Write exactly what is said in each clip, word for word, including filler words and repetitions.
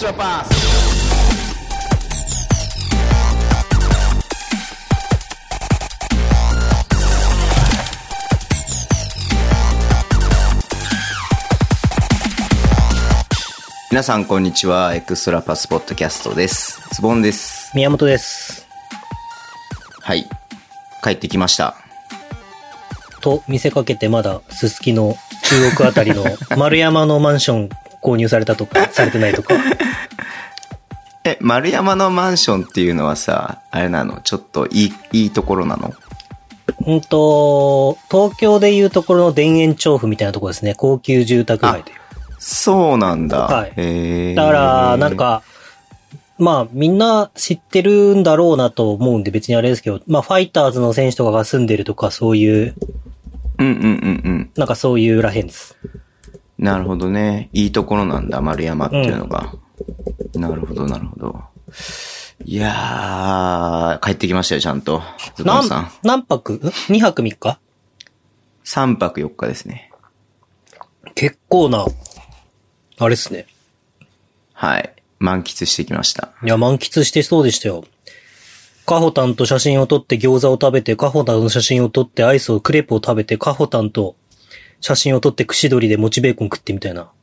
Extra Pass。皆さんこんにちは。エクストラパスポッドキャストです。ズボンです。 宮本です。 はい。帰ってきました。 と見せかけてまだすすきの中国あたりの丸山のマンション購入されたとかされてないとか。 え、丸山のマンションっていうのはさ、あれなの？ちょっといい、いいところなの？ うんと、東京でいうところの田園調布みたいなところですね。高級住宅街という。 そうなんだ。 はい。 へー。 だから、なんか、まあ、みんな知ってるんだろうなと思うんで別にあれですけど、まあ、ファイターズの選手とかが住んでるとか、そういう、 うんうんうんうん。 なんかそういうらへんです。 なるほどね。いいところなんだ、丸山っていうのが。うん、なるほど、なるほど。いやー、帰ってきましたよ、ちゃんと。ズボンさん。 何泊 ?に 泊みっか ? さん 泊よっかですね。 結構な、あれっすね。 はい。満喫してきました。 いや、満喫してそうでしたよ。カホタンと写真を撮って餃子を食べて、カホタンの写真を撮ってアイスをクレープを食べて、カホタンと写真を撮って串取りでもちベーコン食ってみたいな。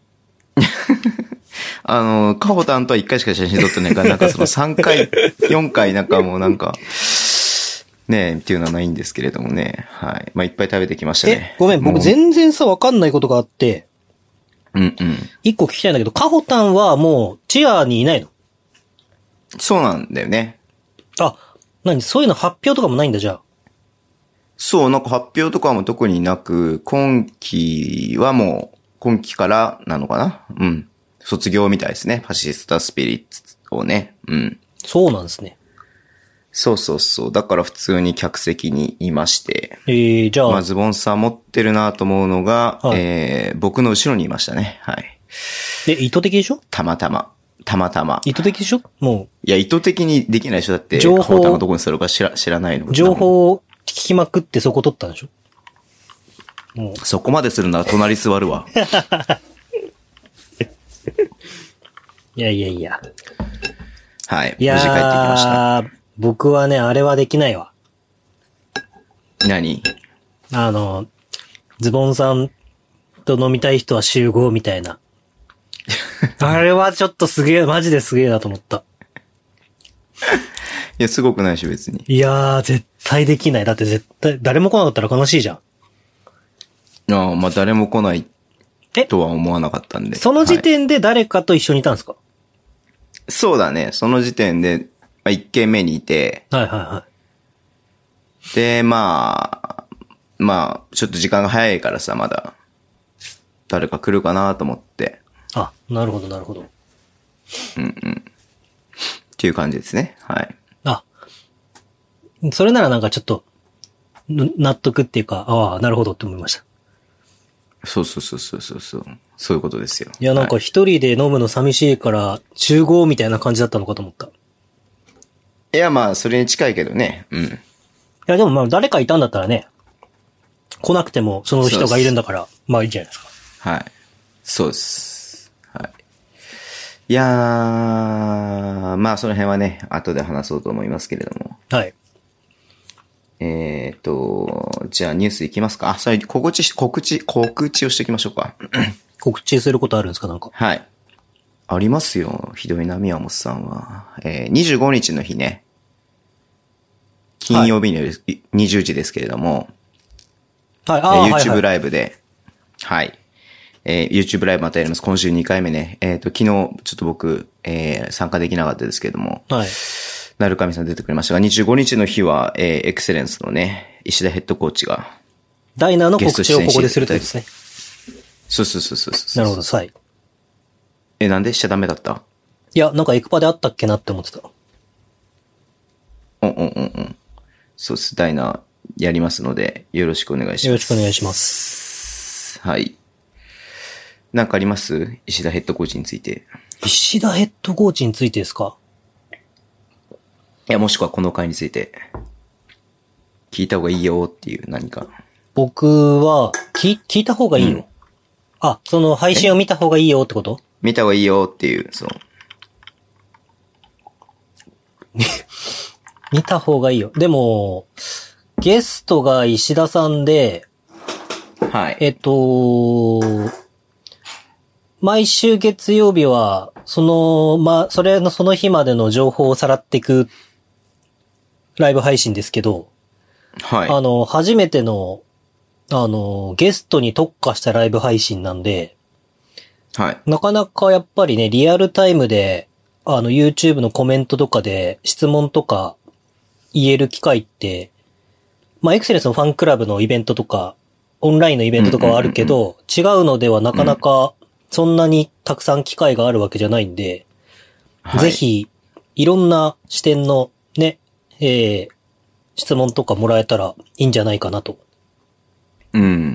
あの、カホタンとはいっかいしか写真撮ってないから、なんかそのさんかい、よんかいなんかもうなんか、ねえ、っていうのはないんですけれどもね。はい。まあ、いっぱい食べてきましたね。 え、ごめん、僕全然さ、わかんないことがあって、 うんうん。 一個聞きたいんだけど、カホタンはもう、チアにいないの？ そうなんだよね。 あ、何そういうの発表とかもないんだ、じゃあ。 そう、なんか発表とかも特になく、今期はもう、今期からなのかな？うん。卒業みたいですね。ファシスタスピリッツをね。うん。 そうなんですね。 そうそうそう。だから普通に客席にいまして。 えー、じゃあ。 まあ、ズボンさん持ってるなと思うのが、 はい、 えー、僕の後ろにいましたね。はい。 え、意図的でしょ？ たまたま。たまたま。 意図的でしょ？もう。 いや、意図的にできないでしょ。だって、 情報。 カホタンがどこに座るか知ら、知らないの。 情報を聞きまくってそこ取ったんでしょ？ もう。そこまでするなら隣座るわ。 いやいやいや。 はい。 いやー、無事帰ってきました。僕はね、あれはできないわ。 何？ あの、ズボンさんと飲みたい人は集合みたいな。あれはちょっとすげえ、マジですげえなと思った。 いや、すごくないし別に。 いやー、絶対できない。だって絶対、誰も来なかったら悲しいじゃん。 ああ、まあ誰も来ないとは思わなかったんで。 その時点で誰かと一緒にいたんですか？ はい、そうだね。その時点で、まあ、一軒目にいて。 はいはいはい。 で、まあ、まあ、ちょっと時間が早いからさ、まだ。誰か来るかなと思って。 あ、なるほどなるほど。 うんうん。っていう感じですね。はい。 あ、それならなんかちょっと、納得っていうか、ああ、なるほどって思いました。 そうそうそうそうそうそう。そういうことですよ。 いや、なんか一人で飲むの寂しいから、集合みたいな感じだったのかと思った。 いや、まあ、それに近いけどね。うん。いや、でもまあ、誰かいたんだったらね、来なくてもその人がいるんだから、まあいいじゃないですか。 はい。そうです。はい。いやー、まあ、その辺はね、後で話そうと思いますけれども。 はい。 えーと、じゃあニュースいきますか。あ、それ、告知し、告知、告知をしておきましょうか。 告知することあるんですか、なんか。 はい。ありますよ。ひどいな、宮本さんは。えー、にじゅうごにちの日ね。金曜日のにじゅうじですけれども。 はい、あー、YouTube ライブで。はい、はい。えー、YouTube ライブまたやります。今週にかいめね。えーと、昨日、ちょっと僕、えー、参加できなかったですけれども。 はい。 なるかみさん出てくれましたが、にじゅうごにちの日は、えー、エクセレンスのね、石田ヘッドコーチが。 ダイナーの告知をここでするってですね。 そうそうそうそうそう。 なるほど、はい。 え、なんでしちゃダメだった？ いや、なんかエクパであったっけなって思ってた。 うんうんうんうん。そうです。ダイナーやりますので、よろしくお願いします。 よろしくお願いします。 はい。なんかあります？石田ヘッドコーチについて。 石田ヘッドコーチについてですか？ いや、もしくはこの回について。聞いた方がいいよっていう何か。 僕は、聞、聞いた方がいいよ。うん、あ、その配信を見た方がいいよってこと？ 見た方がいいよっていう、そう。 見た方がいいよ。でも、ゲストが石田さんで、 はい。 えっと、毎週月曜日は、その、まあ、それのその日までの情報をさらっていくライブ配信ですけど、 はい。 あの、初めての、あの、ゲストに特化したライブ配信なんで、 はい。 なかなかやっぱりね、リアルタイムで、あの、YouTube のコメントとかで質問とか言える機会って、まあ、エクセレンスのファンクラブのイベントとか、オンラインのイベントとかはあるけど、違うのではなかなかそんなにたくさん機会があるわけじゃないんで、 はい、 ぜひ、いろんな視点のね、えー、質問とかもらえたらいいんじゃないかなと。 うん。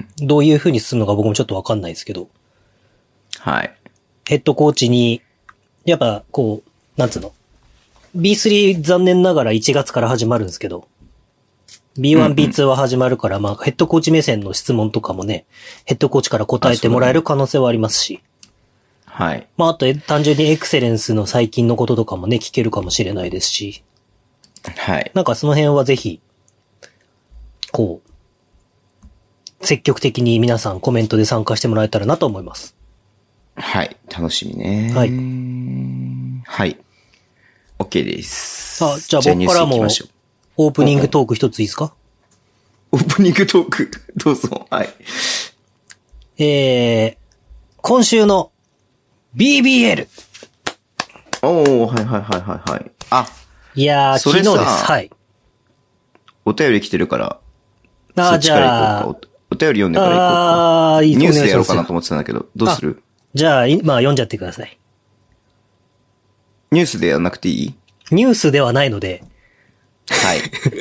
どういう風に進むのか僕もちょっとわかんないですけど。 はい。 ヘッドコーチに、やっぱこう、なんつうの。ビースリー 残念ながらいちがつから始まるんですけど、ビーワン、ビーツー は始まるから、まあヘッドコーチ目線の質問とかもね、ヘッドコーチから答えてもらえる可能性はありますし。 はい。 まああと単純にエクセレンスの最近のこととかもね、聞けるかもしれないですし。 はい。 なんかその辺はぜひ、こう、積極的に皆さんコメントで参加してもらえたらなと思います。 はい。楽しみね。 はい。 はい。OK です。 あ、じゃあ僕からも、オープニングトーク一ついいですか？ オープニングトーク、どうぞ。はい。 えー、今週の ビービーエル。 おー、はいはいはいはいはい。あ、 いやー、昨日です。はい。 お便り来てるから、 あそっちから行こうか。お便り読んでから行こうか。 あー、いいニュースでやろうかなと思ってたんだけど、どうする？ じゃあ、まあ読んじゃってください。 ニュースでやんなくていい？ ニュースではないので。 はい。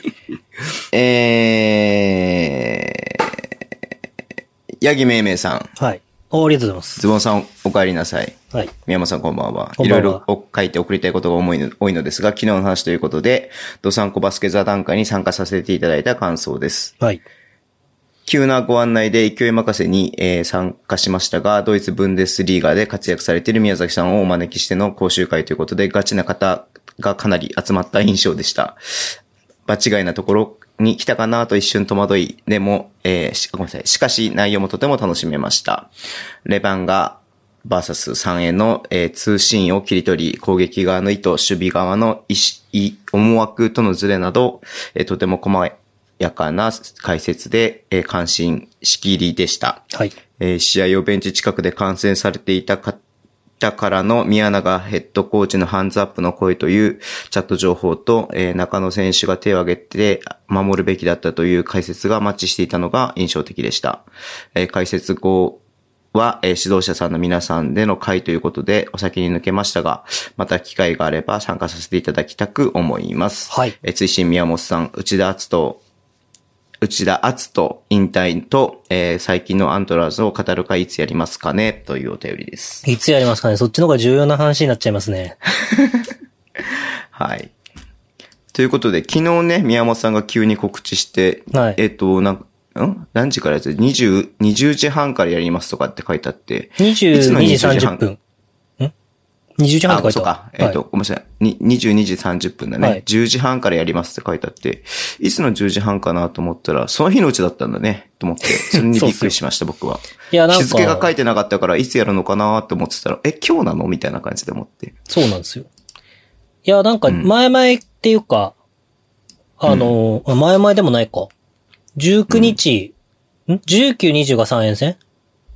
えー、ヤギめいめいさん。 はい。ありがとうございます。 ズボンさんお帰りなさい。 はい。 宮本さんこんばんは。 こんばんは。 いろいろ書いて送りたいことが多いの多いのですが、昨日の話ということで、ドサンコバスケ座談会に参加させていただいた感想です。 はい。 急なご案内で勢い任せに、えー、参加しましたが、ドイツブンデスリーガで活躍されている宮崎さんをお招きしての講習会ということで、ガチな方がかなり集まった印象でした。場違いなところに来たかなと一瞬戸惑い、でも、えー、しごめんなさい。しかし内容もとても楽しめました。レバンガバーサスさんへの、えー、通信を切り取り、攻撃側の意図、守備側の意思、思惑とのズレなど、えー、とても細やかな解説で、えー、関心しきりでした。 はい。 えー、試合をベンチ近くで観戦されていた方からの宮永ヘッドコーチのハンズアップの声というチャット情報と、えー、中野選手が手を挙げて守るべきだったという解説がマッチしていたのが印象的でした。えー、解説後は、えー、指導者さんの皆さんでの会ということでお先に抜けましたが、また機会があれば参加させていただきたく思います。 はい。 えー、追伸宮本さん、内田篤人、内田篤人引退と、えー、最近のアントラーズを語る会いつやりますかねというお便りです。 いつやりますかね？そっちの方が重要な話になっちゃいますね。 はい。ということで、昨日ね、宮本さんが急に告知して、 はい。 えっと、なんか、ん何時からやつ ?にじゅう、にじゅうじはんからやりますとかって書いてあって。 にじゅうにじさんじゅっぷん。ん ?にじゅうじはんって書いてある。 あ、そうか。えっと、はい、ごめんなさい。に、にじゅうにじさんじゅっぷんだね、はい。じゅうじはんからやりますって書いてあって、いつのじゅうじはんかなと思ったら、その日のうちだったんだね、と思って。それにびっくりしました、僕は。 いや、なんか。 日付が書いてなかったから、いつやるのかなって思ってたら、え、今日なのみたいな感じで思って。 そうなんですよ。いや、なんか、前々っていうか、うん、あの、前々でもないか。じゅうくにち、うん、ん ?じゅうく、にじゅうがさんえん戦？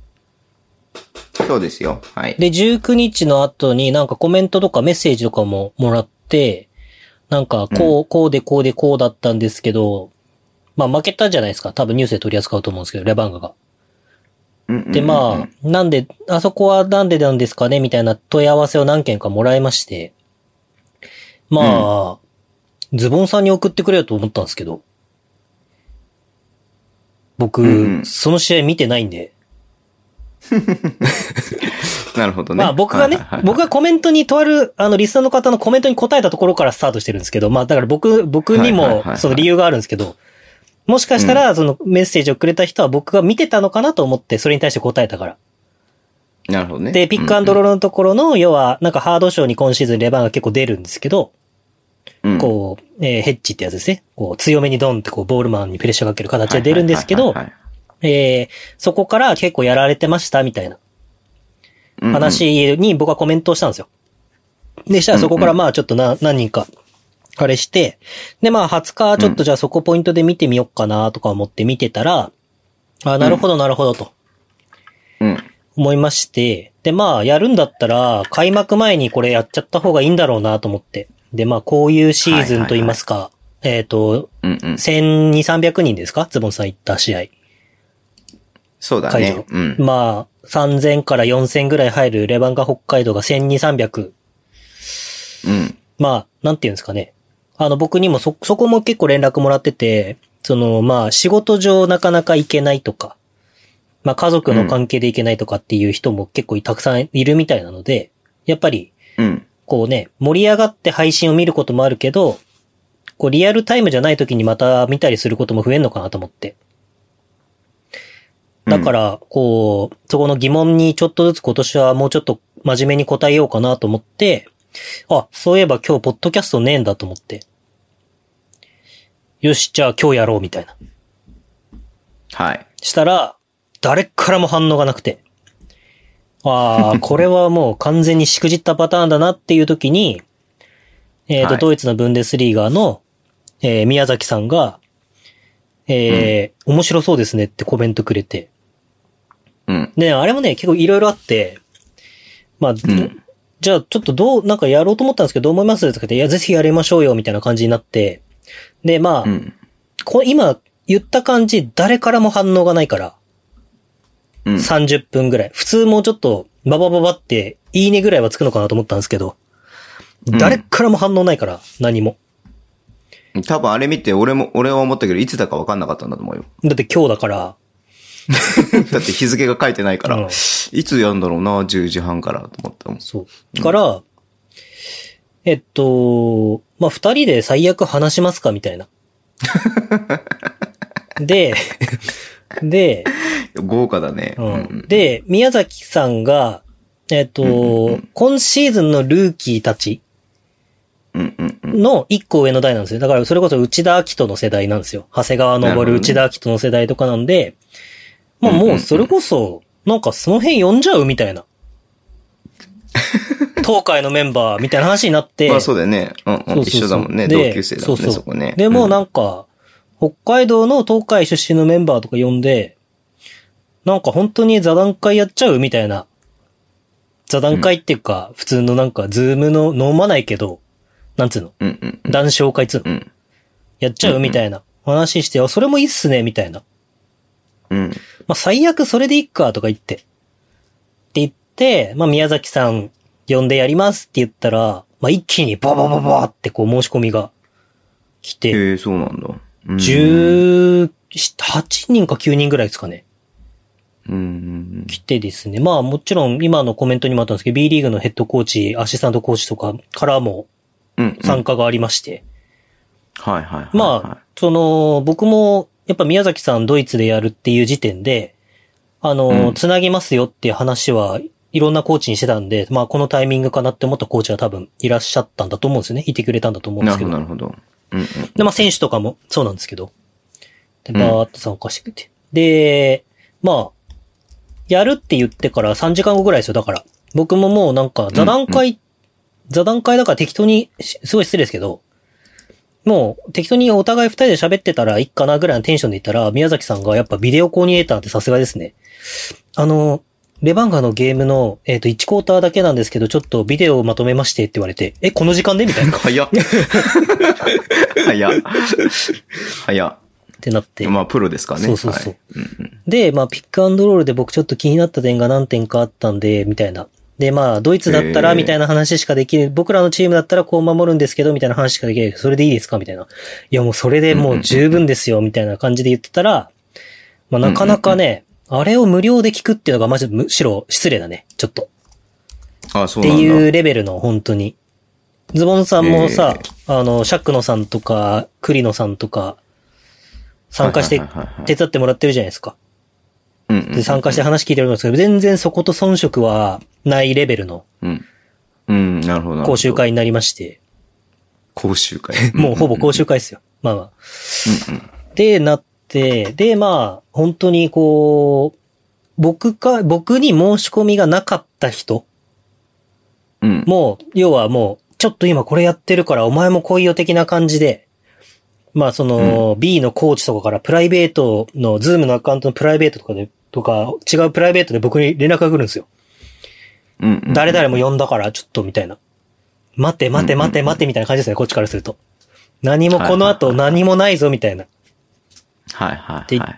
そうですよ。はい。 で、じゅうくにちの後になんかコメントとかメッセージとかももらって、なんかこう、うん、こうでこうでこうだったんですけど、まあ負けたじゃないですか。多分ニュースで取り扱うと思うんですけど、レバンガが。 うんうんうんうん、 で、まあ、なんで、あそこはなんでなんですかねみたいな問い合わせを何件かもらいまして、まあ、うん、ズボンさんに送ってくれよと思ったんですけど、僕、うんうん、その試合見てないんで、 なるほどね。 まあ僕がね、はいはいはい、僕がコメントにとある、あの、リスナーの方のコメントに答えたところからスタートしてるんですけど、まあだから僕、僕にもその理由があるんですけど、もしかしたらそのメッセージをくれた人は僕が見てたのかなと思って、それに対して答えたから。 なるほどね。 で、ピックアンドロールのところの、要は、なんかハードショーに今シーズンレバンが結構出るんですけど、 うん、 こう、えー、ヘッジってやつですね。こう、強めにドンってこう、ボールマンにプレッシャーかける形で出るんですけど、えー、そこから結構やられてましたみたいな話に僕はコメントをしたんですよ。で、したらそこからまあちょっとな、何人か、あれして、でまあはつかちょっとじゃあそこポイントで見てみよっかなとか思って見てたら、あ、なるほどなるほどと。 うん。 思いまして、でまあやるんだったら開幕前にこれやっちゃった方がいいんだろうなと思って。でまあこういうシーズンと言いますか、はいはいはい、えっ、ー、と、うんうん、せんにひゃく、さんびゃくにんですかズボンさん行った試合。 そうだね。 うん、まあ、さんぜんからよんせんぐらい入るレバンガ北海道がせんにひゃく、さんびゃく。 うん。 まあ、なんていうんですかね。あの、僕にもそ、そこも結構連絡もらってて、その、まあ、仕事上なかなか行けないとか、まあ、家族の関係で行けないとかっていう人も結構たくさんいるみたいなので、やっぱり、 うん。こうね、盛り上がって配信を見ることもあるけど、こう、リアルタイムじゃない時にまた見たりすることも増えんのかなと思って。だから、こう、そこの疑問にちょっとずつ今年はもうちょっと真面目に答えようかなと思って、あ、そういえば今日ポッドキャストねえんだと思って。よし、じゃあ今日やろうみたいな。 はい。 したら、誰からも反応がなくて。ああ、これはもう完全にしくじったパターンだなっていう時に、えっと、はい、ドイツのブンデスリーガの、えー、宮崎さんが、えー、うん、面白そうですねってコメントくれて。 うん。 で、あれもね、結構いろいろあって、まあ、うん、じゃあちょっとどう、なんかやろうと思ったんですけど、どう思いますとか言って、いや、ぜひやりましょうよ、みたいな感じになって。で、まあ、うん、こ今言った感じ、誰からも反応がないから、うん、さんじゅっぷんぐらい。普通もうちょっと、ババババって、いいねぐらいはつくのかなと思ったんですけど、うん、誰からも反応ないから、何も。 多分あれ見て、俺も、俺は思ったけど、いつだか分かんなかったんだと思うよ。 だって今日だから。 だって日付が書いてないから、うん、いつやんだろうな、じゅうじはんからと思ったもん。 そう。から、うん、えっと、まあ、二人で最悪話しますかみたいな。で、で、 豪華だね、 うん。で、宮崎さんが、えっと、うんうんうん、今シーズンのルーキーたちの一個上の代なんですよ。だからそれこそ内田明人の世代なんですよ。長谷川昇、ね、内田明人の世代とかなんで、まあもうそれこそ、なんかその辺呼んじゃうみたいな。東海のメンバーみたいな話になって。 まあそうだよね。うん、うん、そうそうそう一緒だもんね。同級生だもんね、そうそうそこね。 でもなんか、北海道の東海出身のメンバーとか呼んで、なんか本当に座談会やっちゃうみたいな。座談会っていうか、うん、普通のなんかズームの飲まないけど、なんつうの、 うんうんうん、 談笑会つうの、うん、やっちゃうみたいな話して、うんうん、それもいいっすね、みたいな。 うん。 まあ最悪それでいっか、とか言って。って言って、まあ宮崎さん呼んでやりますって言ったら、まあ一気にババババってこう申し込みが来て。 へえ、そうなんだ。 うん、じゅうはちにんかきゅうにんぐらいですかね。 うん。 来てですね。まあもちろん今のコメントにもあったんですけど、B リーグのヘッドコーチ、アシスタントコーチとかからも参加がありまして。 うんうん、はいはいはい、はい。 まあ、その、僕もやっぱ宮崎さんドイツでやるっていう時点で、あの、うん、つなぎますよっていう話はいろんなコーチにしてたんで、まあこのタイミングかなって思ったコーチは多分いらっしゃったんだと思うんですよね。いてくれたんだと思うんですけど。 なるほど、なるほど。うんうん、 で、まあ選手とかもそうなんですけど。で、バーっと参加してくれて。うん、で、まあ、やるって言ってからさんじかんごぐらいですよ。だから。僕ももうなんか座談会、うんうん、座談会だから適当に、すごい失礼ですけど、もう適当にお互い二人で喋ってたらいいかなぐらいのテンションで言ったら、宮崎さんがやっぱビデオコーディネーターってさすがですね。あの、レバンガのゲームの、えっと、いちクォーターだけなんですけど、ちょっとビデオをまとめましてって言われて、え、この時間でみたいな。 早っ。早っ。早っ。 ってなって。 まあ、プロですからね。 そうそうそう。 はいうんうん、 で、まあ、ピックアンドロールで僕ちょっと気になった点が何点かあったんで、みたいな。で、まあ、ドイツだったら、みたいな話しかできる。僕らのチームだったらこう守るんですけど、みたいな話しかできない。それでいいですかみたいな。いや、もうそれでもう十分ですよ、みたいな感じで言ってたら、まあ、なかなかね、あれを無料で聞くっていうのがマジでむしろ失礼だね。ちょっと。 ああ、そうなんだ。 っていうレベルの、本当に。ズボンさんもさ、あの、シャックノさんとか、クリノさんとか、参加して、手伝ってもらってるじゃないですか。で、参加して話聞いてるんですけど、全然そこと遜色はないレベルの、 うん。うん、なるほど。 講習会になりまして、 講習会。 もうほぼ講習会ですよ。まあまあ。 うんうん。 で、なって、で、まあ、本当にこう、僕か、僕に申し込みがなかった人。 うん。 もう、要はもう、ちょっと今これやってるからお前も来いよ的な感じで、まあその、うん、B のコーチとかからプライベートの、ズームのアカウントのプライベートとかで、とか、違うプライベートで僕に連絡が来るんですよ。 うんうんうん、 誰々も呼んだからちょっとみたいな。待て待て待て待てみたいな感じですね、こっちからすると。何もこの後何もないぞみたいな。 はいはいはい。 って言って、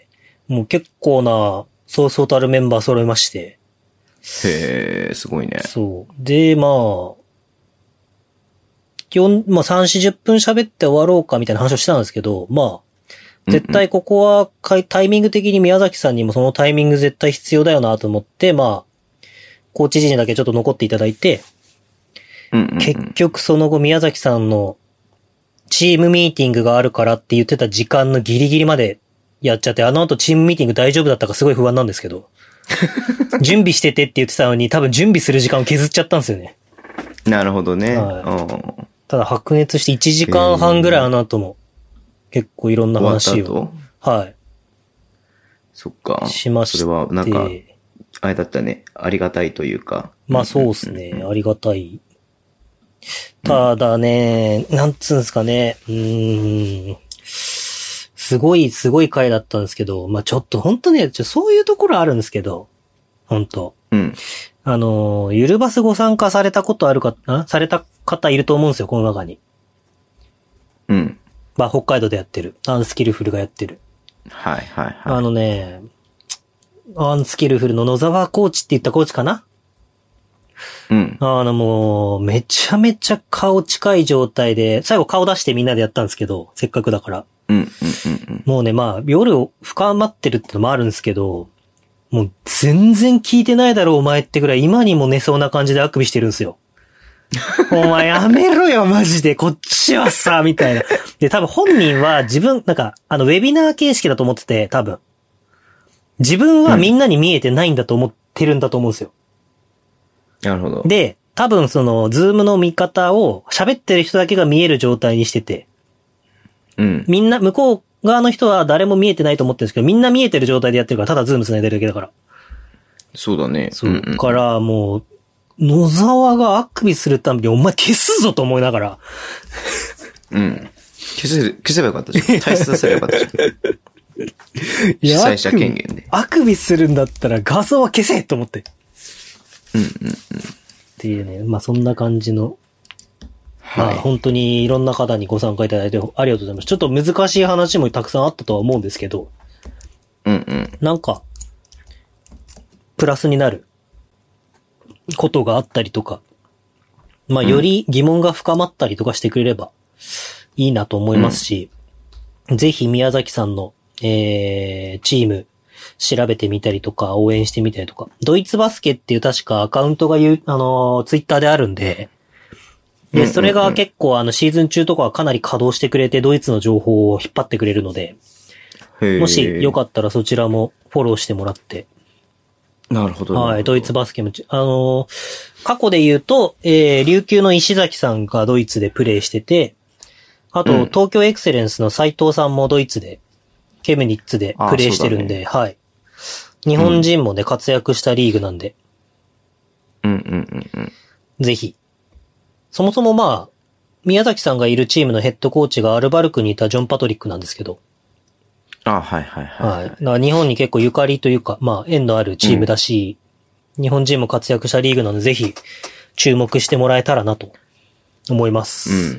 もう結構な、そうそうたるメンバー揃いまして。 へー、すごいね。 そう。で、まあ、基本、まあさん、よんじゅっぷん喋って終わろうかみたいな話をしたんですけど、まあ、絶対ここはタイミング的に宮崎さんにもそのタイミング絶対必要だよなと思って、まあ、コーチ陣にだけちょっと残っていただいて、 うんうんうん、 結局その後宮崎さんのチームミーティングがあるからって言ってた時間のギリギリまでやっちゃって、あの後チームミーティング大丈夫だったかすごい不安なんですけど、準備しててって言ってたのに多分準備する時間を削っちゃったんですよね。 なるほどね。 はい、ただ白熱していちじかんはんぐらいあの後も結構いろんな話を。はい。そっか。 しまして。 それはなんか、あれだったね。ありがたいというか。 まあそうですね。ありがたい。ただね、うん、なんつうんですかね。うーん。すごい、すごい回だったんですけど、まあちょっと本当ね、ちょそういうところあるんですけど、本当うん。 あの、ゆるバスご参加されたことあるか、あされた方いると思うんですよ、この中に。 うん。 まあ北海道でやってる。アンスキルフルがやってる。 はいはいはい。 あのね、アンスキルフルの野沢コーチって言ったコーチかな？ うん。 あのもう、めちゃめちゃ顔近い状態で、最後顔出してみんなでやったんですけど、せっかくだから。 うんうんうんうん。 もうね、まあ、夜深まってるってのもあるんですけど、もう全然聞いてないだろお前ってぐらい今にも寝そうな感じであくびしてるんですよ。お前やめろよマジで、こっちはさ、みたいな。で、多分本人は自分、なんか、あの、ウェビナー形式だと思ってて、多分。自分はみんなに見えてないんだと思ってるんだと思うんですよ。 なるほど。 で、多分その、ズームの見方を喋ってる人だけが見える状態にしてて、 うん。 みんな、向こう側の人は誰も見えてないと思ってるんですけど、みんな見えてる状態でやってるから、ただズーム繋いでるだけだから。 そうだね。 そう。うんうん、から、もう、野沢があくびするたびにお前消すぞと思いながら。 うん。消せる、消せばよかったじゃん。退出させればよかったじゃん。主催者権限で。 あくびするんだったら画像は消せと思って。 うんうんうん。っていうね、まあそんな感じの。はい。まあ本当にいろんな方にご参加いただいてありがとうございます。ちょっと難しい話もたくさんあったとは思うんですけど。 うんうん。 なんか、プラスになることがあったりとか、まあより疑問が深まったりとかしてくれればいいなと思いますし、うん、ぜひ宮崎さんの、えー、チーム調べてみたりとか応援してみたりとか、ドイツバスケっていう確かアカウントが言う、あのー、ツイッターであるんで、で、それが結構あのシーズン中とかはかなり稼働してくれてドイツの情報を引っ張ってくれるので、もしよかったらそちらもフォローしてもらって、 なるほど。 はい、ドイツバスケも、あのー、過去で言うと、えー、琉球の石崎さんがドイツでプレイしてて、あと、うん、東京エクセレンスの斉藤さんもドイツで、ケムニッツでプレイしてるんで、ね、はい。日本人もね、うん、活躍したリーグなんで。 うんうんうんうん。 ぜひ。そもそもまあ、宮崎さんがいるチームのヘッドコーチがアルバルクにいたジョン・パトリックなんですけど。 あ、はいはいはい。 はい。だから日本に結構ゆかりというか、まあ、縁のあるチームだし、うん、日本人も活躍したリーグなので、ぜひ、注目してもらえたらなと、思います。 うん。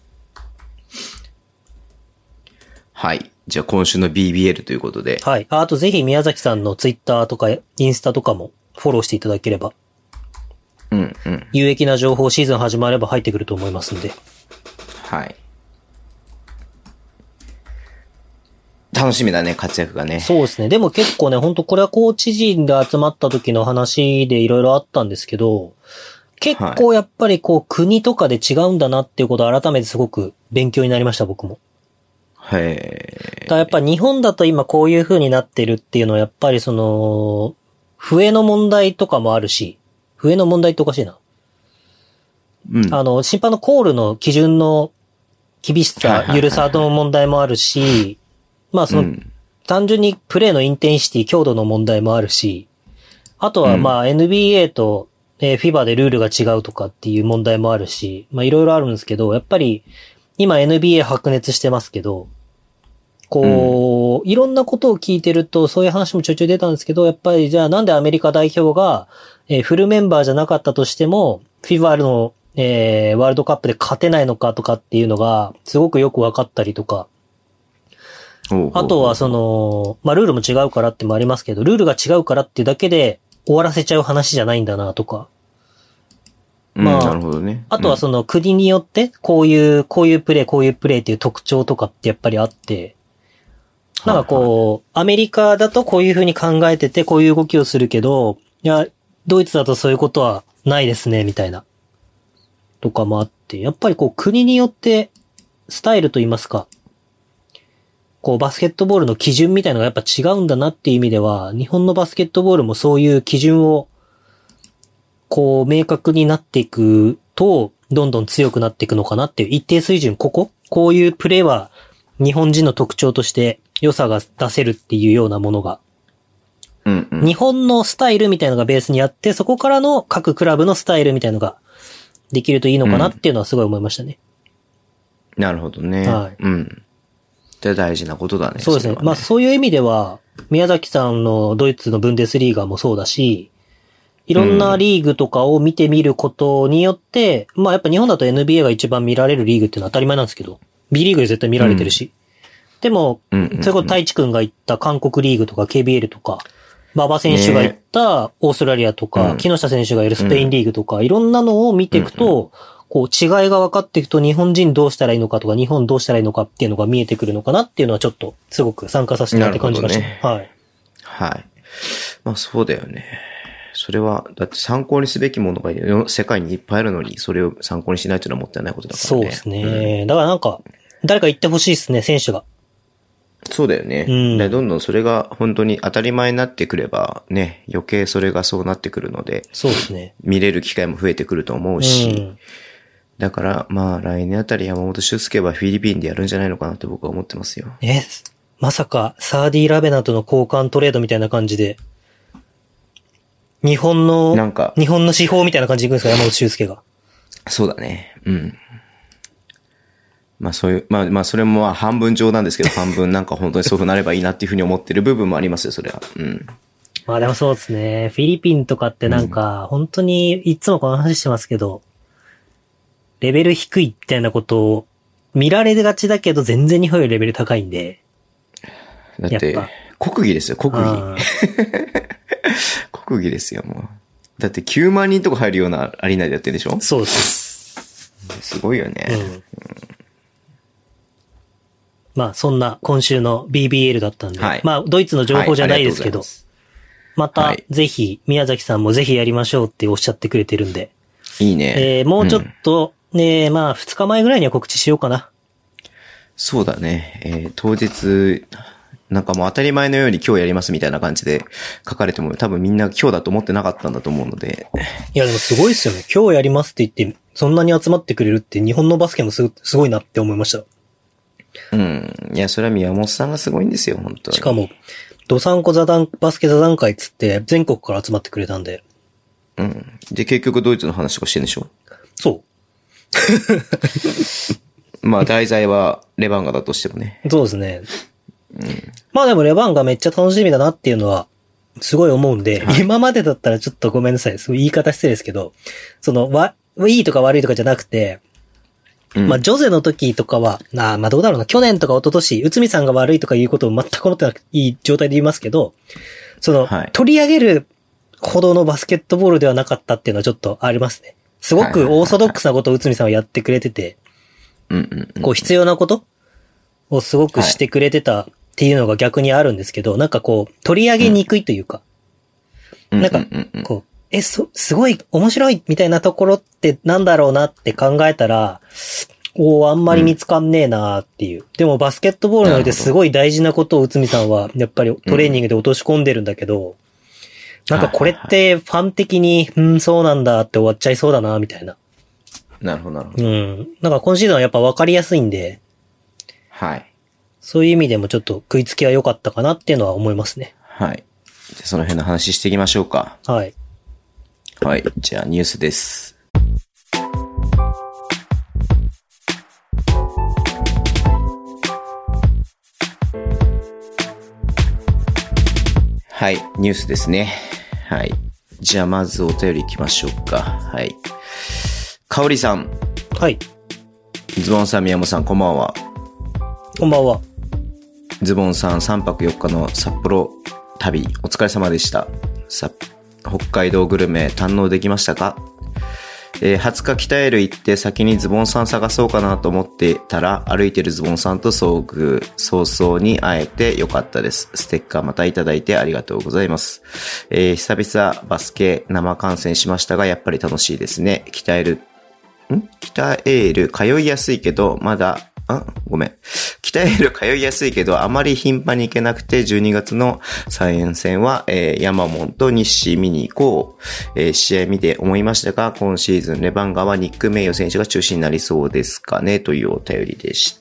はい。じゃあ今週の ビービーエル ということで。 はい。あ, あとぜひ宮崎さんのツイッターとかインスタとかもフォローしていただければ。 うんうん。 有益な情報シーズン始まれば入ってくると思いますんで。 はい。楽しみだね、活躍がね。 そうですね。でも結構ね、本当これはコーチ陣で集まった時の話でいろいろあったんですけど、結構やっぱりこう国とかで違うんだなっていうことを改めてすごく勉強になりました、僕も。 へー。 だやっぱ日本だと今こういう風になってるっていうのはやっぱりその、笛の問題とかもあるし、笛の問題っておかしいな。 うん。 あの、審判のコールの基準の厳しさ、緩さの問題もあるし、まあその、うん、単純にプレーのインテンシティ、強度の問題もあるし、あとはまあ エヌビーエー と、えー、フィバ でルールが違うとかっていう問題もあるし、まあいろいろあるんですけど、やっぱり今 エヌビーエー 白熱してますけど、こう、うん、いろんなことを聞いてると、そういう話もちょいちょい出たんですけど、やっぱりじゃあなんでアメリカ代表が、えー、フルメンバーじゃなかったとしても、フィバ の、えー、ワールドカップで勝てないのかとかっていうのが、すごくよく分かったりとか、あとはその、まあ、ルールも違うからってもありますけど、ルールが違うからっていうだけで終わらせちゃう話じゃないんだなとか。 まあ、うん、なるほどね。 あとはその国によって、こういう、こういうプレー、こういうプレーっていう特徴とかってやっぱりあって、なんかこう、アメリカだとこういう風に考えてて、こういう動きをするけど、いや、ドイツだとそういうことはないですね、みたいな。とかもあって、やっぱりこう国によってスタイルと言いますか、こうバスケットボールの基準みたいなのがやっぱ違うんだなっていう意味では、日本のバスケットボールもそういう基準をこう明確になっていくと、どんどん強くなっていくのかなっていう一定水準、こここういうプレーは日本人の特徴として良さが出せるっていうようなものが、 うんうん、 日本のスタイルみたいなのがベースにあって、そこからの各クラブのスタイルみたいなのができるといいのかなっていうのはすごい思いましたね。 うん、なるほどね。はい。うん。って大事なことだね。 そうですね。ねまあそういう意味では、宮崎さんのドイツのブンデスリーガもそうだし、いろんなリーグとかを見てみることによって、うん、まあやっぱ日本だと エヌビーエー が一番見られるリーグっていうのは当たり前なんですけど、B リーグで絶対見られてるし。うん、でも、うんうんうん、それこそ太一くんが言った韓国リーグとか ケービーエル とか、馬場選手が言ったオーストラリアとか、ね、木下選手がいるスペインリーグとか、うん、いろんなのを見ていくと、うんうん、こう違いが分かっていくと日本人どうしたらいいのかとか、日本どうしたらいいのかっていうのが見えてくるのかなっていうのはちょっとすごく参加させてもらって感じました。ね、はい。 はい。まあそうだよね。それは、だって参考にすべきものが世界にいっぱいあるのに、それを参考にしないというのはもったいないことだからね。 そうですね。うん、だからなんか、誰か言ってほしいですね、選手が。 そうだよね。うん、でどんどんそれが本当に当たり前になってくればね、余計それがそうなってくるので、 そうですね。 見れる機会も増えてくると思うし、うん、だからまあ来年あたり山本修介はフィリピンでやるんじゃないのかなって僕は思ってますよ。 え、まさかサーディ・ラベナとの交換トレードみたいな感じで、日本の、なんか日本の司法みたいな感じでいくんですか、山本修介が。 そうだね。うん。まあそういう、まあまあそれもまあ半分冗談ですけど、半分なんか本当にそうなればいいなっていうふうに思ってる部分もありますよ、それは。うん。 まあでもそうですね。フィリピンとかってなんか、本当にいつもこの話してますけど、レベル低いみたいなことを見られがちだけど全然日本よりレベル高いんで。 だって、国技ですよ、国技。国技ですよ、もう。だってきゅうまんにんとか入るようなアリーナでやってるでしょ？ そうです。 すごいよね。うんうんまあそんな今週の ビービーエル だったんで、はい、まあドイツの情報じゃないですけど、はい、またぜひ宮崎さんもぜひやりましょうっておっしゃってくれてるんで、 いいね。 えー、もうちょっとね、うん、まあふつかまえぐらいには告知しようかな。 そうだね。えー、当日なんかもう当たり前のように今日やりますみたいな感じで書かれても多分みんな今日だと思ってなかったんだと思うので。 いやでもすごいですよね。今日やりますって言ってそんなに集まってくれるって日本のバスケもすごいなって思いました。 うん。いや、それは宮本さんがすごいんですよ、本当に。 しかも、ドサンコ座談、バスケ座談会つって全国から集まってくれたんで。 うん。で、結局ドイツの話とかしてんでしょ？ そう。 まあ、題材はレバンガだとしてもね。 そうですね。うん。まあでもレバンガめっちゃ楽しみだなっていうのは、すごい思うんで、はい、今までだったらちょっとごめんなさい。そういう言い方失礼ですけど、その、わ、いいとか悪いとかじゃなくて、うん、まあ、ジョゼの時とかは、ああ、まあどうだろうな、去年とか一昨年、内海さんが悪いとかいうことを全く思ってなくていい状態で言いますけど、その、はい、取り上げるほどのバスケットボールではなかったっていうのはちょっとありますね。すごくオーソドックスなことを内海さんはやってくれてて、こう必要なことをすごくしてくれてたっていうのが逆にあるんですけど、なんかこう、取り上げにくいというか、うん、なんか、こう、え、そ、すごい面白いみたいなところってなんだろうなって考えたら、おー、あんまり見つかんねえなーっていう。うん、でもバスケットボールにおいてすごい大事なことを内海さんはやっぱりトレーニングで落とし込んでるんだけど、うん、なんかこれってファン的に、うん、そうなんだって終わっちゃいそうだなみたいな。 なるほど、なるほど。 うん。なんか今シーズンはやっぱ分かりやすいんで、 はい。 そういう意味でもちょっと食いつきは良かったかなっていうのは思いますね。 はい。じゃあその辺の話していきましょうか。 はい。 はい。じゃあニュースです。はい。ニュースですね。はい。じゃあまずお便り行きましょうか。はい。かおりさん。 はい。 ズボンさん、宮本さん、こんばんは。 こんばんは。 ズボンさん、さんぱくよっかの札幌旅、お疲れ様でした。さ、北海道グルメ堪能できましたか？えー、はつか北エル行って先にズボンさん探そうかなと思ってたら、歩いてるズボンさんと遭遇、早々に会えてよかったです。ステッカーまたいただいてありがとうございます。えー、久々バスケ生観戦しましたが、やっぱり楽しいですね。北エル、ん北エール通いやすいけど、まだ、あごめん。北エール通いやすいけど、あまり頻繁に行けなくて、じゅうにがつの三円戦は、えー、ヤマモンと日誌見に行こう。えー、試合見て思いましたが、今シーズンレバンガはニック・メイヨ選手が中心になりそうですかね、というお便りでした。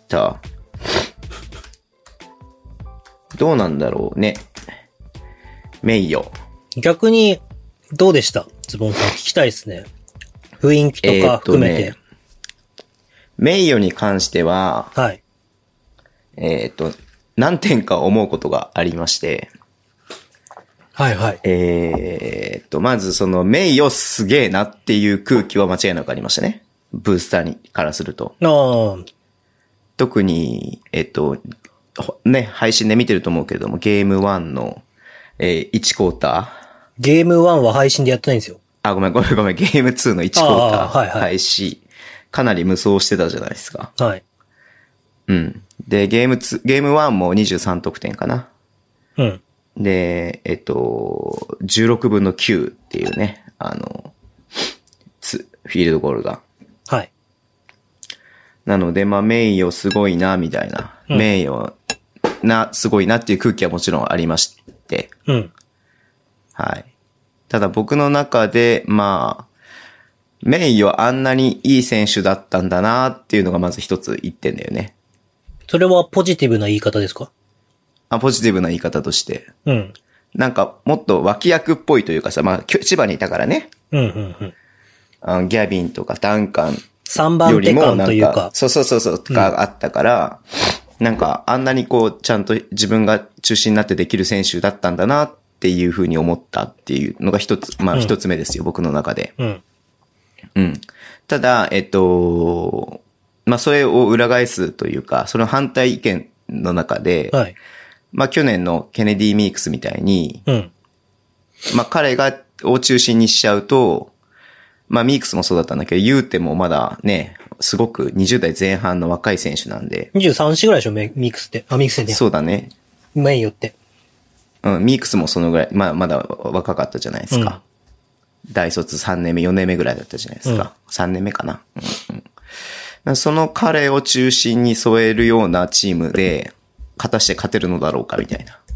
どうなんだろうね。メイヨ。 逆に、どうでしたズボンさん聞きたいですね。雰囲気とか含めて。えーっとね、 名誉に関しては、 はい。 えーっと、何点か思うことがありまして、 はいはい。 えーっと、まずその名誉すげえなっていう空気は間違いなくありましたね。ブースターにからすると。 ああ。 特に、えーっと、ね、配信で見てると思うけども、ゲームワンの、えー、いちクォーター。 ゲームワンは配信でやってないんですよ。 あ、ごめんごめんごめん、ゲームツーのいちクォーター。 はいはい。 配信。かなり無双してたじゃないですか。 はい。 うん。で、ゲームツー、ゲームワンもにじゅうさんとくてんかな。 うん。 で、えっと、じゅうろくぶんのきゅうっていうね、あの、つ、フィールドゴールが。 はい。 なので、まあ、名誉すごいな、みたいな。うん、名誉な、すごいなっていう空気はもちろんありまして。 うん。 はい。ただ僕の中で、まあ、名誉あんなにいい選手だったんだなっていうのがまず一つ言ってんだよね。 それはポジティブな言い方ですか？ あ、ポジティブな言い方として。 うん。 なんか、もっと脇役っぽいというかさ、まあ、千葉にいたからね。 うんうんうん。 あギャビンとかダンカン三番手感というか。 そうそうそうそう、があったから、うん、なんか、あんなにこう、ちゃんと自分が中心になってできる選手だったんだなっていうふうに思ったっていうのが一つ、まあ一つ目ですよ、うん、僕の中で。 うん。 うん。ただ、えっと、まあそれを裏返すというか、その反対意見の中で、 はい。 まあ去年のケネディ・ミークスみたいに、 うん。 まあ彼が、を中心にしちゃうと、まあミークスもそうだったんだけど、言うてもまだね、すごくにじゅうだいぜん半の若い選手なんで。 にじゅうさん歳ぐらいでしょ、ミークスって。あ、ミークスでね。 そうだね。 メイヨって。 うん、ミークスもそのぐらい、まあまだ若かったじゃないですか。うん、大卒さんねんめ、よねんめぐらいだったじゃないですか。うん、さんねんめかな。うんうん、その彼を中心に添えるようなチームで、果たして勝てるのだろうかみたいな。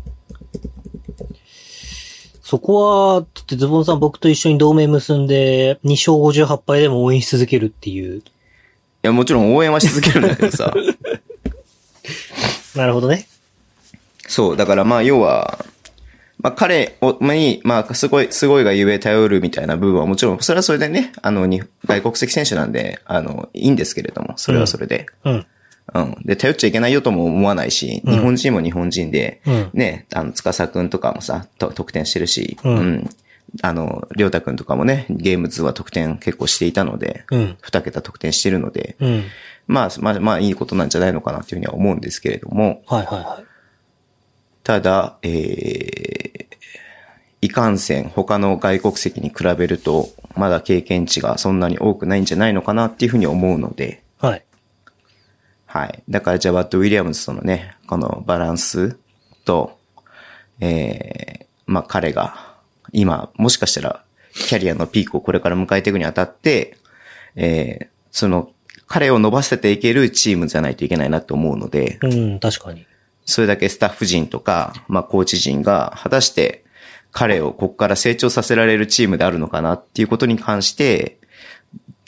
そこは、だってズボンさん僕と一緒に同盟結んで、に勝ごじゅうはち敗でも応援し続けるっていう。いや、もちろん応援はし続けるんだけどさ。 なるほどね。 そう、だからまあ要は、まあ彼に、まあすごい、すごいがゆえ頼るみたいな部分はもちろん、それはそれでね、あの、外国籍選手なんで、あの、いいんですけれども、それはそれで。うん。うんうん。で、頼っちゃいけないよとも思わないし、うん、日本人も日本人で、うん、ね、あの、つかさくんとかもさ、と得点してるし、うん。うん、あの、りょうたくんとかもね、ゲームズは得点結構していたので、うん。二桁得点してるので、うん。まあ、まあ、まあ、いいことなんじゃないのかなっていうふうには思うんですけれども、 はいはいはい。 ただ、えー、いかんせん他の外国籍に比べると、まだ経験値がそんなに多くないんじゃないのかなっていうふうに思うので、 はい。 はい。だから、ジャバット・ウィリアムズとのね、このバランスと、えー、まあ、彼が、今、もしかしたら、キャリアのピークをこれから迎えていくにあたって、えー、その、彼を伸ばせていけるチームじゃないといけないなと思うので、 うん、確かに。 それだけスタッフ陣とか、まあ、コーチ陣が、果たして、彼をここから成長させられるチームであるのかなっていうことに関して、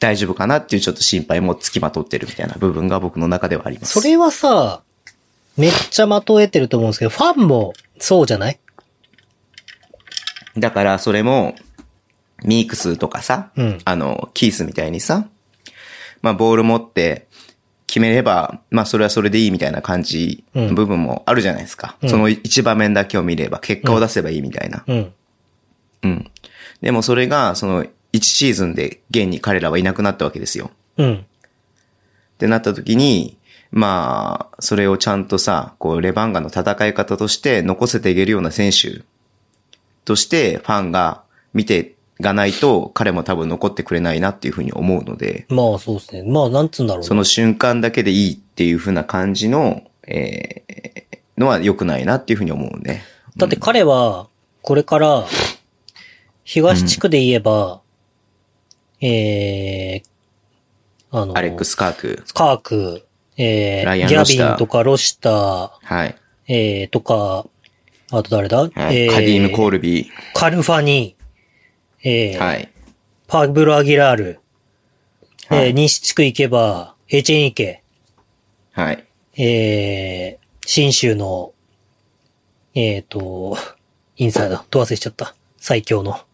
大丈夫かなっていうちょっと心配もつきまとってるみたいな部分が僕の中ではあります。 それはさ、めっちゃ的を得てると思うんですけど、ファンもそうじゃない？ だからそれも、ミークスとかさ、 うん、 あの、キースみたいにさ、まあボール持って決めれば、まあそれはそれでいいみたいな感じの部分もあるじゃないですか。うん、その一場面だけを見れば、結果を出せばいいみたいな。 うん。 うん。でもそれが、そのいちシーズンで現に彼らはいなくなったわけですよ。 うん。 ってなった時に、まあ、それをちゃんとさ、こう、レバンガの戦い方として残せていけるような選手としてファンが見てがないと彼も多分残ってくれないなっていうふうに思うので。 まあそうですね。まあなんつうんだろう、ね。 その瞬間だけでいいっていうふうな感じの、えー、のは良くないなっていうふうに思うね。 だって彼は、これから、東地区で言えば、うん、えー、あの、 アレックス・カーク。 カーク、えー、ギャビンとかロシター、 はい。 えー、とか、あと誰だ、はい、 えー、カディーム・コールビー。 カルファニー、えー、 はい。 パブロ・アギラール、 はい、 えー、西地区行けば、エチェニケ。 はい。 えー、新州の、えーと、インサイド、ど忘れしちゃった。最強の。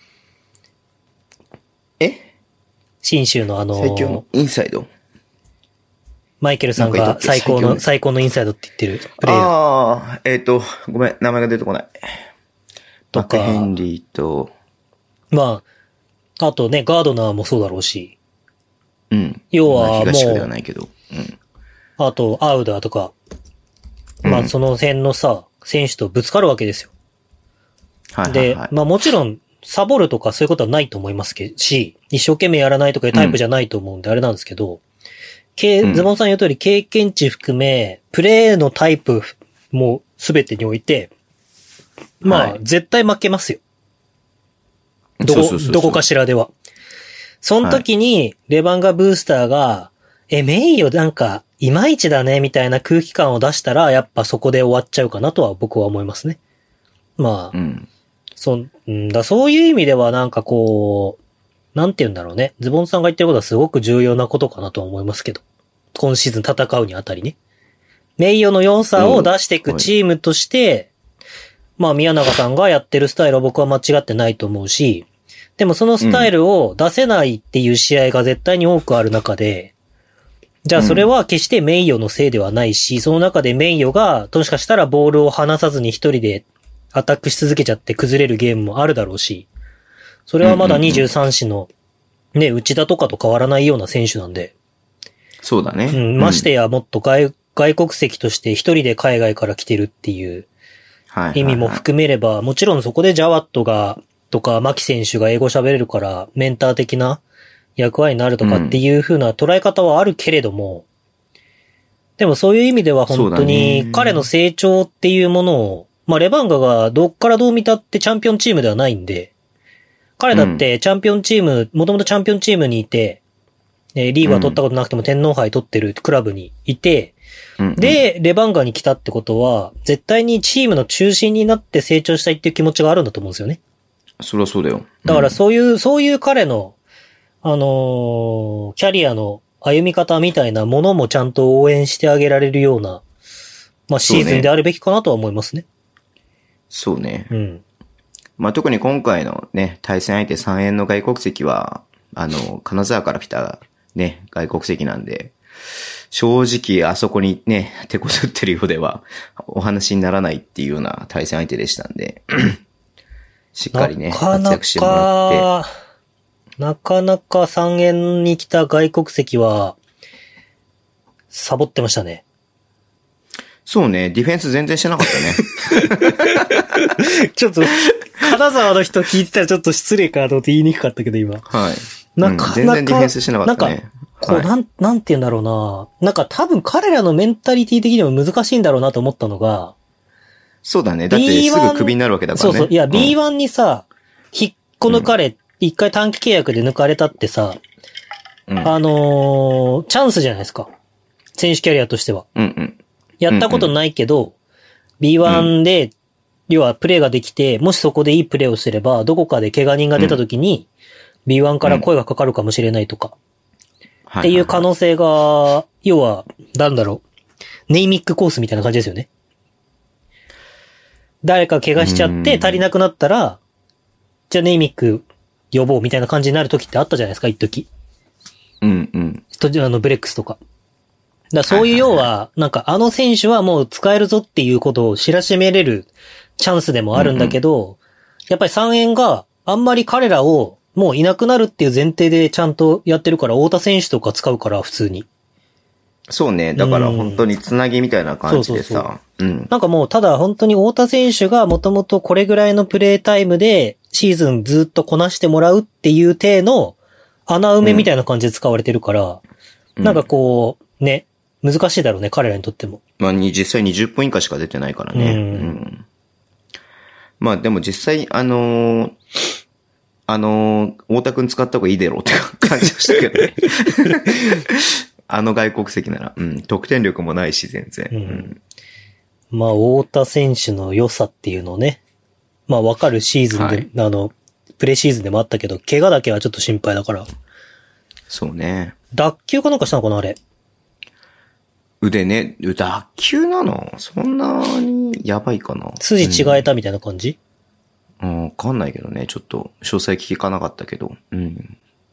え新州のあのー、 最強のインサイドマイケルさんが最高の、最高のインサイドって言ってるプレイヤー。 ああ、えっ、ー、と、ごめん、名前が出てこない。とか。マクヘンリーと。 まあ、あとね、ガードナーもそうだろうし。 うん。 要はもう、 東区ではないけど。うん。 あと、アウダーとか。まあ、その辺のさ、選手とぶつかるわけですよ。 はいはいはい。 で、まあもちろん、サボるとかそういうことはないと思いますけど、し、一生懸命やらないとかいうタイプじゃないと思うんであれなんですけど、うん、ズボンさん言う通り経験値含め、プレーのタイプもすべてにおいて、まあ、はい、絶対負けますよ。どこ、どこかしらでは。その時に、レバンガブースターが、え、メイヨなんか、いまいちだね、みたいな空気感を出したら、やっぱそこで終わっちゃうかなとは僕は思いますね。まあ、うん、そんだそういう意味ではなんかこう、なんて言うんだろうね。ズボンさんが言ってることはすごく重要なことかなとは思いますけど。今シーズン戦うにあたりね。名誉の良さを出していくチームとして、うんはい、まあ宮永さんがやってるスタイルは僕は間違ってないと思うし、でもそのスタイルを出せないっていう試合が絶対に多くある中で、じゃあそれは決して名誉のせいではないし、その中で名誉が、もしかしたらボールを離さずに一人でアタックし続けちゃって崩れるゲームもあるだろうし、それはまだにじゅうさん子のね、内田とかと変わらないような選手なんで。 そうだね。 うん、ましてやもっと外、外国籍として一人で海外から来てるっていう意味も含めれば、はいはいはい、もちろんそこでジャワットが、とか、牧選手が英語喋れるから、メンター的な役割になるとかっていう風な捉え方はあるけれども、うん、でもそういう意味では本当に彼の成長っていうものを、まあレバンガがどっからどう見たってチャンピオンチームではないんで、彼だってチャンピオンチーム、もともとチャンピオンチームにいて、リーグは取ったことなくても天皇杯取ってるクラブにいて、うんうん、で、レバンガに来たってことは、絶対にチームの中心になって成長したいっていう気持ちがあるんだと思うんですよね。 そりゃそうだよ。うん、 だからそういう、そういう彼の、あのー、キャリアの歩み方みたいなものもちゃんと応援してあげられるような、まあシーズンであるべきかなとは思いますね。 そうね。 うん。 まあ特に今回のね、対戦相手さんえんの外国籍は、あの、金沢から来たね、外国籍なんで、正直あそこにね、手こずってるようではお話にならないっていうような対戦相手でしたんで、しっかりね、活躍してもらって。 なかなかさんえんに来た外国籍は、サボってましたね。 そうね、ディフェンス全然してなかったね。ちょっと、金沢の人聞いてたらちょっと失礼かと思って言いにくかったけど今。 はい。 なかなか、うん、 全然ディフェンスしてなかったね。 なんか、こう、はい、なん、なんて言うんだろうな。なんか多分彼らのメンタリティ的にも難しいんだろうなと思ったのが。 そうだね。だってすぐクビになるわけだからね。 そうそう。いや、うん、ビーワン にさ、引っこ抜かれ、一、うん、回短期契約で抜かれたってさ、うん、あのー、チャンスじゃないですか。選手キャリアとしては。 うんうん。 やったことないけど、うんうん、ビーワン で、要はプレーができて、もしそこでいいプレーをすれば、どこかで怪我人が出た時に、 ビーワン から声がかかるかもしれないとか、 うん、 っていう可能性が、要は、なんだろう、ネイミックコースみたいな感じですよね。誰か怪我しちゃって足りなくなったら、じゃあネイミック呼ぼうみたいな感じになる時ってあったじゃないですか、一時。 うんうん。 と、あの、ブレックスとか。だからそういう要は、なんかあの選手はもう使えるぞっていうことを知らしめれるチャンスでもあるんだけど、うんうん、やっぱり三円があんまり彼らをもういなくなるっていう前提でちゃんとやってるから、太田選手とか使うから普通に。 そうね。だから本当につなぎみたいな感じでさ。そうそうそう。うん。 なんかもうただ本当に太田選手がもともとこれぐらいのプレイタイムでシーズンずっとこなしてもらうっていう体の穴埋めみたいな感じで使われてるから、うん、なんかこう、ね、難しいだろうね、彼らにとっても。 まあ、実際にじゅっぷん以下しか出てないからね。うん。うん、まあでも実際、あのー、あのー、太田くん使った方がいいだろうって感じがしたけどね。あの外国籍なら、うん、得点力もないし、全然。うんうん、 まあ、太田選手の良さっていうのをね、まあ、わかるシーズンで、はい、あの、プレシーズンでもあったけど、怪我だけはちょっと心配だから。 そうね。 脱臼かなんかしたのかな、あれ。 腕ね、脱臼なの？そんなにやばいかな？ 筋違えたみたいな感じ？ うん、わかんないけどね、ちょっと、詳細聞かなかったけど。うん。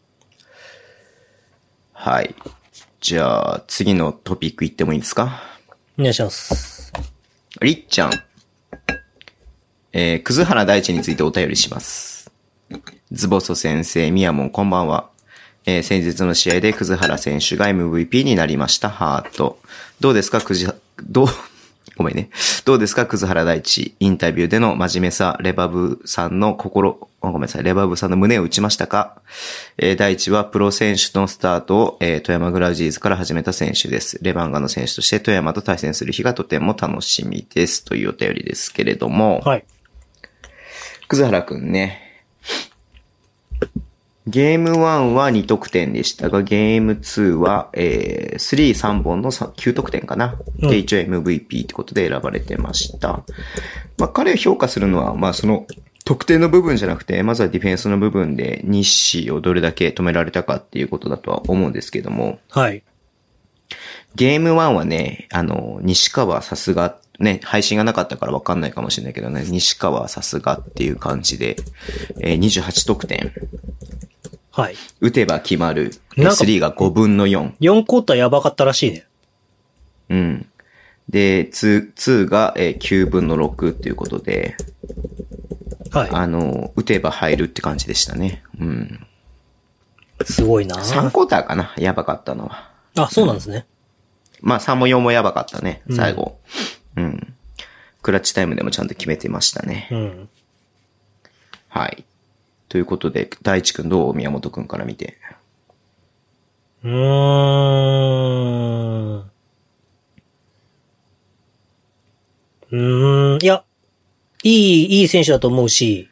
はい。じゃあ、次のトピックいってもいいですか？ お願いします。 りっちゃん。えー、葛原大地についてお便りします。ズボソ先生、ミヤモン、こんばんは。えー、先日の試合で葛原選手が エムブイピー になりました。ハート。どうですか、くじ、どう、ごめんね。どうですか、葛原大地。インタビューでの真面目さ、レバブさんの心、ごめんなさい、レバブさんの胸を打ちましたか？えー、大地はプロ選手のスタートを、えー、富山グラウジーズから始めた選手です。レバンガの選手として富山と対戦する日がとても楽しみです。というお便りですけれども。 はい。 葛原くんね。ゲームワンはに得点でしたが、ゲームツーは、えー、スリーさんぼんのきゅう得点かな。うん、で、一応 エムブイピー ってことで選ばれてました。まあ、彼を評価するのは、まあ、その、得点の部分じゃなくて、まずはディフェンスの部分で、西をどれだけ止められたかっていうことだとは思うんですけども。 はい。 ゲームワンはね、あの、西川さすが、ね、配信がなかったからわかんないかもしれないけどね、西川さすがっていう感じで、えー、にじゅうはち得点。 はい。 打てば決まる。スリーがごぶんのよん。 よんクォーターやばかったらしいね。 うん。で、ツー、ツーがきゅうぶんのろくっていうことで、 はい。 あの、打てば入るって感じでしたね。うん。 すごいな。 さんクォーターかな、やばかったのは。 あ、そうなんですね。 うん、まあさんもよんもやばかったね、最後。うん。うん。クラッチタイムでもちゃんと決めてましたね。 うん。 はい。ということで、大地くんどう？宮本くんから見て。 うーん。うーん。いや、いい、いい選手だと思うし。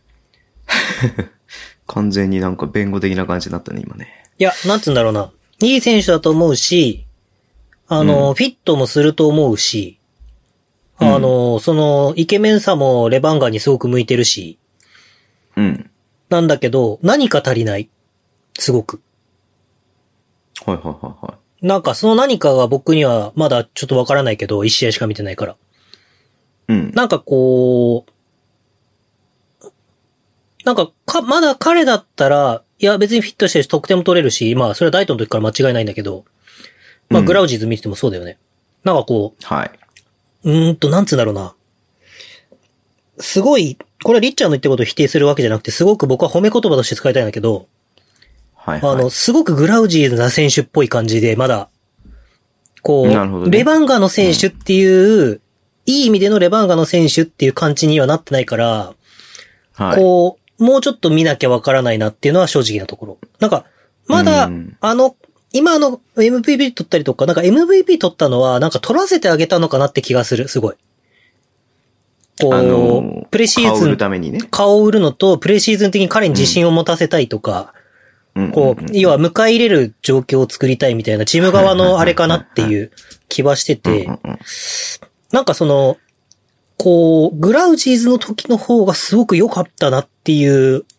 完全になんか弁護的な感じになったね、今ね。 いや、なんつうんだろうな。いい選手だと思うし、あの、うん、フィットもすると思うし、あの、うん、その、イケメンさもレバンガにすごく向いてるし。 うん。 なんだけど、何か足りない。すごく。 はいはいはいはい。 なんかその何かが僕にはまだちょっとわからないけど、一試合しか見てないから。 うん。 なんかこう、なんかか、まだ彼だったら、いや別にフィットしてるし得点も取れるし、まあそれはダイトの時から間違いないんだけど、まあグラウジーズ見ててもそうだよね。うん、なんかこう、 はい。 うーんと、なんつうんだろうな。すごい、これはリッチャーの言ってことを否定するわけじゃなくて、すごく僕は褒め言葉として使いたいんだけど、 はいはい、 あの、すごくグラウジーズな選手っぽい感じで、まだ、こう、 なるほどね、 レバンガの選手っていう、うん、いい意味でのレバンガの選手っていう感じにはなってないから、はい、こう、もうちょっと見なきゃわからないなっていうのは正直なところ。なんか、まだ、うん、あの、今の エムブイピー 取ったりとか、なんか エムブイピー 取ったのは、なんか取らせてあげたのかなって気がする、すごい。こう、あのー、プレシーズン、顔を売るためにね。顔を売るのと、プレシーズン的に彼に自信を持たせたいとか、うん、こう、要は迎え入れる状況を作りたいみたいなチーム側のあれかなっていう気はしてて、なんかその、こう、グラウジーズの時の方がすごく良かったなっていう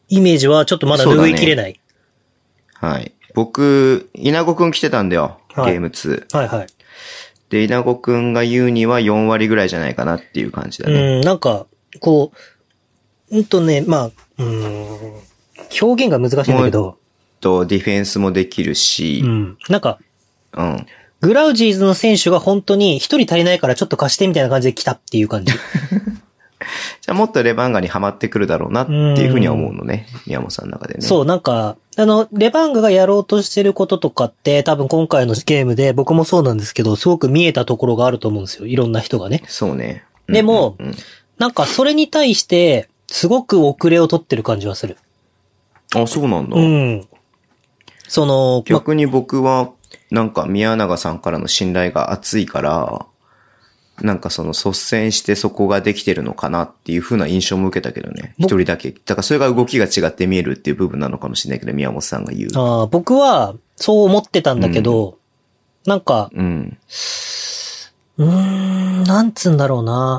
イメージはちょっとまだ拭いきれない。 ね、はい。僕、稲子くん来てたんだよ。 はい、 ゲームツー。 はいはい。 で、稲子くんが言うにはよん割ぐらいじゃないかなっていう感じだね。 うん、なんか、こう、うんとね、まあ、うん、表現が難しいんだけど。 と、ディフェンスもできるし。 うん。なんか、 うん。 グラウジーズの選手が本当に一人足りないからちょっと貸してみたいな感じで来たっていう感じ。 じゃあもっとレバンガにハマってくるだろうなっていうふうには思うのね。宮本さんの中でね。 そう、なんか、あの、レバンガがやろうとしてることとかって多分今回のゲームで僕もそうなんですけど、すごく見えたところがあると思うんですよ。いろんな人がね。 そうね。 でも、 うんうんうん、 なんかそれに対して、すごく遅れを取ってる感じはする。 あ、そうなんだ。 うん。その、 逆に僕は、なんか宮永さんからの信頼が厚いから、なんかその率先してそこができてるのかなっていう風な印象も受けたけどね。一人だけ。だからそれが動きが違って見えるっていう部分なのかもしれないけど、宮本さんが言う。 ああ、僕はそう思ってたんだけど、うん、なんか、 うん。 うーん、なんつうんだろうな。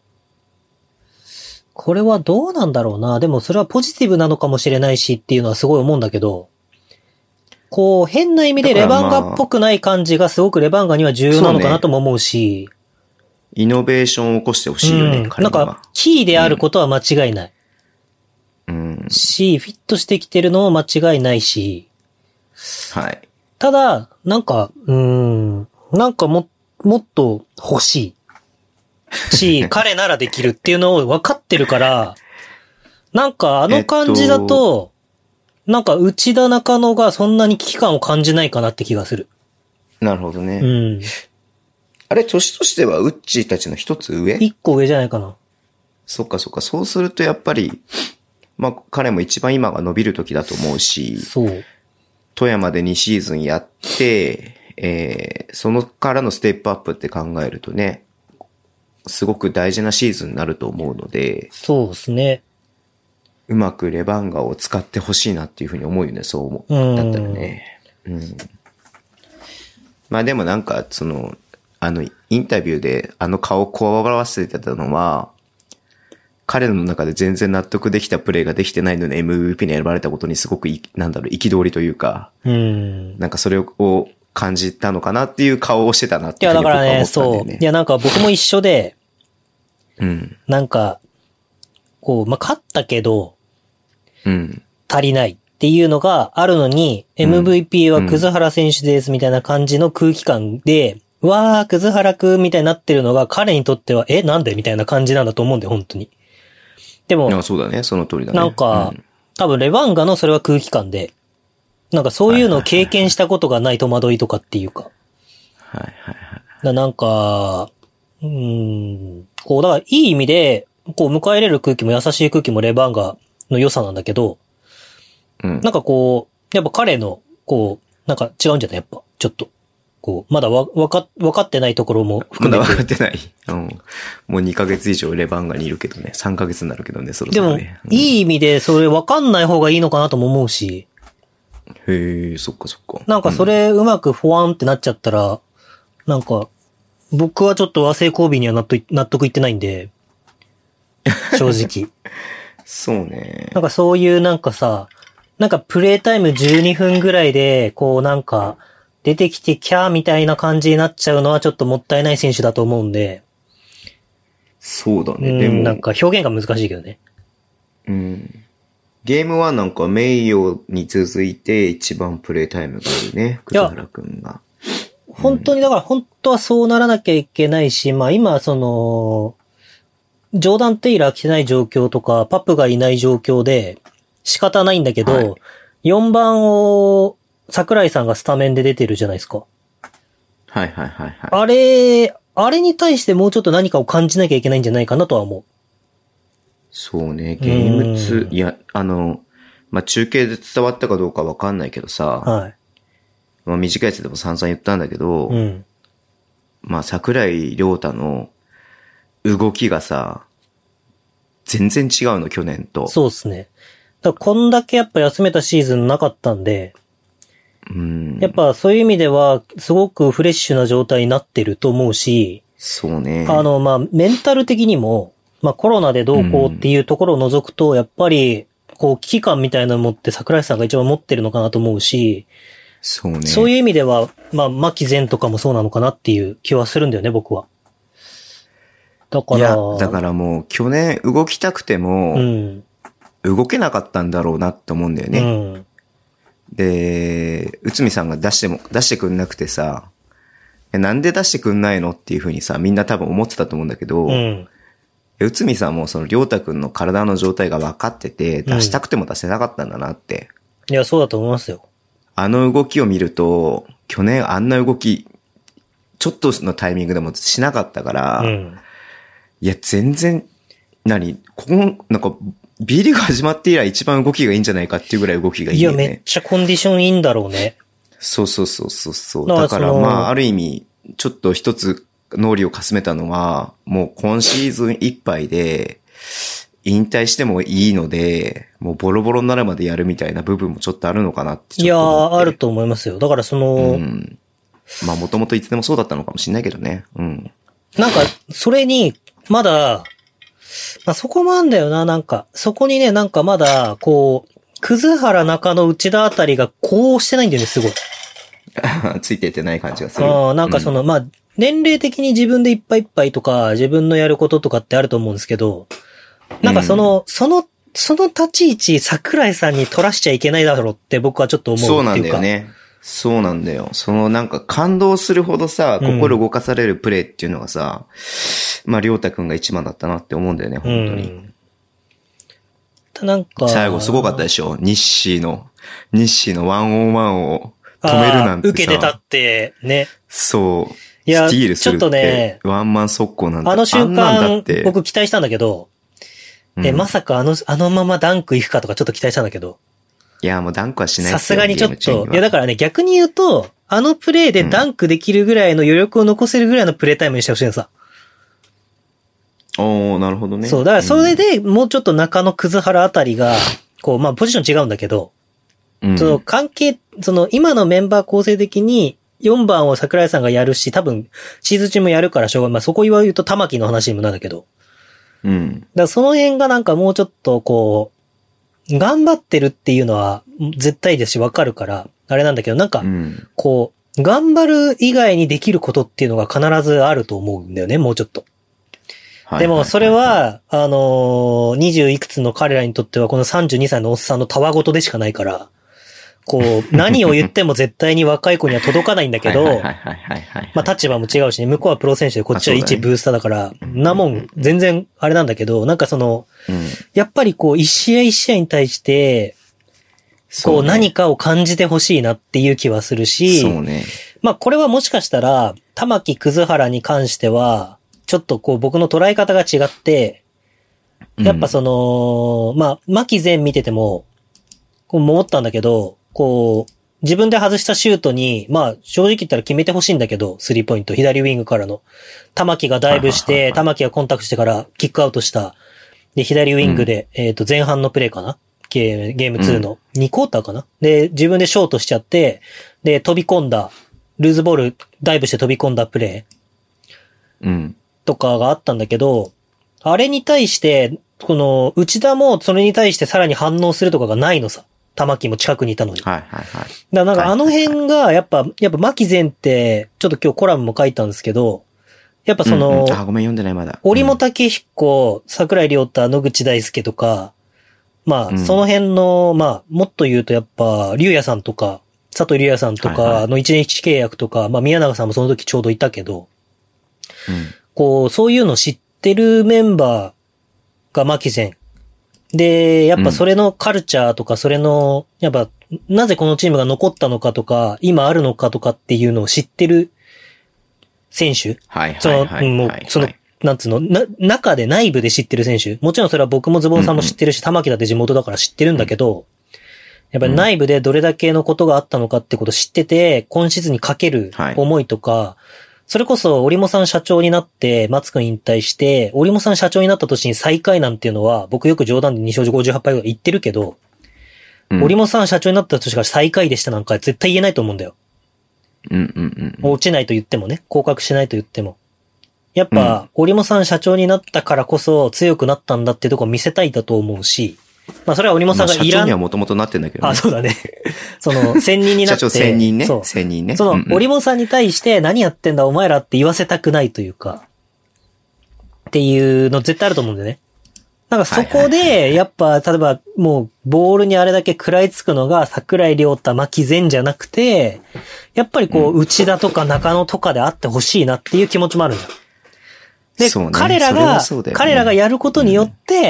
これはどうなんだろうな。でもそれはポジティブなのかもしれないしっていうのはすごい思うんだけど、こう変な意味でレバンガっぽくない感じがすごくレバンガには重要なのかなとも思うし、 イノベーションを起こしてほしいよね、 うん、彼には。なんか、キーであることは間違いない。うん。し、フィットしてきてるのも間違いないし。 はい。 ただ、なんか、うーん、なんかも、もっと欲しい。し、彼ならできるっていうのを分かってるから、なんかあの感じだと、えっと、なんか内田中野がそんなに危機感を感じないかなって気がする。 なるほどね。 うん。 あれ、年としてはウッチーたちの一つ上？ 一個上じゃないかな。 そっかそっか。そうするとやっぱり、まあ彼も一番今が伸びる時だと思うし、 そう。 富山でにシーズンやって、えー、そのからのステップアップって考えるとね、すごく大事なシーズンになると思うので、 そうですね。 うまくレバンガを使ってほしいなっていうふうに思うよね、そう思う。だったらね。うん。まあでもなんか、その、あの、インタビューであの顔をこわらせてたのは、彼の中で全然納得できたプレーができてないのに エムブイピー に選ばれたことにすごく、なんだろう、憤りというか、 うん。 なんかそれを感じたのかなっていう顔をしてたなっていうふうに僕は思ったんだよね。いや、だからね、そう。 いや、なんか僕も一緒で、 うん。 なんか、こう、まあ、勝ったけど、 うん。 足りないっていうのがあるのに、うん、エムブイピー は葛原選手ですみたいな感じの空気感で、うん、わー、葛原くんみたいになってるのが彼にとっては、え、なんでみたいな感じなんだと思うんだよ、本当に。でも、 あ、そうだね、その通りだね。 なんか、うん、多分レバンガのそれは空気感で、なんかそういうのを経験したことがない戸惑いとかっていうか。 はいはいはい。 だなんか、うーん、こう、だからいい意味で、こう迎え入れる空気も優しい空気もレバンガの良さなんだけど、うん、なんかこう、やっぱ彼の、こう、なんか違うんじゃないやっぱ、ちょっと。こう、まだわ、わか、わかってないところも含めて。 まだわかってない。うん。もうにかげつ以上レバンガにいるけどね。さんかげつになるけどね、そろそろね。 でも、うん、いい意味でそれわかんない方がいいのかなとも思うし。 へえ、そっかそっか。 なんかそれうまくフォワンってなっちゃったら、うん、なんか、僕はちょっと和製交尾には納得、納得いってないんで、正直。 そうね。 なんかそういうなんかさ、なんかプレイタイムじゅうにふんぐらいで、こうなんか、出てきてキャーみたいな感じになっちゃうのはちょっともったいない選手だと思うんで。 そうだね。 うん、 でも。 なんか表現が難しいけどね。 うん。ゲームはなんか名誉に続いて一番プレイタイムがあるね。葛原くんが。 本当にだから本当はそうならなきゃいけないし、まあ今その、ジョーダン・テイラー来てない状況とか、パプがいない状況で仕方ないんだけど、はい、よんばんを桜井さんがスタメンで出てるじゃないですか。 はいはいはいはい。 あれ、あれに対してもうちょっと何かを感じなきゃいけないんじゃないかなとは思う。 そうね、ゲームツー、いや、あの、まあ、中継で伝わったかどうかわかんないけどさ、はい。まあ、短いやつでも散々言ったんだけど、うん。まあ、桜井亮太の動きがさ、全然違うの、去年と。 そうですね。だからこんだけやっぱ休めたシーズンなかったんで、 うん。 やっぱそういう意味では、すごくフレッシュな状態になってると思うし、 そうね。 あの、まあ、メンタル的にも、まあ、コロナでどうこうっていうところを除くと、やっぱり、 こう、危機感みたいなの持って桜井さんが一番持ってるのかなと思うし、 そうね。 そういう意味では、まあ、牧前とかもそうなのかなっていう気はするんだよね、僕は。だから。 いや、だからもう去年動きたくても、うん、動けなかったんだろうなって思うんだよね。うん、で、内海さんが出しても、出してくんなくてさ、なんで出してくんないのっていう風にさ、みんな多分思ってたと思うんだけど、うん、内海さんもそのりょうたくんの体の状態が分かってて、出したくても出せなかったんだなって。 うん、いや、そうだと思いますよ。 あの動きを見ると、去年あんな動き、ちょっとのタイミングでもしなかったから、うん、いや、全然、何ここ、なんか、B リーグ始まって以来一番動きがいいんじゃないかっていうぐらい動きがいいよね。 いや、めっちゃコンディションいいんだろうね。 そうそうそうそうそう。だからまあ、ある意味、ちょっと一つ脳裏をかすめたのは、もう今シーズンいっぱいで、引退してもいいので、もうボロボロになるまでやるみたいな部分もちょっとあるのかなってちょっと思って。 いやー、あると思いますよ。だからその、うん、まあもともといつでもそうだったのかもしれないけどね。うん。 なんか、それに、まだ、まあ、そこもあんだよな、なんか。そこにね、なんかまだ、こう、葛原中野内田あたりがこうしてないんだよね、すごい。 ついていってない感じがする。 ああ、なんかその、うん、まあ、年齢的に自分でいっぱいいっぱいとか、自分のやることとかってあると思うんですけど、なんかその、うん、その、その立ち位置、桜井さんに取らしちゃいけないだろうって僕はちょっと思うっていうか。 そうなんだよね。そうなんだよ。そのなんか感動するほどさ、心動かされるプレイっていうのがさ、うん、まあ、りょうたくんが一番だったなって思うんだよね、本当に。 うん、なんか。 最後すごかったでしょ？日誌の、日誌のワンオンワンを止めるなんてさ。 受けてたってね。 そう。 いや、 スティールするって。ちょっとね、 ワンマン速攻なんて。 あの瞬間、僕期待したんだけど、うん、え、まさかあの、あのままダンク行くかとかちょっと期待したんだけど。 いや、もうダンクはしないですよ。 さすがにちょっと、いやだからね、逆に言うと、あのプレイでダンクできるぐらいの余力を残せるぐらいのプレイタイムにしてほしいのさ。 うん、おー、なるほどね。 そう、だからそれでもうちょっと中野葛原あたりが、こう、まあポジション違うんだけど、うん、その関係、その今のメンバー構成的によんばんを桜井さんがやるし、多分シーズン中もやるからしょうがない。まあそこ言われると玉木の話にもなるんだけど。 うん。だからその辺がなんかもうちょっとこう、頑張ってるっていうのは絶対ですしわかるから、あれなんだけど、なんか、こう、頑張る以外にできることっていうのが必ずあると思うんだよね、もうちょっと。でもそれは、あの、二十いくつの彼らにとってはこのさんじゅうにさいのおっさんのたわごとでしかないから、こう、何を言っても絶対に若い子には届かないんだけど、まあ立場も違うしね、向こうはプロ選手でこっちは一ブースターだから、なもん全然あれなんだけど、なんかその、うん、やっぱりこう一試合一試合に対して、こう何かを感じてほしいなっていう気はするし、 そうね。 まあこれはもしかしたら、玉木葛原に関しては、ちょっとこう僕の捉え方が違って、やっぱその、うん、まあ、牧前見てても、こう思ったんだけど、こう、自分で外したシュートに、まあ、正直言ったら決めてほしいんだけど、スリーポイント、左ウィングからの。玉木がダイブして、玉木がコンタクトしてからキックアウトした。で、左ウィングで、うん、えっと、前半のプレーかなゲーム、ゲームにのにクォーターかな、で、自分でショートしちゃって、で、飛び込んだ、ルーズボール、ダイブして飛び込んだプレー。うん。 とかがあったんだけど、あれに対して、この、内田もそれに対してさらに反応するとかがないのさ。玉木も近くにいたのに。 はいはいはい。だからなんかあの辺が、やっぱ、やっぱ牧前って、ちょっと今日コラムも書いたんですけど、やっぱその、 うんうん、あ、ごめん読んでないまだ。 折茂武彦、桜井亮太、野口大輔とか、まあ、その辺の、まあ、もっと言うとやっぱ、龍也さんとか、佐藤龍也さんとかの一年一契約とか、はいはい、まあ宮永さんもその時ちょうどいたけど、 うん、 こう、そういうの知ってるメンバーが牧前。で、やっぱそれのカルチャーとか、それの、やっぱ、なぜこのチームが残ったのかとか、今あるのかとかっていうのを知ってる選手。 はいはいはい、はい。 その、もう、その、なんつうの、な、中で内部で知ってる選手。もちろんそれは僕もズボンさんも知ってるし、うんうん、玉木だって地元だから知ってるんだけど、やっぱり内部でどれだけのことがあったのかってことを知ってて、今シーズンにかける思いとか、はい、それこそ、折茂さん社長になって、松くん引退して、折茂さん社長になった年に最下位なんていうのは、僕よく冗談でに勝ごじゅうはち敗とか言ってるけど、うん、折茂さん社長になった年が最下位でしたなんか絶対言えないと思うんだよ。 うんうんうん。 落ちないと言ってもね、降格しないと言っても。やっぱ、折茂さん社長になったからこそ強くなったんだってとこを見せたいだと思うし、 まあそれは折茂さんがいらん。 まあ、社長にはもともとなってんだけどね。 あ、そうだね。その、専任になって。 社長専任ね。 そう。 専任ね。 その、 うんうん、 折茂さんに対して何やってんだお前らって言わせたくないというか、っていうの絶対あると思うんだよね。なんかそこで、やっぱ、例えばもう、ボールにあれだけ食らいつくのが桜井亮太、牧前じゃなくて、やっぱりこう、内田とか中野とかであってほしいなっていう気持ちもあるんだよ。で、ね、彼らが、ね、彼らがやることによって、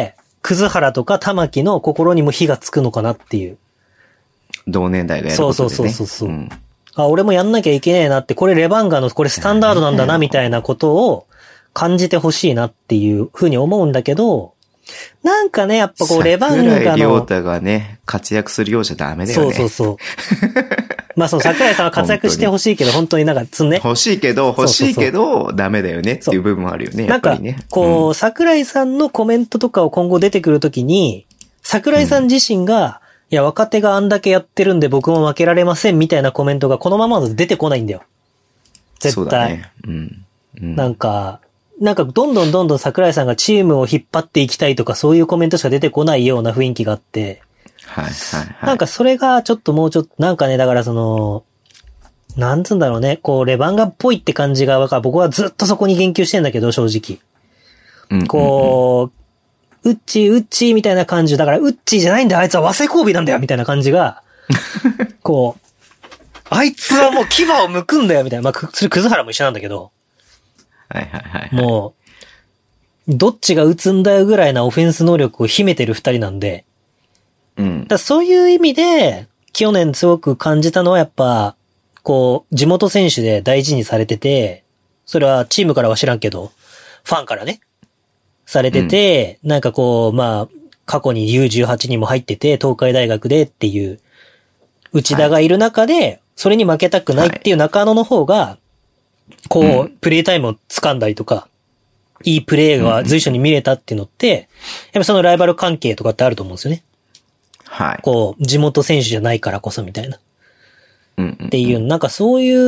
葛原とか玉木の心にも火がつくのかなっていう。 同年代がやることでね。 そうそうそうそう、うん。あ、俺もやんなきゃいけねえなって、これレバンガの、これスタンダードなんだな、みたいなことを感じてほしいなっていうふうに思うんだけど、なんかね、やっぱこう、レバンガの。 桜井亮太がね、活躍するようじゃダメだよね。 そうそうそう。まあその桜井さんは活躍してほしいけど、本当になんかつんね。 欲しいけど、欲しいけど、ダメだよねっていう部分もあるよね、やっぱりね。 なんか、こう、うん、桜井さんのコメントとかを今後出てくるときに、桜井さん自身が、うん、いや、若手があんだけやってるんで僕も負けられませんみたいなコメントがこのままだと出てこないんだよ。絶対。そうだね。うん。うん、なんか、なんかどんどんどんどん桜井さんがチームを引っ張っていきたいとかそういうコメントしか出てこないような雰囲気があって。 はいはいはい。 なんかそれがちょっともうちょっと、なんかね、だからその、なんつうんだろうね、こうレバンガっぽいって感じが僕はずっとそこに言及してんだけど、正直。うんうんうん、こう、ウッチーウッチーみたいな感じ、だからウッチーじゃないんだよ、あいつは和製交尾なんだよ、みたいな感じが、こう、あいつはもう牙を剥くんだよ、みたいな。まあ、それ葛原も一緒なんだけど。 はいはいはい、はい。 もう、どっちが打つんだよぐらいなオフェンス能力を秘めてる二人なんで。 うん。 だそういう意味で、去年すごく感じたのはやっぱ、こう、地元選手で大事にされてて、それはチームからは知らんけど、ファンからね、されてて、うん、なんかこう、まあ、過去に ユーじゅうはち にも入ってて、東海大学でっていう、内田がいる中で、それに負けたくないっていう中野の方が、こう、うん、プレイタイムを掴んだりとか、いいプレーが随所に見れたっていうのって、やっぱそのライバル関係とかってあると思うんですよね。 はい。 こう、地元選手じゃないからこそみたいな。 うんうんうん、 っていう、なんかそういう、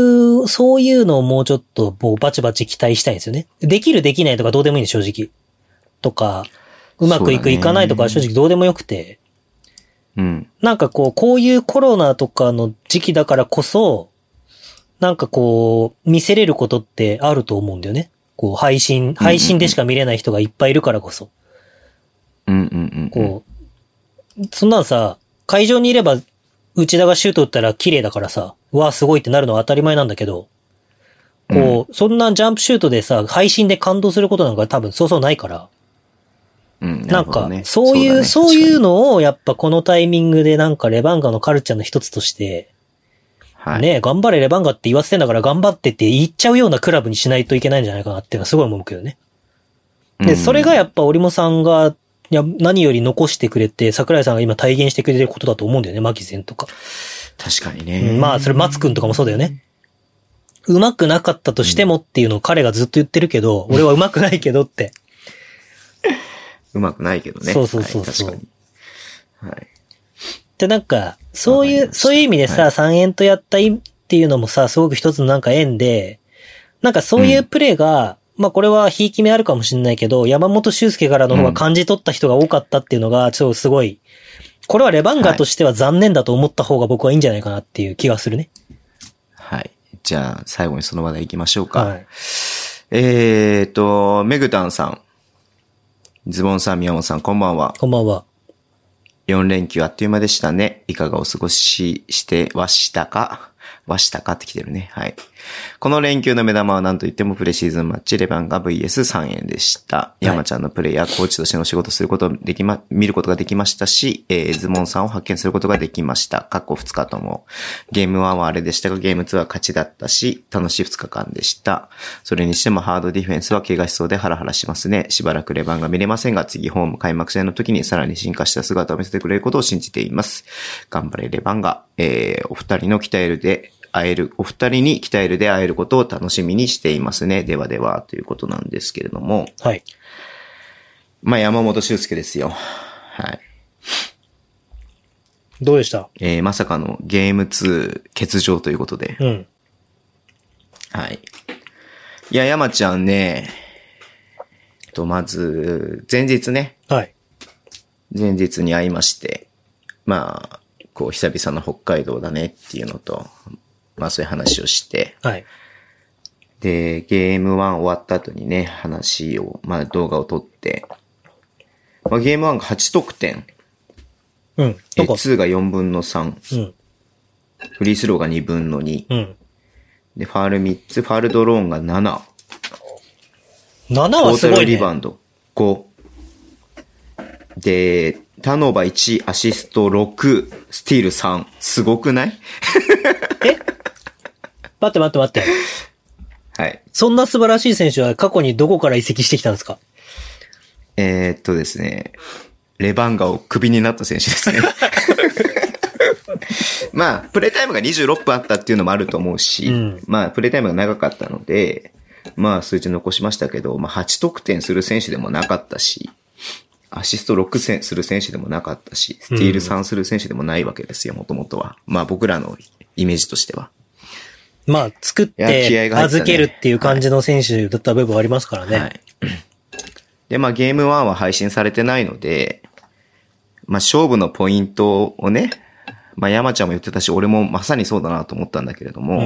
そういうのをもうちょっと、こう、バチバチ期待したいんですよね。できるできないとかどうでもいいんです、正直。とか、うまくいくいかないとか正直どうでもよくて。 うん。 なんかこう、こういうコロナとかの時期だからこそ、なんかこう、見せれることってあると思うんだよね。こう、配信、配信でしか見れない人がいっぱいいるからこそ。 うんうんうん。 こう、そんなんさ、会場にいれば、内田がシュート打ったら綺麗だからさ、うわ、すごいってなるのは当たり前なんだけど、こう、うん、そんなジャンプシュートでさ、配信で感動することなんか多分そうそうないから。 うん、 なんか、そういう、そうね、そういうのをやっぱこのタイミングでなんかレバンガのカルチャーの一つとして、 はい、 ね、頑張れレバンガって言わせてんだから頑張ってって言っちゃうようなクラブにしないといけないんじゃないかなっていうのはすごい思うけどね。で、それがやっぱ折茂さんが、いや、何より残してくれて、桜井さんが今体現してくれてることだと思うんだよね、牧前とか。 確かにね。 うん、まあ、それ松くんとかもそうだよね。上手くなかったとしてもっていうのを彼がずっと言ってるけど、うん、俺は上手くないけどって。 上手くないけどね。 そうそうそうそう。 はい、確かに。はい。 で、なんか、そういう、そういう意味でさ、はい、三円とやったいっていうのもさ、すごく一つのなんか縁で、なんかそういうプレーが、うん、まあこれはひいき目あるかもしれないけど、山本修介からの方が感じ取った人が多かったっていうのが、ちょっとすごい、これはレバンガとしては残念だと思った方が僕はいいんじゃないかなっていう気がするね。 はい。じゃあ、最後にその話題行きましょうか。 はい、 えーと、メグタンさん。ズボンさん、宮本さん、こんばんは。 こんばんは。 よん連休あっという間でしたね。いかがお過ごししてはしたかはしたかって来てるね。はい。この連休の目玉は何と言ってもプレシーズンマッチレバンガ ブイエスさん 円でした。はい、山ちゃんのプレイやコーチとしての仕事することできま、見ることができましたし、えー、ズモンさんを発見することができました。過去ふつかとも。ゲームワンはあれでしたが、ゲームツーは勝ちだったし、楽しいふつかかんでした。それにしてもハードディフェンスは怪我しそうでハラハラしますね。しばらくレバンガ見れませんが、次ホーム開幕戦の時にさらに進化した姿を見せてくれることを信じています。頑張れレバンガ。えー、お二人の鍛えるで、会える、お二人に鍛えるで会えることを楽しみにしていますね。ではでは、ということなんですけれども。 はい。 まあ、山本修介ですよ。はい。 どうでした？ えー、まさかのゲームツー欠場ということで。 うん。 はい。いや、山ちゃんね、と、まず、前日ね。 はい。 前日に会いまして、まあ、こう、久々の北海道だねっていうのと、まあそういう話をして、 はい。 で、ゲームワン終わった後にね、話を、まあ動画を撮って、まあゲームワンがはち得点。 うん。 え、ツーがよんぶんのさん。 うん。 フリースローがにぶんのに。 うん。 で、ファールみっつ、ファールドローンがなな。 ななはすごいね。トータルリバウンドご。で、ターンオーバーいち、アシストろく、スティールさん。すごくない？ え？待って待って待って。 はい。 そんな素晴らしい選手は過去にどこから移籍してきたんですか？ えー、っとですね、レバンガをクビになった選手ですね。まあ、プレイタイムがにじゅうろっぷんあったっていうのもあると思うし、うん、まあ、プレイタイムが長かったので、まあ、数値残しましたけど、まあ、はち得点する選手でもなかったし、アシストろくする選手でもなかったし、スティールさんする選手でもないわけですよ、もともとは。まあ、僕らのイメージとしては。 まあ、作って預けるっていう感じの選手だった部分はありますからね。はい。 で、まあ、ゲームワンは配信されてないので、まあ、勝負のポイントをね、まあ、山ちゃんも言ってたし、俺もまさにそうだなと思ったんだけれども、うん、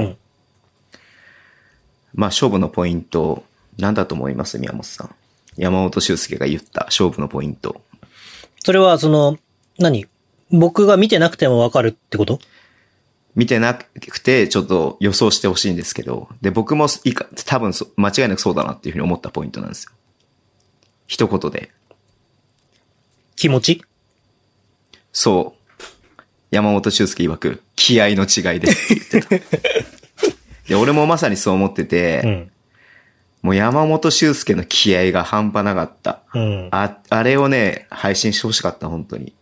まあ、勝負のポイント、なんだと思います宮本さん。山本修介が言った勝負のポイント。 それは、その、何？僕が見てなくてもわかるってこと？ 見てなくて、ちょっと予想してほしいんですけど、で、僕もいか、多分間違いなくそうだなっていうふうに思ったポイントなんですよ。一言で。 気持ち？ そう。山本修介曰く、気合の違いですって言ってた。で、俺もまさにそう思ってて、うん、もう山本修介の気合が半端なかった。うん、あ、あれをね、配信してほしかった、本当に。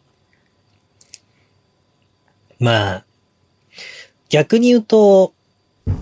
まあ、逆に言うと、うん。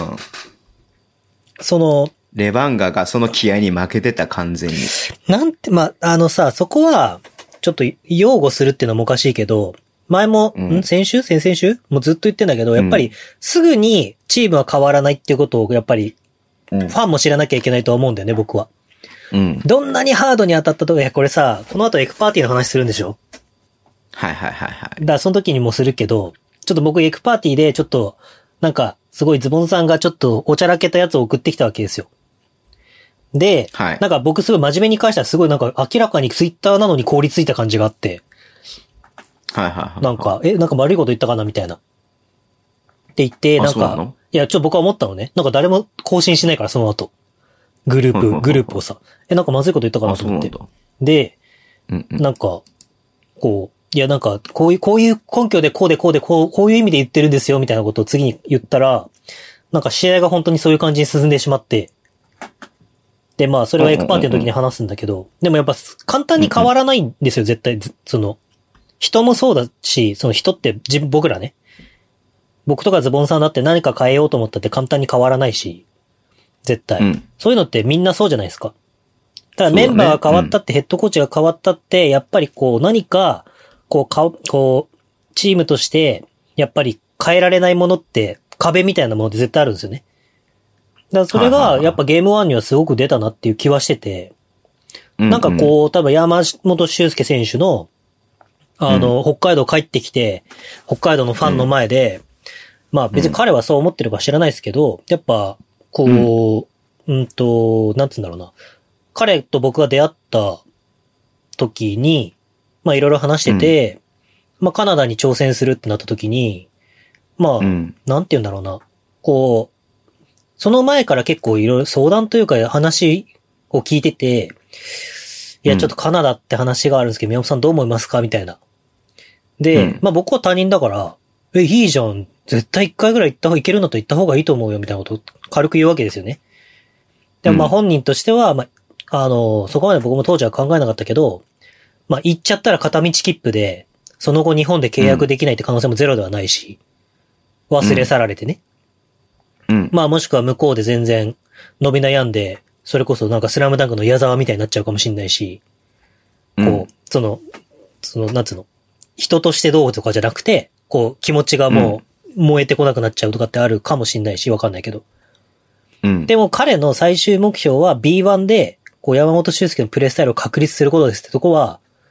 その、 レバンガがその気合に負けてた、完全に。 なんて、まあ、あのさ、そこは、ちょっと擁護するっていうのもおかしいけど、前も、うん、ん先週先々週もうずっと言ってんだけど、やっぱり、すぐにチームは変わらないっていうことを、やっぱり、ファンも知らなきゃいけないとは思うんだよね、僕は。うん。どんなにハードに当たったとか、これさ、この後エクパーティーの話するんでしょ？ はいはいはいはい。 だからその時にもするけど、ちょっと僕エクパーティーでちょっと、なんか、すごいズボンさんがちょっとおちゃらけたやつを送ってきたわけですよ。で、はい、なんか僕すごい真面目に返したらすごいなんか明らかにツイッターなのに凍りついた感じがあって、 はいはいはい。 なんか、え、なんか悪いこと言ったかなみたいな。って言って、なんか、ないや、ちょっと僕は思ったのね。なんか誰も更新しないから、その後。グループ、グループをさ。え、なんかまずいこと言ったかなと思って。で、うんうん、なんか、こう、いやなんか、こういう、こういう根拠でこうでこうでこう、こういう意味で言ってるんですよ、みたいなことを次に言ったら、なんか試合が本当にそういう感じに進んでしまって、で、まあ、それはエクパーティーの時に話すんだけど、でもやっぱ簡単に変わらないんですよ、絶対。その、人もそうだし、その人って自分、僕らね。僕とかズボンさんだって何か変えようと思ったって簡単に変わらないし、絶対。うん、そういうのってみんなそうじゃないですか。ただメンバーが変わったって、ヘッドコーチが変わったって、やっぱりこう何か、こう、か、こう、チームとして、やっぱり変えられないものって壁みたいなものって絶対あるんですよね。だからそれがやっぱゲームワンにはすごく出たなっていう気はしてて、なんかこう、多分山本修介選手の、あの、うん、北海道帰ってきて、北海道のファンの前で、うん、まあ別に彼はそう思ってるか知らないですけど、やっぱ、こう、うん、うんと、なんつうんだろうな。彼と僕が出会った時に、まあいろいろ話してて、うん、まあカナダに挑戦するってなった時に、まあ、うん、なんて言うんだろうな。こう、その前から結構いろいろ相談というか話を聞いてて、いやちょっとカナダって話があるんですけど、宮本さんどう思いますかみたいな。で、うん、まあ僕は他人だから、え、いいじゃん。絶対一回ぐらい行った方がいけるんだと行った方がいいと思うよ、みたいなことを軽く言うわけですよね。でもまあ本人としては、まあ、あの、そこまで僕も当時は考えなかったけど、まあ行っちゃったら片道切符で、その後日本で契約できないって可能性もゼロではないし、忘れ去られてね。うん。まあもしくは向こうで全然伸び悩んで、それこそなんかスラムダンクの矢沢みたいになっちゃうかもしれないし、こう、うん、その、その、なんつうの、人としてどうとかじゃなくて、こう、気持ちがもう燃えてこなくなっちゃうとかってあるかもしれないし、わかんないけど。うん。でも彼の最終目標は ビーワン で、こう、山本修介のプレイスタイルを確立することですってとこは、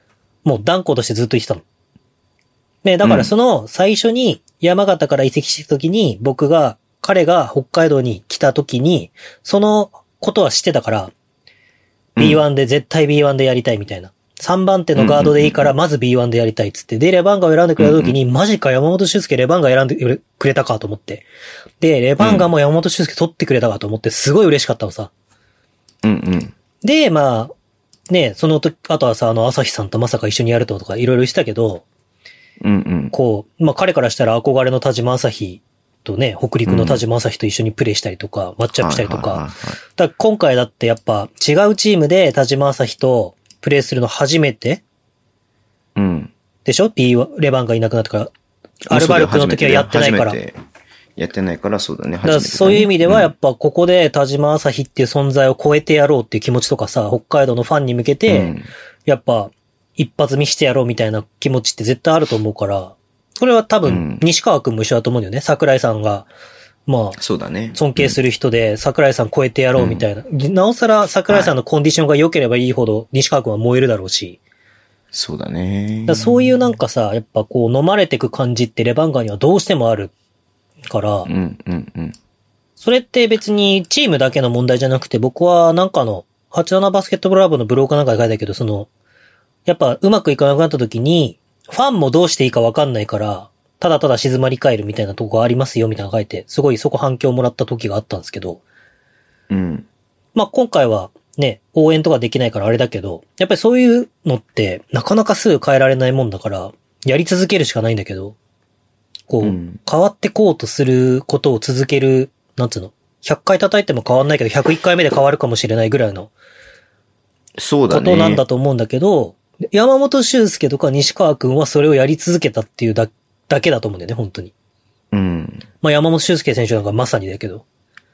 もう断固としてずっと言ってたの。で、だからその最初に山形から移籍した時に僕が、彼が北海道に来た時に、そのことは知ってたから、ビーワン で絶対 ビーワン でやりたいみたいな。さんばん手のガードでいいから、まず ビーワン でやりたいっつって。で、レバンガを選んでくれた時に、マジか山本修介レバンガ選んでくれたかと思って。で、レバンガも山本修介取ってくれたかと思って、すごい嬉しかったのさ。 うんうん。 で、まあ、ね、その時、あとはさ、あの、朝日さんとまさか一緒にやるととかいろいろ言ってたけど、 うんうん。こう、まあ彼からしたら憧れの田島朝日とね、北陸の田島朝日と一緒にプレイしたりとか、マッチアップしたりとか。だから今回だってやっぱ違うチームで田島朝日とプレイするの初めてうん。 でしょ ?P、レバンがいなくなってから。アルバルクの時はやってないから。 やってないからそうだね。 だからそういう意味ではやっぱここで田島朝日っていう存在を超えてやろうっていう気持ちとかさ、北海道のファンに向けて、やっぱ一発見してやろうみたいな気持ちって絶対あると思うから、これは多分西川くんも一緒だと思うんだよね。桜井さんが、まあ、 そうだね。 尊敬する人で桜井さん超えてやろうみたいな。なおさら桜井さんのコンディションが良ければいいほど西川くんは燃えるだろうし。 そうだね。 だそういうなんかさ、やっぱこう飲まれてく感じってレバンガにはどうしてもあるから、 うんうんうん。 それって別にチームだけの問題じゃなくて、僕はなんかのはちじゅうななバスケットボールラボのブローカーなんかで書いたけど、その、やっぱうまくいかなくなった時に、ファンもどうしていいかわかんないから、ただただ静まり返るみたいなとこがありますよみたいなの書いて、すごいそこ反響をもらった時があったんですけど、 うん。 まあ今回はね、応援とかできないからあれだけど、やっぱりそういうのってなかなかすぐ変えられないもんだから、やり続けるしかないんだけど、こう、うん、変わってこうとすることを続ける、なんつうの、ひゃっかい叩いても変わんないけど、ひゃくいっかいめで変わるかもしれないぐらいの、 そうだね。 ことなんだと思うんだけど、山本修介とか西川くんはそれをやり続けたっていうだ、だけだと思うんだよね、本当に。 うん。 まあ山本修介選手なんかまさにだけど。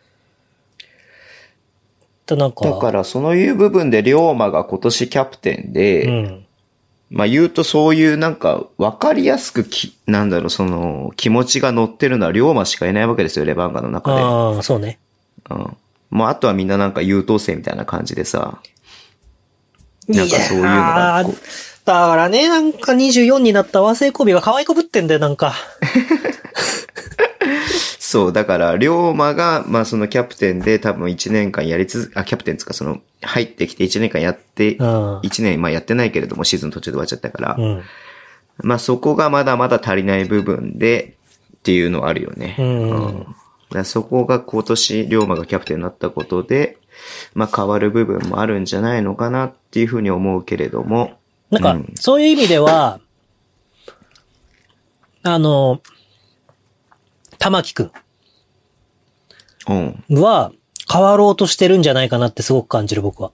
だなんか。 だからそういう部分で龍馬が今年キャプテンで、うん、まあ言うとそういうなんか分かりやすくき、なんだろう、その気持ちが乗ってるのは龍馬しかいないわけですよ、レバンガの中で。 ああ、そうね。 うん。もうあとはみんななんか優等生みたいな感じでさ。なんかそういうのが。 だからね、なんかにじゅうよんになった和製コビが可愛いこぶってんだよ、なんか。 そう、だから、龍馬が、まあそのキャプテンで多分いちねんかんやり続け、あ、キャプテンつかその、入ってきていちねんかんやって、いちねん、まあやってないけれどもシーズン途中で終わっちゃったから、うん、まあそこがまだまだ足りない部分で、っていうのはあるよね。うん。うん、だそこが今年、龍馬がキャプテンになったことで、まあ変わる部分もあるんじゃないのかなっていうふうに思うけれども。 なんか、うん、そういう意味では、あの、玉木くんは変わろうとしてるんじゃないかなってすごく感じる僕は。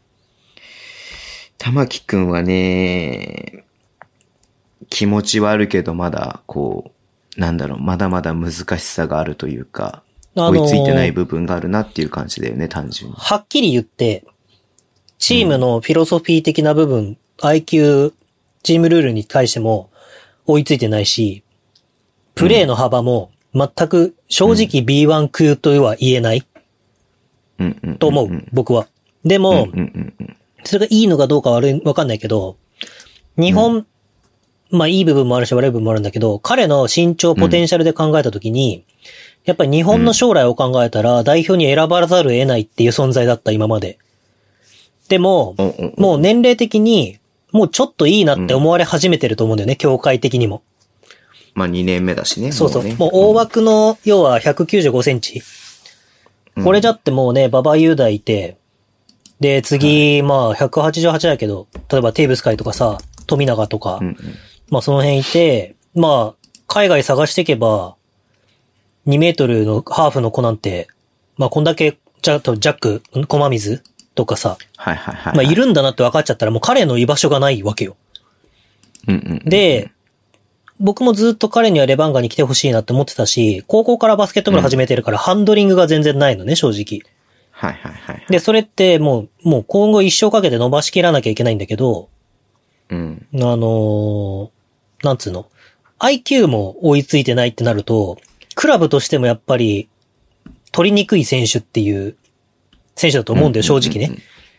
玉木くんはね、気持ちはあるけどまだこう、なんだろう、まだまだ難しさがあるというか、追いついてない部分があるなっていう感じだよね、単純に。 はっきり言って、チームのフィロソフィー的な部分、うん、アイキュー、チームルールに対しても追いついてないし、プレーの幅も全く正直 ビーワン 級とは言えない、うん、と思う、僕は。でも、うんうんうん、それがいいのかどうか悪い、わかんないけど、日本、うん、まあいい部分もあるし悪い部分もあるんだけど、彼の身長ポテンシャルで考えたときに、うん、やっぱり日本の将来を考えたら代表に選ばざるを得ないっていう存在だった今まで。でも、うんうんうん、もう年齢的にもうちょっといいなって思われ始めてると思うんだよね、協会的にも。 まあにねんめだしね。 そうそう。もう、 ね、 もう大枠の、要はひゃくきゅうじゅうごセンチ。うん、これじゃってもうね、馬場雄大いて、で、次、はい、まあひゃくはちじゅうはちだけど、例えばテーブス海とかさ、富永とか、うんうん、まあその辺いて、まあ、海外探していけば、にメートルのハーフの子なんて、まあこんだけ、ジャック、駒水とかさ、 はいはいはい、はい。 まあいるんだなって分かっちゃったらもう彼の居場所がないわけよ。 うんうんうんうん、 で、僕もずっと彼にはレバンガに来てほしいなって思ってたし、高校からバスケットボール始めてるからハンドリングが全然ないのね、正直。 はいはいはい。 で、それってもう、もう今後一生かけて伸ばしきらなきゃいけないんだけど、 うん。 あのー、なんつうの アイキュー も追いついてないってなると、クラブとしてもやっぱり取りにくい選手っていう選手だと思うんだよ、正直ね。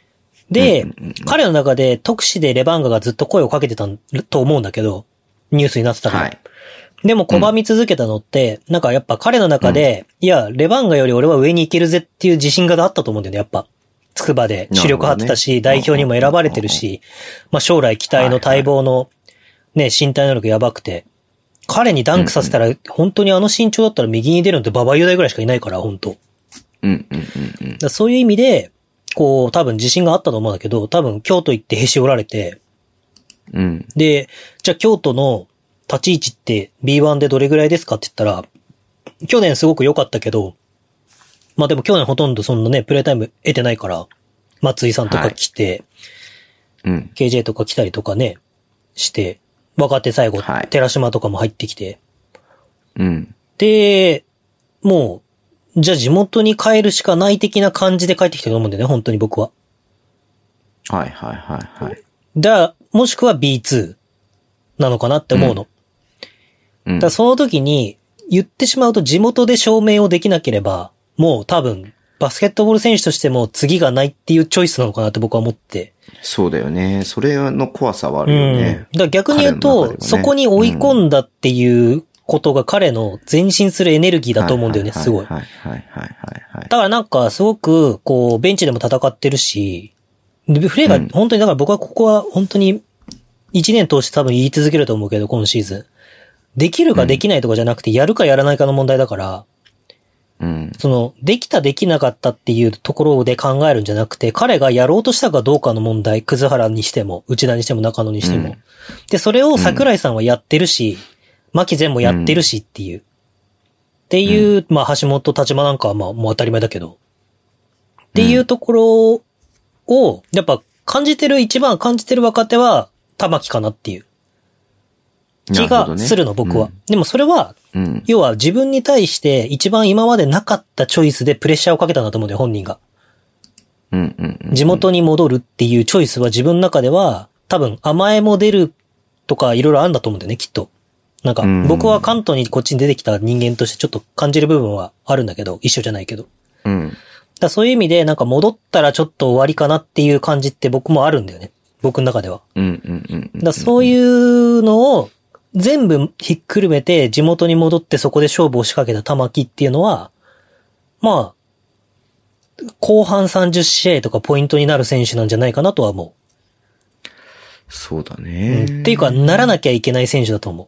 で、 うんうんうん彼の中で特使でレバンガがずっと声をかけてたと思うんだけど、ニュースになってたから。 はい。 でも拒み続けたのって、うん、なんかやっぱ彼の中で、うん、いや、レバンガより俺は上に行けるぜっていう自信があったと思うんだよね、やっぱ。筑波で主力張ってたし、ね、代表にも選ばれてるし、まあ将来期待の待望のね、身体能力やばくて、彼にダンクさせたら、本当にあの身長だったら右に出るのってババユダイぐらいしかいないから、本当。 うんうんうんうん。 だそういう意味で、こう、多分自信があったと思うんだけど、多分京都行ってへし折られて、 うん。 で、じゃあ京都の立ち位置って ビーワン でどれぐらいですかって言ったら、去年すごく良かったけど、まあでも去年ほとんどそんなね、プレイタイム得てないから、松井さんとか来て、 はい、うん。 ケージェー とか来たりとかね、して、若手最後、はい、寺島とかも入ってきて、 うん。 で、もう、じゃあ地元に帰るしかない的な感じで帰ってきたと思うんだよね、本当に僕は。 はいはいはいはい。 だ、もしくは ビーツー なのかなって思うの。うん、だその時に言ってしまうと地元で証明をできなければ、もう多分バスケットボール選手としても次がないっていうチョイスなのかなって僕は思って。 そうだよね。それの怖さはあるよね。 うん、だ逆に言うと、ね、そこに追い込んだっていうことが彼の前進するエネルギーだと思うんだよね、すごい。 はいはいはいはいはい。 だからなんかすごくこうベンチでも戦ってるし、プレーが本当にだから僕はここは本当に一年通して多分言い続けると思うけど、今シーズン。できるかできないとかじゃなくて、やるかやらないかの問題だから、 うん、 その、できたできなかったっていうところで考えるんじゃなくて、彼がやろうとしたかどうかの問題、葛原にしても、内田にしても中野にしても。うん、で、それを桜井さんはやってるし、牧前もやってるしっていう。っていう、まあ橋本、立場なんかはまあもう当たり前だけど。っていうところを、やっぱ感じてる、一番感じてる若手は、玉木かなっていう気がするの、僕は。でもそれは、要は自分に対して一番今までなかったチョイスでプレッシャーをかけたんだと思うんだよ、本人が。地元に戻るっていうチョイスは自分の中では、多分甘えも出るとかいろいろあるんだと思うんだよね、きっと。なんか、僕は関東にこっちに出てきた人間としてちょっと感じる部分はあるんだけど、一緒じゃないけど。 うん、 だそういう意味で、なんか戻ったらちょっと終わりかなっていう感じって僕もあるんだよね。僕の中では。だそういうのを全部ひっくるめて地元に戻ってそこで勝負を仕掛けた玉木っていうのは、まあ、後半さんじゅう試合とかポイントになる選手なんじゃないかなとは思う。 そうだね、 うん。っていうか、ならなきゃいけない選手だと思う。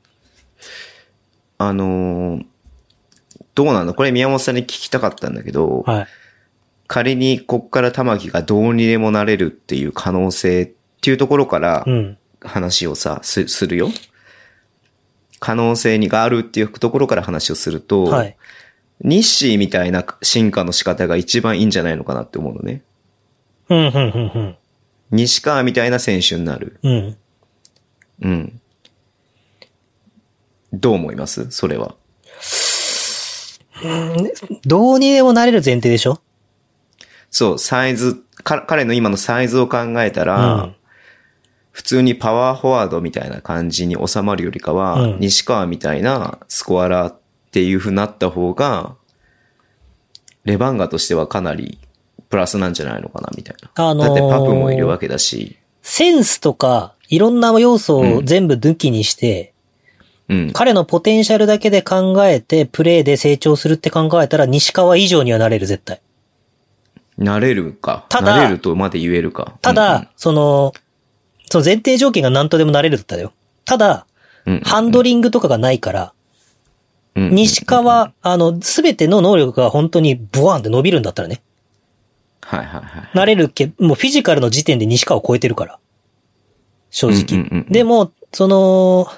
あのー、どうなんだこれ宮本さんに聞きたかったんだけど、 はい、 仮にこっから玉木がどうにでもなれるっていう可能性っていうところから話をさ、うん、す, するよ。可能性にがあるっていうところから話をすると、はい、日誌みたいな進化の仕方が一番いいんじゃないのかなって思うのね。 うんうんうんうん、 西川みたいな選手になる。 うん。 うん。どう思いますそれは。 うん、どうにでもなれる前提でしょ？ そう、サイズ、彼の今のサイズを考えたら、うん、普通にパワーフォワードみたいな感じに収まるよりかは、うん、西川みたいなスコアラーっていう風になった方が、レバンガとしてはかなりプラスなんじゃないのかなみたいな。あのー、だってパプもいるわけだし。 センスとか、いろんな要素を全部抜きにして、うん、彼のポテンシャルだけで考えて、プレーで成長するって考えたら、西川以上にはなれる、絶対。 なれるか。ただ、なれるとまで言えるか。 ただ、うんうん、その、その前提条件が何とでもなれるだったよ。ただ、うんうんうん、ハンドリングとかがないから、うんうんうん、西川、あの、すべての能力が本当にボワンって伸びるんだったらね。 はいはいはい。 なれるけ、もうフィジカルの時点で西川を超えてるから。正直。うんうんうんうん、でも、その、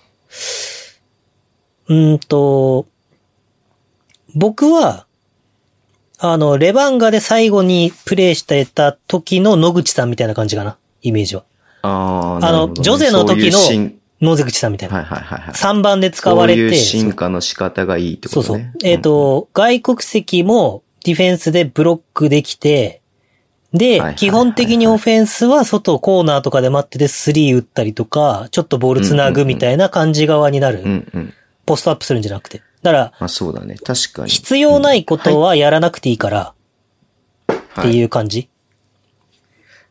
うーんと、僕は、あの、レバンガで最後にプレイしてた時の野口さんみたいな感じかな、イメージは。 ああ、 あの、ね、ジョゼの時の野口さんみたいな。 はいはいはい、はい。 さんばんで使われて。 そういう進化の仕方がいいってことね。 そうそう。えっ、ー、と、うん、外国籍もディフェンスでブロックできて、で、基本的にオフェンスは外コーナーとかで待っててスリー打ったりとか、ちょっとボールつなぐみたいな感じ側になる。 うんうん、 ポストアップするんじゃなくて。だから、 まあそうだね。確かに。 必要ないことはやらなくていいから、っていう感じ、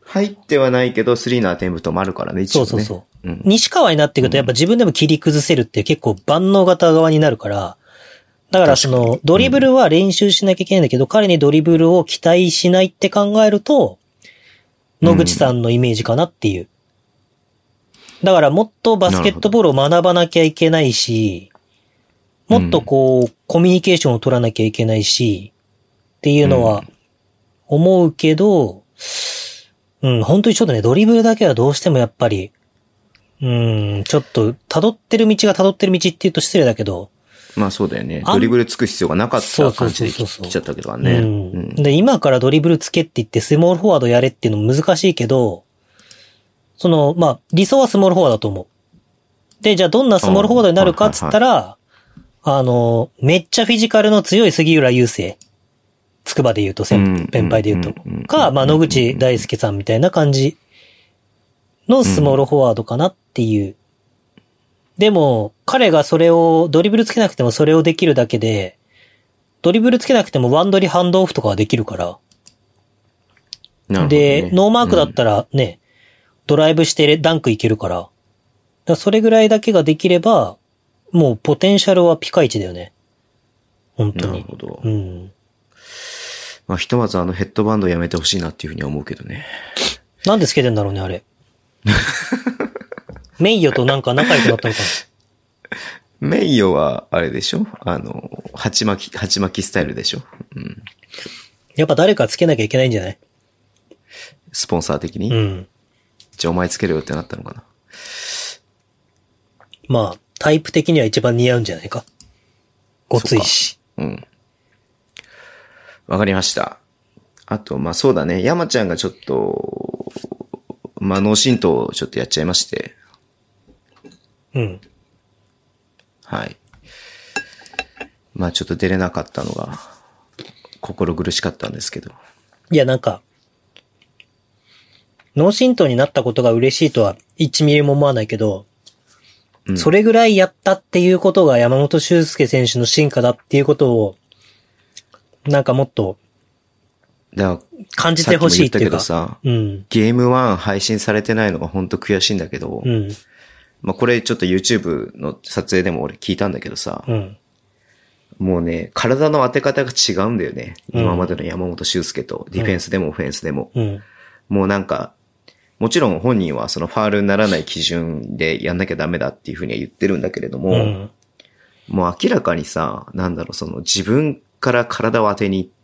入ってはないけど、スリーのアテンプトもあるからね、一応ね。 そうそうそう。 うん、 西川になっていくとやっぱ自分でも切り崩せるって結構万能型側になるから、だからそのドリブルは練習しなきゃいけないんだけど、うん、彼にドリブルを期待しないって考えると、野口さんのイメージかなっていう。だからもっとバスケットボールを学ばなきゃいけないし、もっとこう、うん、コミュニケーションを取らなきゃいけないし、っていうのは思うけど、うん、本当にちょっとね、ドリブルだけはどうしてもやっぱり、うん、ちょっと辿ってる道が辿ってる道って言うと失礼だけど、 まあそうだよね。ドリブルつく必要がなかった感じで来ちゃったけどね。 うん。で、今からドリブルつけって言ってスモールフォワードやれっていうのも難しいけど、その、まあ、理想はスモールフォワードだと思う。で、じゃあどんなスモールフォワードになるかっつったら、はいはいはい、あの、めっちゃフィジカルの強い杉浦雄星。つくばで言うと、先輩で言うと。か、まあ、野口大輔さんみたいな感じのスモールフォワードかなっていう。でも、彼がそれを、ドリブルつけなくてもそれをできるだけで、ドリブルつけなくてもワンドリハンドオフとかはできるから。ね、で、ノーマークだったらね、うん、ドライブしてダンクいけるから。だからそれぐらいだけができれば、もうポテンシャルはピカイチだよね。本当に。 なるほど。 うん。 まあ、ひとまずあのヘッドバンドやめてほしいなっていうふうには思うけどね。 なんでつけてんだろうね、あれ。名誉となんか仲良くなったのかな。名誉は、あれでしょあの、鉢巻き、鉢巻きスタイルでしょうん。 やっぱ誰かつけなきゃいけないんじゃない？ スポンサー的に？ うん。 じゃあお前つけるよってなったのかな。 まあ、タイプ的には一番似合うんじゃないか。ごついし。 うん。わかりました。あと、まあそうだね。山ちゃんがちょっと、まあ脳震盪をちょっとやっちゃいまして。 うん。 はい。まあちょっと出れなかったのが、心苦しかったんですけど。 いや、なんか、脳震盪になったことが嬉しいとはいちミリも思わないけど、うん、それぐらいやったっていうことが山本修介選手の進化だっていうことを、なんかもっと、感じてほしいっていうか。 さっきも言ったけどさ、うん、ゲームワン配信されてないのが本当悔しいんだけど、 うん、 まあこれちょっと YouTube の撮影でも俺聞いたんだけどさ、 うん、 もうね、体の当て方が違うんだよね。うん、今までの山本修介と、ディフェンスでもオフェンスでも。 うん、 もうなんか、もちろん本人はそのファールにならない基準でやんなきゃダメだっていうふうには言ってるんだけれども、うん、もう明らかにさ、なんだろう、その自分から体を当てに行って、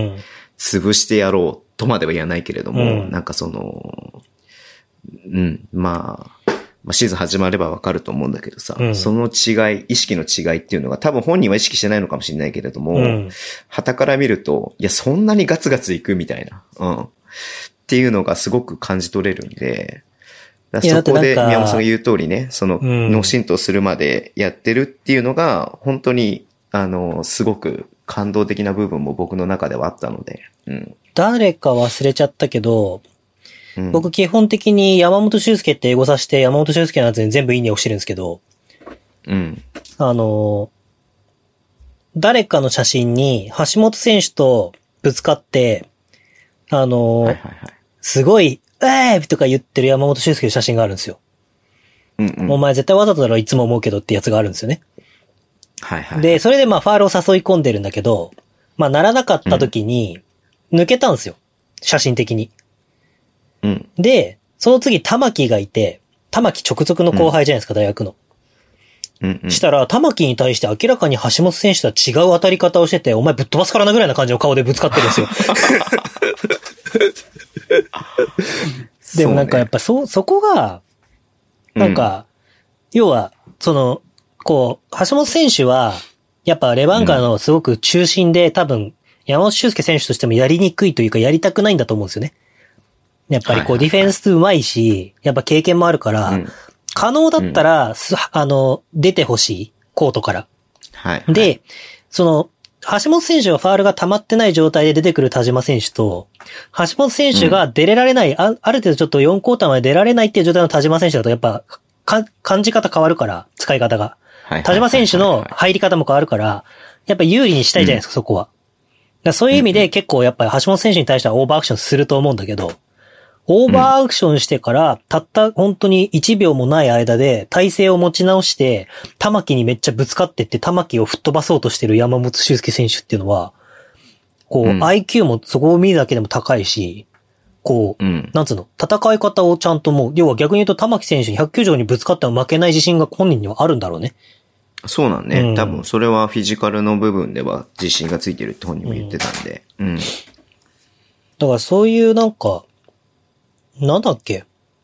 潰してやろうとまでは言わないけれども、うん、なんかその、うん、まあ、まあ、シーズン始まればわかると思うんだけどさ、うん、その違い、意識の違いっていうのが多分本人は意識してないのかもしれないけれども、うん、旗から見ると、いや、そんなにガツガツいくみたいな、うん。っていうのがすごく感じ取れるんで、そこで宮本さんが言う通りね、その脳震盪するまでやってるっていうのが、本当に、あの、すごく感動的な部分も僕の中ではあったので、うん、 誰か忘れちゃったけど、うん、僕基本的に山本修介って英語させて山本修介のやつに全部いいねをしてるんですけど、 うん、 あの、誰かの写真に橋本選手とぶつかって、あの、 はいはいはい、 すごい、えーとか言ってる山本修介の写真があるんですよ。 うんうん、 お前絶対わざとだろいつも思うけどってやつがあるんですよね。 はいはい。 で、それでまあファールを誘い込んでるんだけど、まあならなかった時に、抜けたんですよ。写真的に。 うん。 で、その次玉木がいて、玉木直属の後輩じゃないですか、うん、大学の。 うんうん。 したら、玉木に対して明らかに橋本選手とは違う当たり方をしてて、お前ぶっ飛ばすからなぐらいな感じの顔でぶつかってるんですよ。でもなんかやっぱそ、そこが、なんか、うん、要は、その、こう、橋本選手は、やっぱレバンガのすごく中心で、うん、多分、山本修介選手としてもやりにくいというかやりたくないんだと思うんですよね。やっぱりこうディフェンス上手いし、やっぱ経験もあるから、うん、可能だったら、うん、あの、出てほしい、コートから。 はい、はい。 で、その、橋本選手がファールが溜まってない状態で出てくる田島選手と、橋本選手が出れられない、うん、あ, ある程度ちょっとよんクォーターまで出られないっていう状態の田島選手だとやっぱ、か、感じ方変わるから、使い方が。田島選手の入り方も変わるから、やっぱ有利にしたいじゃないですか、うん、そこは。だそういう意味で結構やっぱり橋本選手に対してはオーバーアクションすると思うんだけど、 オーバーアクションしてから、たった本当にいちびょうもない間で、体勢を持ち直して、玉木にめっちゃぶつかってって、玉木を吹っ飛ばそうとしてる山本修介選手っていうのは、こう、うん、アイキュー もそこを見るだけでも高いし、こう、うん、なんつうの、戦い方をちゃんともう、要は逆に言うと玉木選手にひゃくきゅうじょうにぶつかっても負けない自信が本人にはあるんだろうね。 そうなんね。うん、多分それはフィジカルの部分では自信がついてるって本人も言ってたんで。うん。うん、 だからそういうなんか、なんだっけ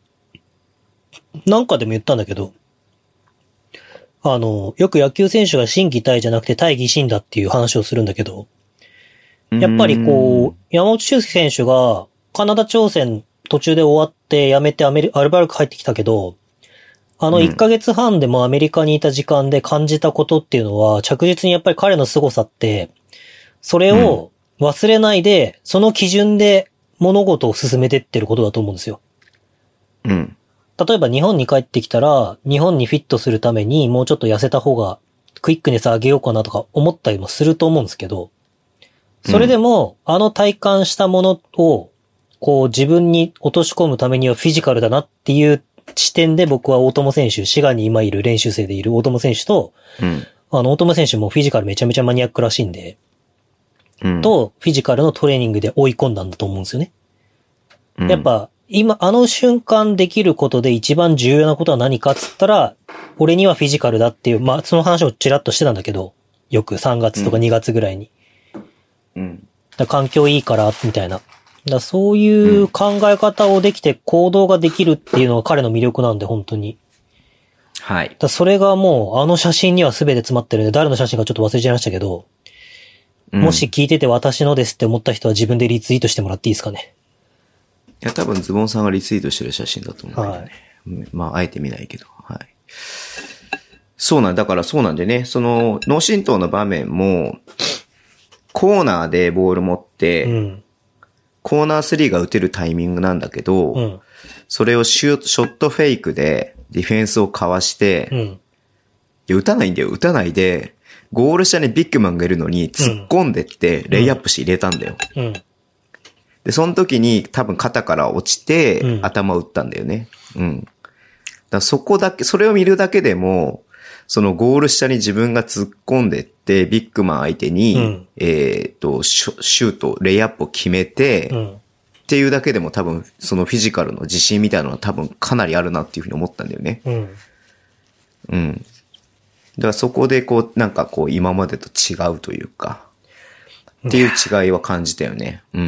なんかでも言ったんだけど、あの、よく野球選手が心技体じゃなくて対技心だっていう話をするんだけど、やっぱりこう、山本修介選手がカナダ挑戦途中で終わって辞めてアメリカ、アルバルク入ってきたけど、あのいっかげつはんでもアメリカにいた時間で感じたことっていうのは着実にやっぱり彼の凄さって、それを忘れないで、その基準で物事を進めてってることだと思うんですよ。 うん。 例えば日本に帰ってきたら、日本にフィットするためにもうちょっと痩せた方がクイックネス上げようかなとか思ったりもすると思うんですけど、それでも、あの体感したものを、こう自分に落とし込むためにはフィジカルだなっていう視点で僕は大友選手、滋賀に今いる練習生でいる大友選手と、 うん、 あの大友選手もフィジカルめちゃめちゃマニアックらしいんで、うん、と、フィジカルのトレーニングで追い込んだんだと思うんですよね。うん、やっぱ、今、あの瞬間できることで一番重要なことは何かっつったら、俺にはフィジカルだっていう、まあその話をちらっとしてたんだけど、よくさんがつとかにがつぐらいに。 うん。 だ環境いいから、みたいな。だそういう考え方をできて行動ができるっていうのが彼の魅力なんで、本当に。 はい。 だそれがもう、あの写真には全て詰まってるんで、誰の写真かちょっと忘れちゃいましたけど、うん、もし聞いてて私のですって思った人は自分でリツイートしてもらっていいですかね。 いや、多分ズボンさんがリツイートしてる写真だと思うんだよね。はい、まあ、あえて見ないけど。はい。そうなんだからそうなんでね、その、脳震盪の場面も、コーナーでボール持って、うん、コーナースリーが打てるタイミングなんだけど、うん、それをシュート、ショットフェイクでディフェンスをかわして、うん、いや、打たないんだよ、打たないで、ゴール下にビッグマンがいるのに突っ込んでって、レイアップして入れたんだよ。 うん、 で、その時に多分肩から落ちて、うん、頭を打ったんだよね。うん。だからそこだけ、それを見るだけでも、そのゴール下に自分が突っ込んでって、ビッグマン相手に、うん、えっと、シュート、レイアップを決めて、うん、っていうだけでも多分、そのフィジカルの自信みたいなのは多分かなりあるなっていうふうに思ったんだよね。 うん。 うん。だからそこでこう、なんかこう、今までと違うというか、っていう違いは感じたよね。うん。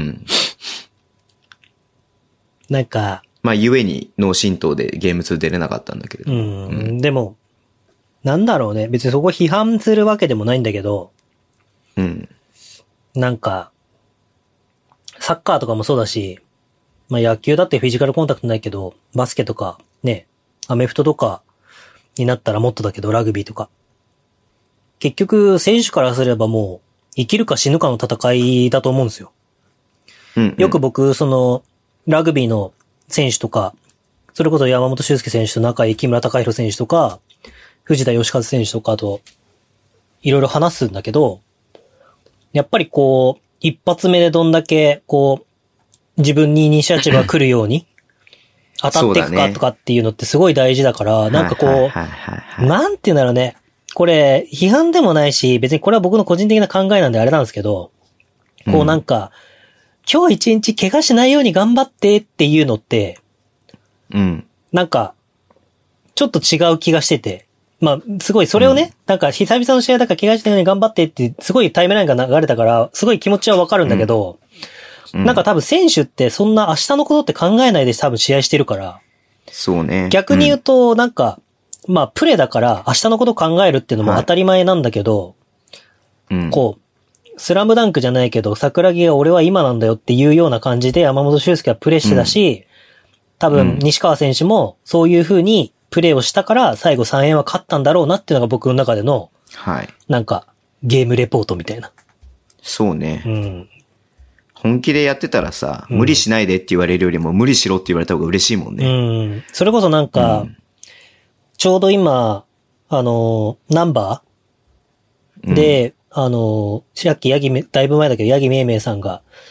なんか、 まあ、ゆえに脳震盪でゲームツー出れなかったんだけれど。 うん。うん、でも、なんだろうね。別にそこ批判するわけでもないんだけど、 うん。 なんか、サッカーとかもそうだし、まあ野球だってフィジカルコンタクトないけど、バスケとか、ね、アメフトとかになったらもっとだけど、ラグビーとか。結局、選手からすればもう、生きるか死ぬかの戦いだと思うんですよ。 うん、うん。 よく僕、その、ラグビーの選手とか、それこそ山本修介選手と仲いい木村隆弘選手とか、藤田義和選手とかと、いろいろ話すんだけど、やっぱりこう、一発目でどんだけ、こう、自分にイニシアチブが来るように、当たっていくかとかっていうのってすごい大事だから、なんかこう、なんていうんだろうね。これ、批判でもないし、別にこれは僕の個人的な考えなんであれなんですけど、こうなんか、うん、今日一日怪我しないように頑張ってっていうのって、 うん。 なんか、ちょっと違う気がしてて、まあ、すごい、それをね、うん、なんか、久々の試合だから怪我してないように頑張ってって、すごいタイムラインが流れたから、すごい気持ちはわかるんだけど、うん、なんか多分選手ってそんな明日のことって考えないで多分試合してるから、 そうね。 逆に言うと、なんか、うん、まあ、プレーだから明日のこと考えるっていうのも当たり前なんだけど、 はい、うん、 こう、スラムダンクじゃないけど、桜木が俺は今なんだよっていうような感じで山本修介はプレーしてたし、うん、多分、西川選手もそういう風にプレーをしたから最後さんえんは勝ったんだろうなっていうのが僕の中での、 はい。 なんか、ゲームレポートみたいな。 そうね。 うん。 本気でやってたらさ、無理しないでって言われるよりも無理しろって言われた方が嬉しいもんね。 うん。それこそなんか、うん、ちょうど今、あの、ナンバーで、うん、あの、さっきヤギめ、だいぶ前だけど、ヤギめいめいさんが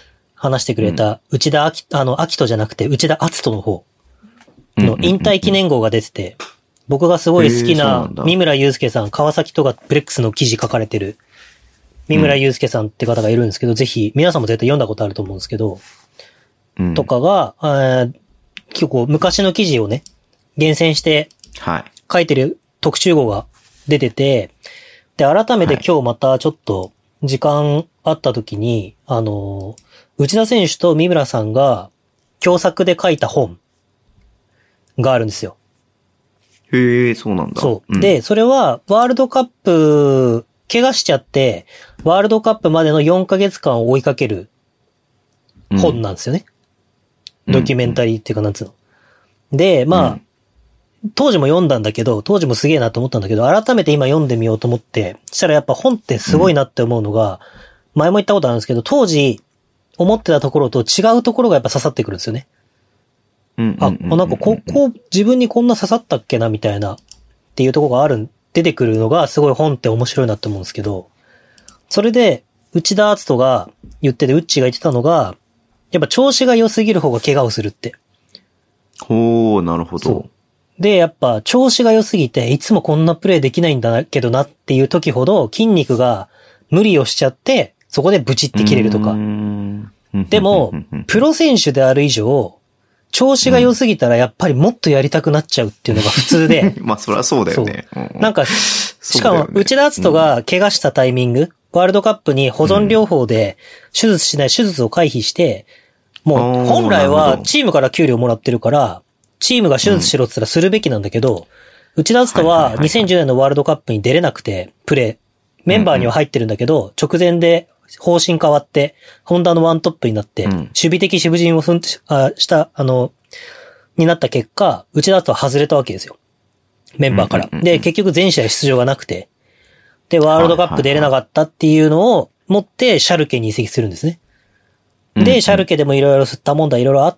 話してくれた、内田明、あの、明人じゃなくて内田篤人の方の引退記念号が出てて、僕がすごい好きな三村祐介さん、川崎とかブレックスの記事書かれてる三村祐介さんって方がいるんですけど、ぜひ、皆さんも絶対読んだことあると思うんですけど、とかが、えー、結構昔の記事をね、厳選して、書いてる特集号が出てて、で、改めて今日またちょっと時間あった時に、あの、内田選手と三村さんが共作で書いた本があるんですよ。 へえ、そうなんだ。 そう。で、それはワールドカップ、怪我しちゃって、ワールドカップまでのよんかげつかんを追いかける本なんですよね。うん、ドキュメンタリーっていうかなんつうの。で、まあ、うん当時も読んだんだけど、当時もすげえなと思ったんだけど、改めて今読んでみようと思って、そしたらやっぱ本ってすごいなって思うのが、うん、前も言ったことあるんですけど、当時思ってたところと違うところがやっぱ刺さってくるんですよね。うん。あ、なんかここ自分にこんな刺さったっけなみたいなっていうところがある、出てくるのがすごい本って面白いなって思うんですけど、それで内田篤人が言ってて、ウッチーが言ってたのが、やっぱ調子が良すぎる方が怪我をするって。 ほー、なるほど。そう。 で、やっぱ調子が良すぎて、いつもこんなプレイできないんだけどなっていう時ほど筋肉が無理をしちゃって、そこでブチって切れるとか。でも、プロ選手である以上、調子が良すぎたらやっぱりもっとやりたくなっちゃうっていうのが普通で。 まあそりゃそうだよね。 なんか、しかも内田篤人が怪我したタイミング、ワールドカップに保存療法で手術しない手術を回避して、もう本来はチームから給料もらってるから、チームが手術しろって言ったらするべきなんだけど、うん、内田篤人はにせんじゅうねんのワールドカップに出れなくて、プレイ、メンバーには入ってるんだけど、直前で方針変わって、ホンダのワントップになって、守備的守備陣をふんあした、あの、になった結果、内田篤人は外れたわけですよ。メンバーから。で、結局全試合出場がなくて、で、ワールドカップ出れなかったっていうのを持って、シャルケに移籍するんですね。で、シャルケでもいろいろ吸った問題いろいろあって、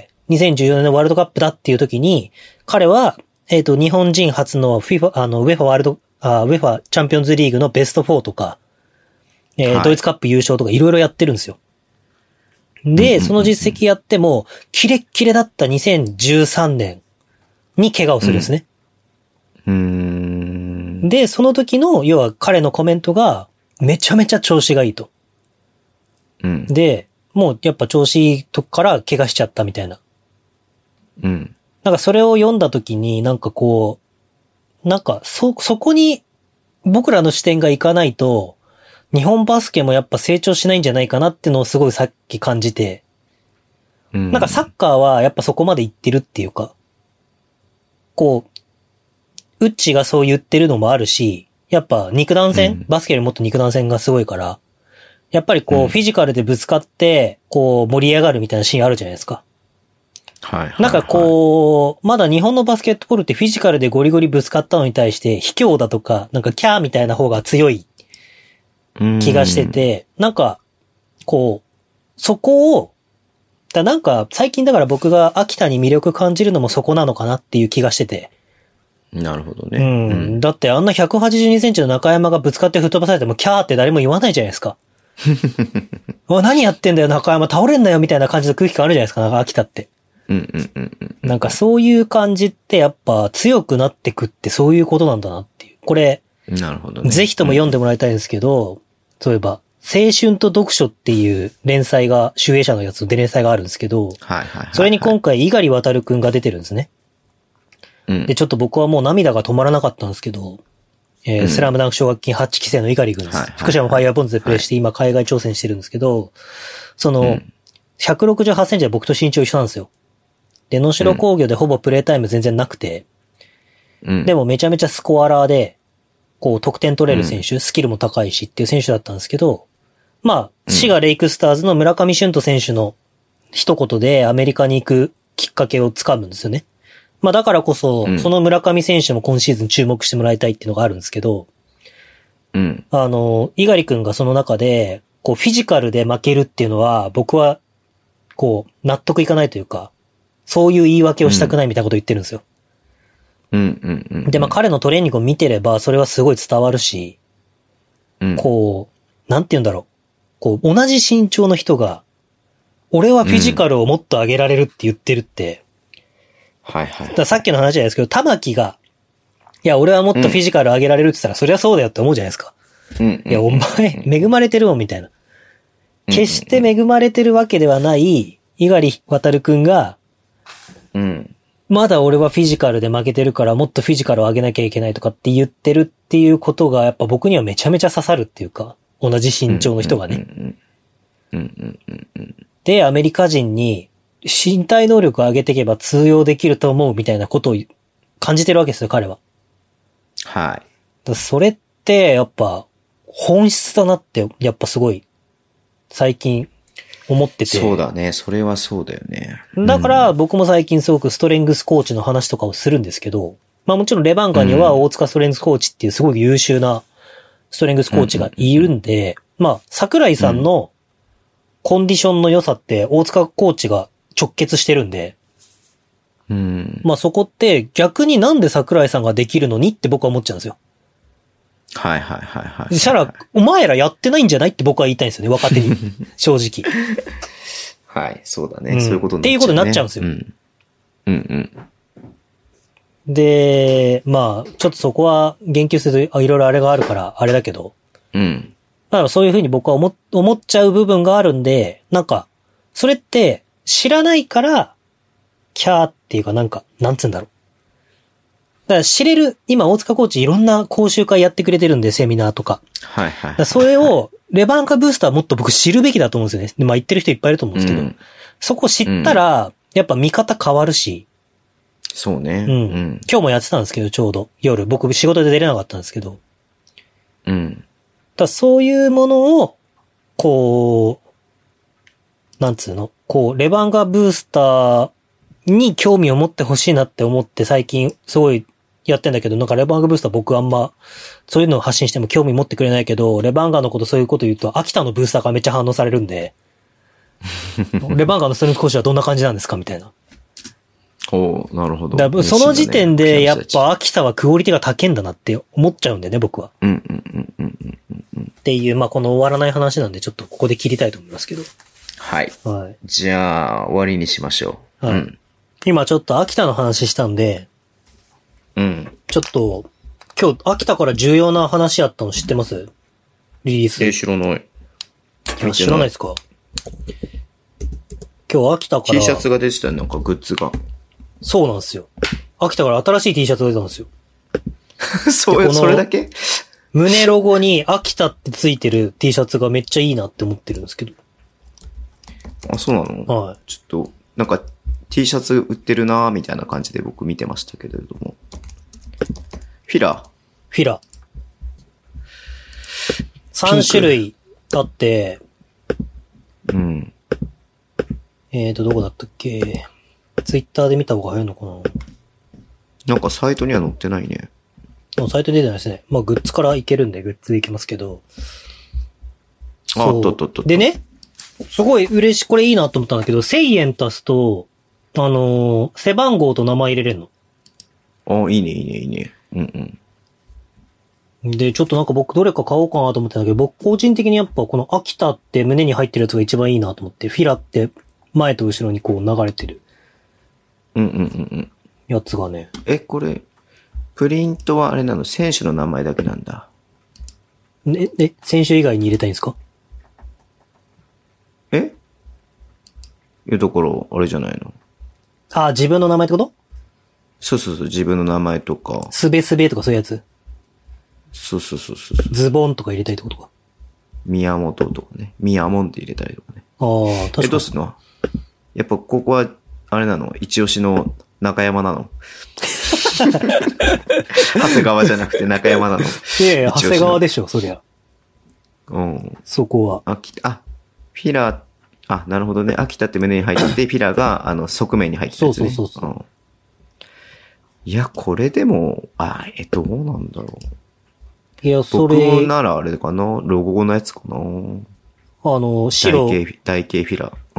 にせんじゅうよねんのワールドカップだっていう時に、彼は、えっと、日本人初の FIFA、あの、ウェファワールド、あ、ウェファチャンピオンズリーグのベストフォーとか、えーはい、ドイツカップ優勝とかいろいろやってるんですよ。で、その実績やっても、キレッキレだったにせんじゅうさんねんに怪我をするんですね。 うん。うーんで、その時の、要は彼のコメントが、めちゃめちゃ調子がいいと。 うん。 で、もうやっぱ調子いいとこから怪我しちゃったみたいな。 うん。 なんかそれを読んだ時になんかこう、なんかそ、そこに僕らの視点がいかないと、日本バスケもやっぱ成長しないんじゃないかなっていうのをすごいさっき感じて、うん、なんかサッカーはやっぱそこまで行ってるっていうか、こう、ウッチがそう言ってるのもあるし、やっぱ肉弾戦、うん、バスケよりもっと肉弾戦がすごいから、やっぱりこう、うん、フィジカルでぶつかって、こう盛り上がるみたいなシーンあるじゃないですか。 はいはいはい、 なんかこう、まだ日本のバスケットボールってフィジカルでゴリゴリぶつかったのに対して、卑怯だとか、なんかキャーみたいな方が強い気がしてて、んなんか、こう、そこを、だなんか最近だから僕が秋田に魅力感じるのもそこなのかなっていう気がしてて。 なるほどね。 うん。うん、だってあんなひゃくはちじゅうにセンチの中山がぶつかって吹っ飛ばされてもキャーって誰も言わないじゃないですか。お何やってんだよ中山倒れんなよみたいな感じの空気感あるじゃないですか、なんか秋田って。 うんうんうんうん。 なんかそういう感じってやっぱ強くなってくってそういうことなんだなっていう。これ、 なるほどね。 ぜひとも読んでもらいたいんですけど、そういえば、青春と読書っていう連載が、集英社のやつで連載があるんですけど、 はいはいはい、はい。 それに今回、猪狩渡くんが出てるんですね。うん。で、ちょっと僕はもう涙が止まらなかったんですけど、えー、うん、スラムダンク奨学金はちきせいの猪狩くんです。はいはいはい、福島ファイヤーボンズでプレイして、今海外挑戦してるんですけど、その、うん、ひゃくろくじゅうはちセンチで僕と身長一緒なんですよ。で、能代工業でほぼプレイタイム全然なくて、うん、でもめちゃめちゃスコアラーで、こう得点取れる選手、うん、スキルも高いしっていう選手だったんですけど、まあ、滋賀レイクスターズの村上俊斗選手の一言でアメリカに行くきっかけをつかむんですよね。まあだからこそ、うん、その村上選手も今シーズン注目してもらいたいっていうのがあるんですけど、 うん、 あの、猪狩くんがその中で、こうフィジカルで負けるっていうのは僕は、こう納得いかないというか、そういう言い訳をしたくないみたいなことを言ってるんですよ。 うんうんうんうん、 で、まあ彼のトレーニングを見てればそれはすごい伝わるし、 うん、 こう、なんて言うんだろう。こう、同じ身長の人が、 俺はフィジカルをもっと上げられるって言ってるって、 うん、はいはい。 だからさっきの話じゃないですけど、玉木が、いや、俺はもっとフィジカル上げられるって言ったら、うん、そりゃそうだよって思うじゃないですか。うん、いや、お前、恵まれてるもん、みたいな。決して恵まれてるわけではない、猪狩渡くんが、うん。まだ俺はフィジカルで負けてるから、もっとフィジカルを上げなきゃいけないとかって言ってるっていうことが、やっぱ僕にはめちゃめちゃ刺さるっていうか、同じ身長の人がね。で、アメリカ人に、身体能力を上げていけば通用できると思うみたいなことを感じてるわけですよ、彼は。 はい。 だそれって、やっぱ、本質だなって、やっぱすごい、最近、思ってて。 そうだね。それはそうだよね。 だから、僕も最近すごくストレングスコーチの話とかをするんですけど、まあもちろんレバンガには大塚ストレングスコーチっていうすごい優秀なストレングスコーチがいるんで、まあ、桜井さんのコンディションの良さって大塚コーチが直結してるんで、うん、まあそこって逆になんで桜井さんができるのにって僕は思っちゃうんですよ。 はいはいはいはい。 したら、お前らやってないんじゃないって僕は言いたいんですよね、若手に。正直。 はい、そうだね、うん。そういうことになっちゃう、ね。 っていうことになっちゃうんですよ。 うん。うんうん。で、まあ、ちょっとそこは言及するといろいろあれがあるから、あれだけど。うん。だからそういうふうに僕は思、思っちゃう部分があるんで、なんか、それって知らないから、キャーっていうかなんか、なんつうんだろう。だから知れる、今大塚コーチいろんな講習会やってくれてるんで、セミナーとか。 はいはい、はい。 だそれを、レバンガブースターもっと僕知るべきだと思うんですよね。でまあ言ってる人いっぱいいると思うんですけど。うん、そこ知ったら、やっぱ見方変わるし。 そうね。 うん。うん、今日もやってたんですけど、ちょうど。夜。僕仕事で出れなかったんですけど。うん。だそういうものを、こう、なんつうのこう、レバンガブースターに興味を持ってほしいなって思って最近すごいやってんだけど、なんかレバンガブースター僕あんま、そういうのを発信しても興味持ってくれないけど、レバンガのことそういうこと言うと、秋田のブースターがめっちゃ反応されるんで、レバンガのストレングスコーチはどんな感じなんですかみたいな。 おなるほど。 だその時点で、やっぱ秋田はクオリティが高いんだなって思っちゃうんだよね、僕は。うんうんうんうんうんうん。っていう、まあこの終わらない話なんで、ちょっとここで切りたいと思いますけど。 はい。はい。じゃあ、終わりにしましょう。はい。うん、 今ちょっと秋田の話したんで、うん。ちょっと、今日、秋田から重要な話あったの知ってますリリース。 え、知らない。 いや、知らないですか今日秋田から。 T シャツが出てたよ、なんかグッズが。 そうなんですよ。秋田から新しい T シャツが出たんですよ。 そう、それだけ胸ロゴに秋田ってついてる T シャツがめっちゃいいなって思ってるんですけど。 あ、そうなのはい。ちょっと、なんか T シャツ売ってるなーみたいな感じで僕見てましたけれども。フィラフィラ。さん種類あって、うん。えーと、どこだったっけツイッターで見た方が早いのかななんかサイトには載ってないね。 サイト出てないですね。まあグッズからいけるんでグッズでいきますけど。 あ、あったあったあった。 でね、すごい嬉しい、これいいなと思ったんだけど、せんえん足すと、あのー、背番号と名前入れれるの。 あ、いいねいいねいいね。うんうん。で、ちょっとなんか僕どれか買おうかなと思ってたんだけど、僕個人的にやっぱこの秋田って胸に入ってるやつが一番いいなと思って、フィラって前と後ろにこう流れてる。 うんうんうんうん。 やつがね。 え、これ、プリントはあれなの？選手の名前だけなんだ。 ね、え、選手以外に入れたいんですか？ え？いや、だから、あれじゃないの？ あ、自分の名前ってこと？ そうそうそう、自分の名前とか。 すべすべとかそういうやつ？ そうそうそうそう。 ズボンとか入れたいってことか。 宮本とかね。宮門って入れたりとかね。 ああ、確かに。 え、どうすんの？やっぱここは、あれなの？一押しの中山なの？長谷川じゃなくて中山なの？ いやいや、長谷川でしょ、そりゃ。 うん。 そこは。 秋田、あ、フィラ、あ、なるほどね。秋田って胸に入ってて、フィラが、あの、側面に入ってるやつね。 そうそうそうそう、うん。 いや、これでも、あ、え、どうなんだろう。 いや、それ。 僕ならあれかな、ロゴのやつかな。あの、白。 台形、台形フィラ。うん。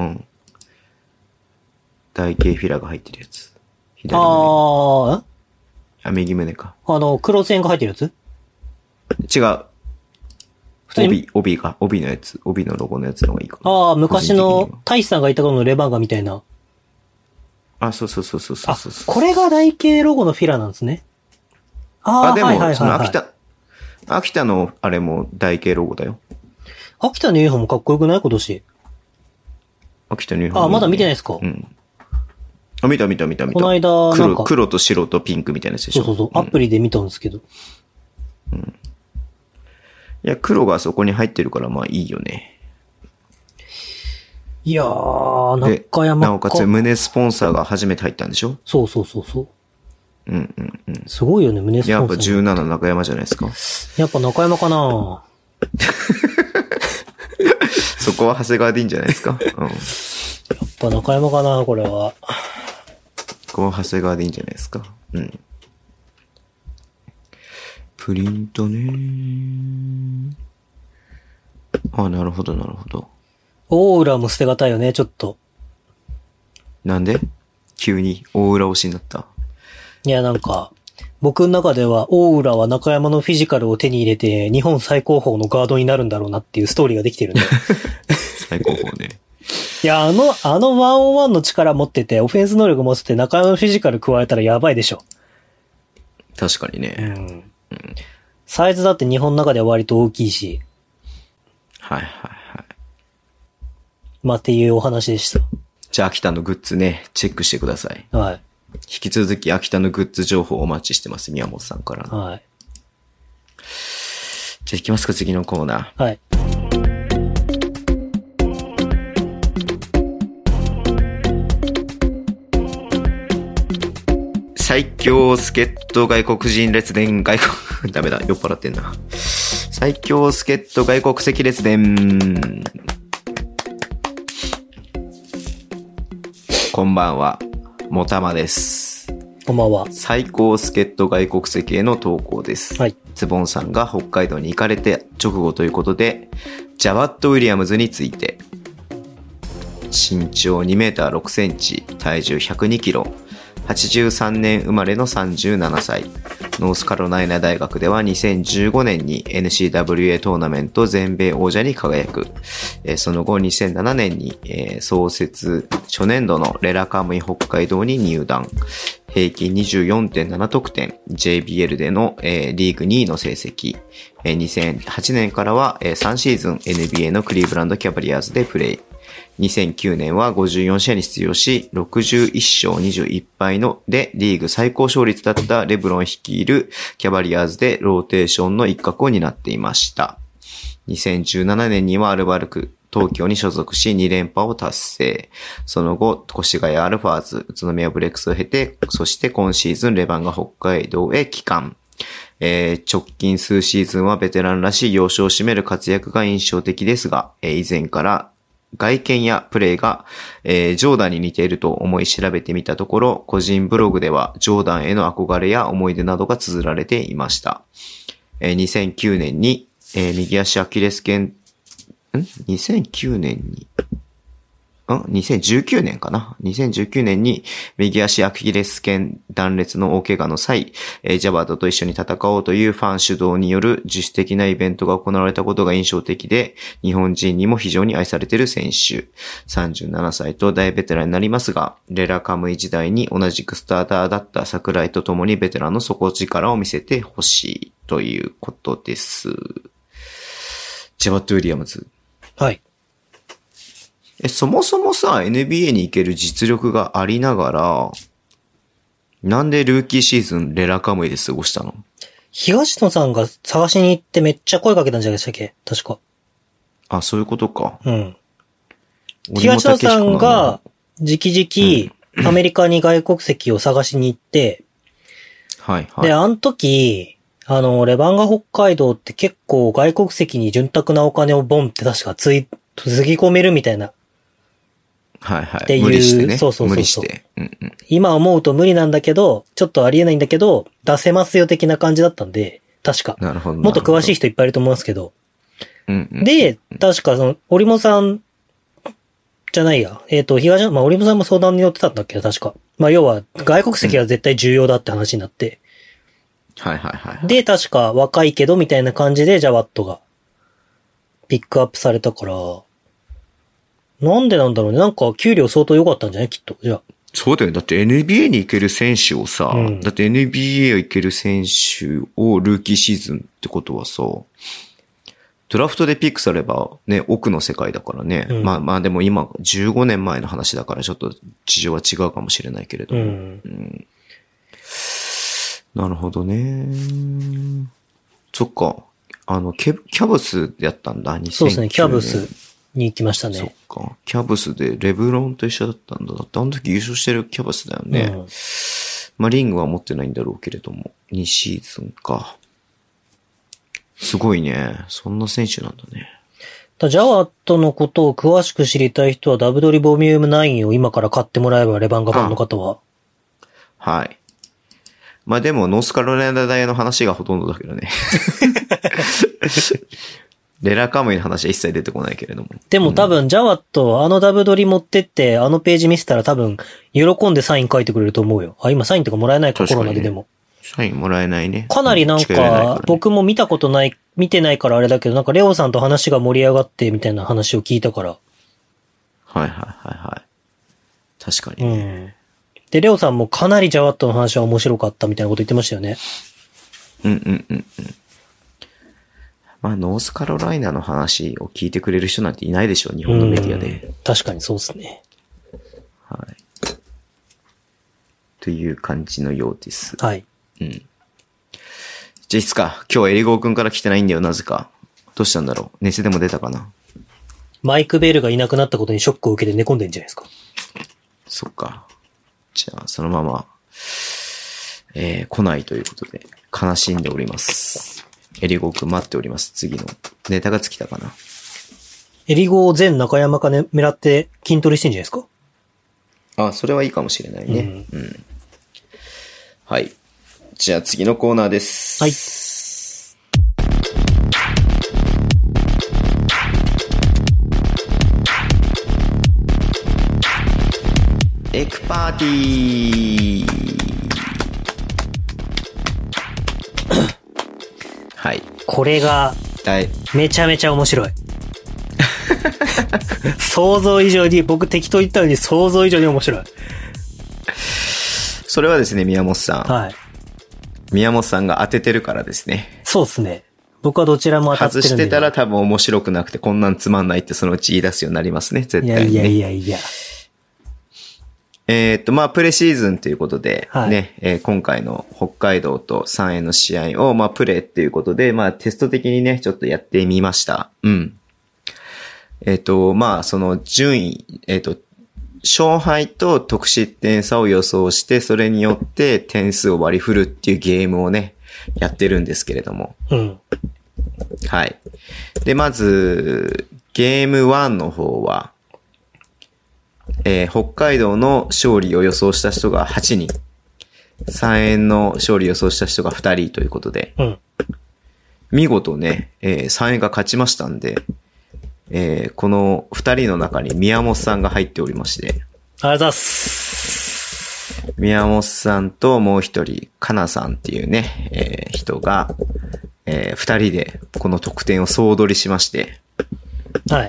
台形フィラが入ってるやつ。左胸。ああ、あ、右胸か。 あの、黒線が入ってるやつ？ 違う。 普通に帯、帯が、帯のやつ、帯のロゴのやつの方がいいかな。 ああ、昔の個人的には、 大志さんがいた頃のレバンガみたいな。 あ、そうそうそうそうそうあそうそう。、 これが台形ロゴのフィラなんですね。ああ、 あ、でも、 はいはいはい、 そのはい。 秋田、秋田のあれも台形ロゴだよ。 秋田のユニフォームかっこよくない今年。 秋田のユニフォーム、 あ、まだ見てないですか？ うん。あ、見た見た見た見た。 この間なんか黒、黒と白とピンクみたいなやつでしょ。 そうそうそう、アプリで見たんですけど。 うん。いや、黒がそこに入ってるからまあいいよね。 いやー、 で、 中山か。 なおかつ胸スポンサーが初めて入ったんでしょ？ そうそうそうそう。 うんうんうん。 すごいよね、胸スポンサー。 やっぱじゅうなな中山じゃないですか。 やっぱ中山かなそこは長谷川でいいんじゃないですか。うん。 やっぱ中山かなこれは。 ここは長谷川でいいんじゃないですか。うん。プリントね。あ、なるほどなるほど。 大浦も捨てがたいよね、ちょっと。 なんで急に大浦推しになった？ いや、なんか、僕の中では大浦は中山のフィジカルを手に入れて日本最高峰のガードになるんだろうなっていうストーリーができてるんで。 最高峰ね。 いや、あの、あのワンオンワンの力持ってて、オフェンス能力持ってて中山のフィジカル加えたらやばいでしょ。 確かにね。 うん。サイズだって日本の中では割と大きいし。 はいはいはい。 まあ、っていうお話でした。 じゃあ秋田のグッズね、チェックしてください。 はい。 引き続き秋田のグッズ情報をお待ちしてます、宮本さんからの。 はい。 じゃあ行きますか、次のコーナー。 はい。 最強助っ人外国人列伝外国、ダメだ、酔っ払ってんな。最強助っ人外国籍列伝。こんばんは、もたまです。 こんばんは。 最高助っ人外国籍への投稿です。 はい。 ズボンさんが北海道に行かれて直後ということで、ジャワット・ウィリアムズについて、身長にメーターろくセンチ、体重ひゃくにキロ、はちじゅうさんねん生まれのさんじゅうななさい。ノースカロライナ大学ではにせんじゅうごねんに エヌシーダブリューエー トーナメント全米王者に輝く。その後にせんななねんに創設初年度のレラカムイ北海道に入団。平均 にじゅうよんてんなな 得点、ジェイビーエル でのリーグにいの成績。にせんはちねんからはさんシーズン エヌビーエー のクリーブランドキャバリアーズでプレイ。にせんきゅうねんはごじゅうよん試合に出場し、ろくじゅういっしょうにじゅういっぱいのでリーグ最高勝率だったレブロン率いるキャバリアーズでローテーションの一角を担っていました。にせんじゅうななねんにはアルバルク東京に所属しに連覇を達成。その後、越谷アルファーズ、宇都宮ブレックスを経て、そして今シーズンレバンが北海道へ帰還。えー、直近数シーズンはベテランらしい要所を占める活躍が印象的ですが、えー、以前から外見やプレーが、えー、ジョーダンに似ていると思い調べてみたところ、個人ブログではジョーダンへの憧れや思い出などが綴られていました。えー、にせんきゅうねんに、えー、右足アキレス腱、ん ?にせんきゅうねんに、ん ?にせんじゅうきゅうねんかな ?にせんじゅうきゅうねんに右足アキレス腱断裂の大怪我の際、えー、ジャバードと一緒に戦おうというファン主導による自主的なイベントが行われたことが印象的で、日本人にも非常に愛されている選手。さんじゅうななさいと大ベテランになりますが、レラカムイ時代に同じくスターターだった桜井と共にベテランの底力を見せてほしいということです。ジャバット・ウィリアムズ。 はい。 え、そもそもさ、エヌビーエー に行ける実力がありながら、なんでルーキーシーズンレラカムイで過ごしたの？ 東野さんが探しに行ってめっちゃ声かけたんじゃないでしたっけ？確か。 あ、そういうことか。 うん。東野さんが、直々、アメリカに外国籍を探しに行って、 はいはい。 で、あの時、あの、レバンガ北海道って結構外国籍に潤沢なお金をボンって確かつい、つぎ込めるみたいな。 はいはい。 っていう無理してね。 そうそうそうそう無理して。うんうん。 今思うと無理なんだけど、ちょっとありえないんだけど、出せますよ的な感じだったんで、確か。 なるほど。 もっと詳しい人いっぱいいると思いますけど。 うんうん、 で、確かその、オリモさん、じゃないや。えっ、ー、と、東、まあ、オリモさんも相談に乗ってたんだっけど、確か。まあ、要は、外国籍は絶対重要だって話になって。 うん、はいはいはい。 で、確か若いけど、みたいな感じで、ジャワットが、 ピックアップされたから、なんでなんだろうね。なんか給料相当良かったんじゃないきっと。じゃあ。 そうだよ。だって エヌビーエー に行ける選手をさ、うん、だって エヌビーエー 行ける選手をルーキーシーズンってことはさ、ドラフトでピックさればね、奥の世界だからね。うん、まあまあでも今じゅうごねんまえの話だからちょっと事情は違うかもしれないけれども。うんうん、なるほどね。そっか。あの、キャブスでやったんだ、にせんきゅうねん。 そうですね、キャブスに行きましたね。 そっか。キャブスでレブロンと一緒だったんだ。だってあの時優勝してるキャブスだよね。うん、まあリングは持ってないんだろうけれども、にシーズンか。すごいね。そんな選手なんだね。 だジャワットのことを詳しく知りたい人はダブドリボミュームナインを今から買ってもらえば、レバンガファンの方は。 はい。まあでも、ノースカロライナ大の話がほとんどだけどね。レラカムイの話は一切出てこないけれども。 でも多分、うん、ジャワット、あのダブドリ持ってって、あのページ見せたら多分、喜んでサイン書いてくれると思うよ。あ、今サインとかもらえないか、コロナででも。 サインもらえないね。 かなりなんか、ね、僕も見たことない、見てないからあれだけど、なんかレオさんと話が盛り上がってみたいな話を聞いたから。 はいはいはいはい。確かにね。うんで、レオさんもかなりジャワットの話は面白かったみたいなこと言ってましたよね。 うんうんうんうん。まあ、ノースカロライナの話を聞いてくれる人なんていないでしょう、日本のメディアで。 確かにそうですね。 はい。という感じのようです。 はい。 うん。じゃあいつか、今日エリゴーくんから来てないんだよ、なぜか。どうしたんだろう。熱でも出たかな。 マイク・ベールがいなくなったことにショックを受けて寝込んでんじゃないですか。 そっか。じゃあ、そのまま、えー、来ないということで、悲しんでおります。エリゴーくん待っております。次の。ネタが尽きたかな。 エリゴー全中山かね、狙って筋トレしてんじゃないですか。 あ、それはいいかもしれないね。うん。うん、はい。じゃあ次のコーナーです。 はい。 エクパーティーはい。 これが、めちゃめちゃ面白い。想像以上に、僕適当言ったのに想像以上に面白い。 それはですね、宮本さん。 はい。 宮本さんが当ててるからですね。 そうですね。僕はどちらも当たってるんで。 外してたら多分面白くなくて、こんなんつまんないってそのうち言い出すようになりますね、絶対に、ね。 いやいやいやいや。 えー、っと、まあ、プレシーズンということで、はい、ね、えー、今回の北海道と三重の試合を、まあ、プレっていうことで、まあ、テスト的にね、ちょっとやってみました。うん。えー、っと、まあ、その順位、えー、っと、勝敗と得失点差を予想して、それによって点数を割り振るっていうゲームをね、やってるんですけれども。 うん。 はい。で、まず、ゲームワンの方は、えー、北海道の勝利を予想した人がはちにん。三重の勝利を予想した人がふたりということで。 うん。 見事ね、えー、三重が勝ちましたんで、えー、このふたりの中に宮本さんが入っておりまして。 ありがとうございます。 宮本さんともう一人、かなさんっていうね、えー、人が、えー、二人でこの得点を総取りしまして。 はい。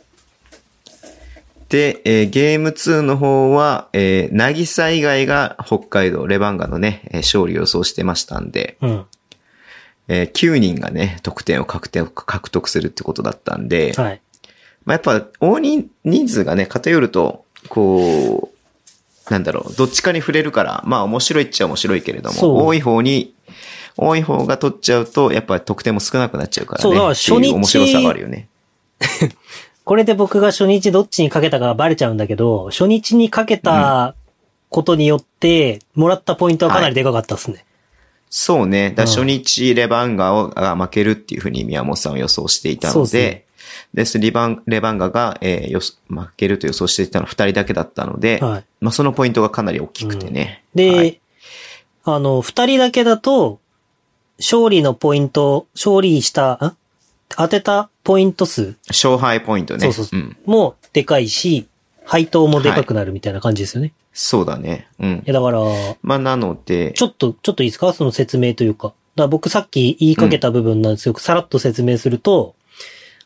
で、えー、ゲームツーの方は、えー、なぎさ以外が北海道、レバンガのね、えー、勝利を予想してましたんで、 うん。 えー、きゅうにんがね、得点を獲得、獲得するってことだったんで、 はい。 まあ、やっぱ、大人数がね、偏ると、こう、なんだろう、どっちかに触れるから、まあ面白いっちゃ面白いけれども、多い方に、多い方が取っちゃうと、やっぱり得点も少なくなっちゃうからね。 そう、だから初日。 面白さがあるよね。 これで僕が初日どっちにかけたかがバレちゃうんだけど、初日にかけたことによって、もらったポイントはかなりでかかったですね。はい、 そうね。だ初日レバンガをが負けるっていうふうに宮本さんは予想していたので、です、ね、レバン、レバンガが、えー、よ負けると予想していたのはふたりだけだったので、はい、まあそのポイントがかなり大きくてね。 うん、で、 はい、 あの、ふたりだけだと、勝利のポイント、勝利した、ん当てたポイント数。 勝敗ポイントね。 そうそうそう。うん、もでかいし、配当もでかくなるみたいな感じですよね。はい、 そうだね。うん。いやだから、 まあなので、 ちょっと、ちょっといいですかその説明というか。だから僕さっき言いかけた部分なんですよ。うん、さらっと説明すると、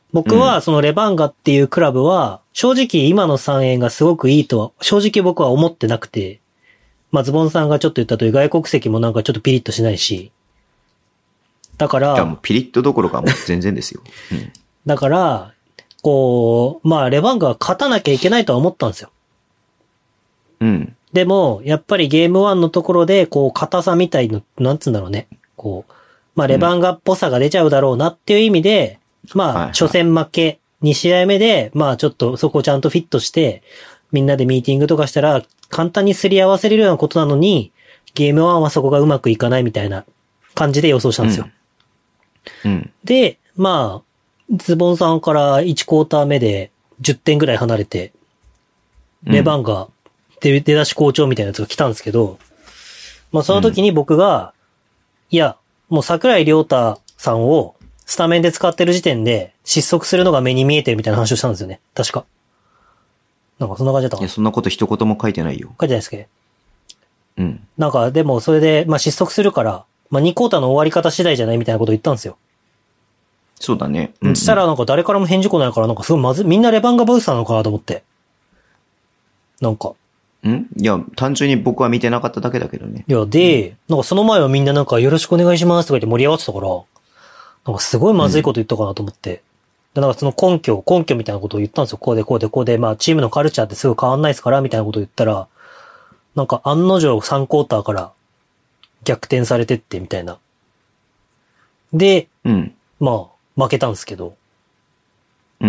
僕はそのレバンガっていうクラブは、正直今のさんえんがすごくいいとは、正直僕は思ってなくて、まあズボンさんがちょっと言ったとおり外国籍もなんかちょっとピリッとしないし、だから、 いやもうピリッとどころかもう全然ですよ。うん、 だから、こう、まあレバンガは勝たなきゃいけないとは思ったんですよ。 うん。 でも、やっぱりゲームワンのところで、こう、硬さみたいの、なんつうんだろうね。こう、まあレバンガっぽさが出ちゃうだろうなっていう意味で、うん、まあ、初戦負け、に試合目で、まあちょっとそこをちゃんとフィットして、みんなでミーティングとかしたら、簡単にすり合わせれるようなことなのに、ゲームワンはそこがうまくいかないみたいな感じで予想したんですよ。 うん。うん、 で、まあ、ズボンさんからいちクォーター目でじゅってんぐらい離れて、レバンガ、出だし好調みたいなやつが来たんですけど、まあその時に僕が、うん、いや、もう桜井亮太さんをスタメンで使ってる時点で失速するのが目に見えてるみたいな話をしたんですよね。確か。なんかそんな感じだったかな。 いや、そんなこと一言も書いてないよ。 書いてないですっけ？ うん。 なんかでもそれで、まあ失速するから、まあにクォーターの終わり方次第じゃないみたいなことを言ったんですよ。 そうだね。 うんうん、そしたらなんか誰からも返事来ないからなんかすごいまずい、みんなレバンガブースターなのかなと思って。なんか。 んいや、単純に僕は見てなかっただけだけどね。 いや、で、なんかその前はみんななんかよろしくお願いしますとか言って盛り上がってたから、なんかすごいまずいこと言ったかなと思って。うん、で、なんかその根拠、根拠みたいなことを言ったんですよ。こうでこうでこうで、まあチームのカルチャーってすぐ変わんないですから、みたいなことを言ったら、なんか案の定さんクォーターから逆転されてってみたいな。で、 うん。 まあ、負けたんですけど。 うん。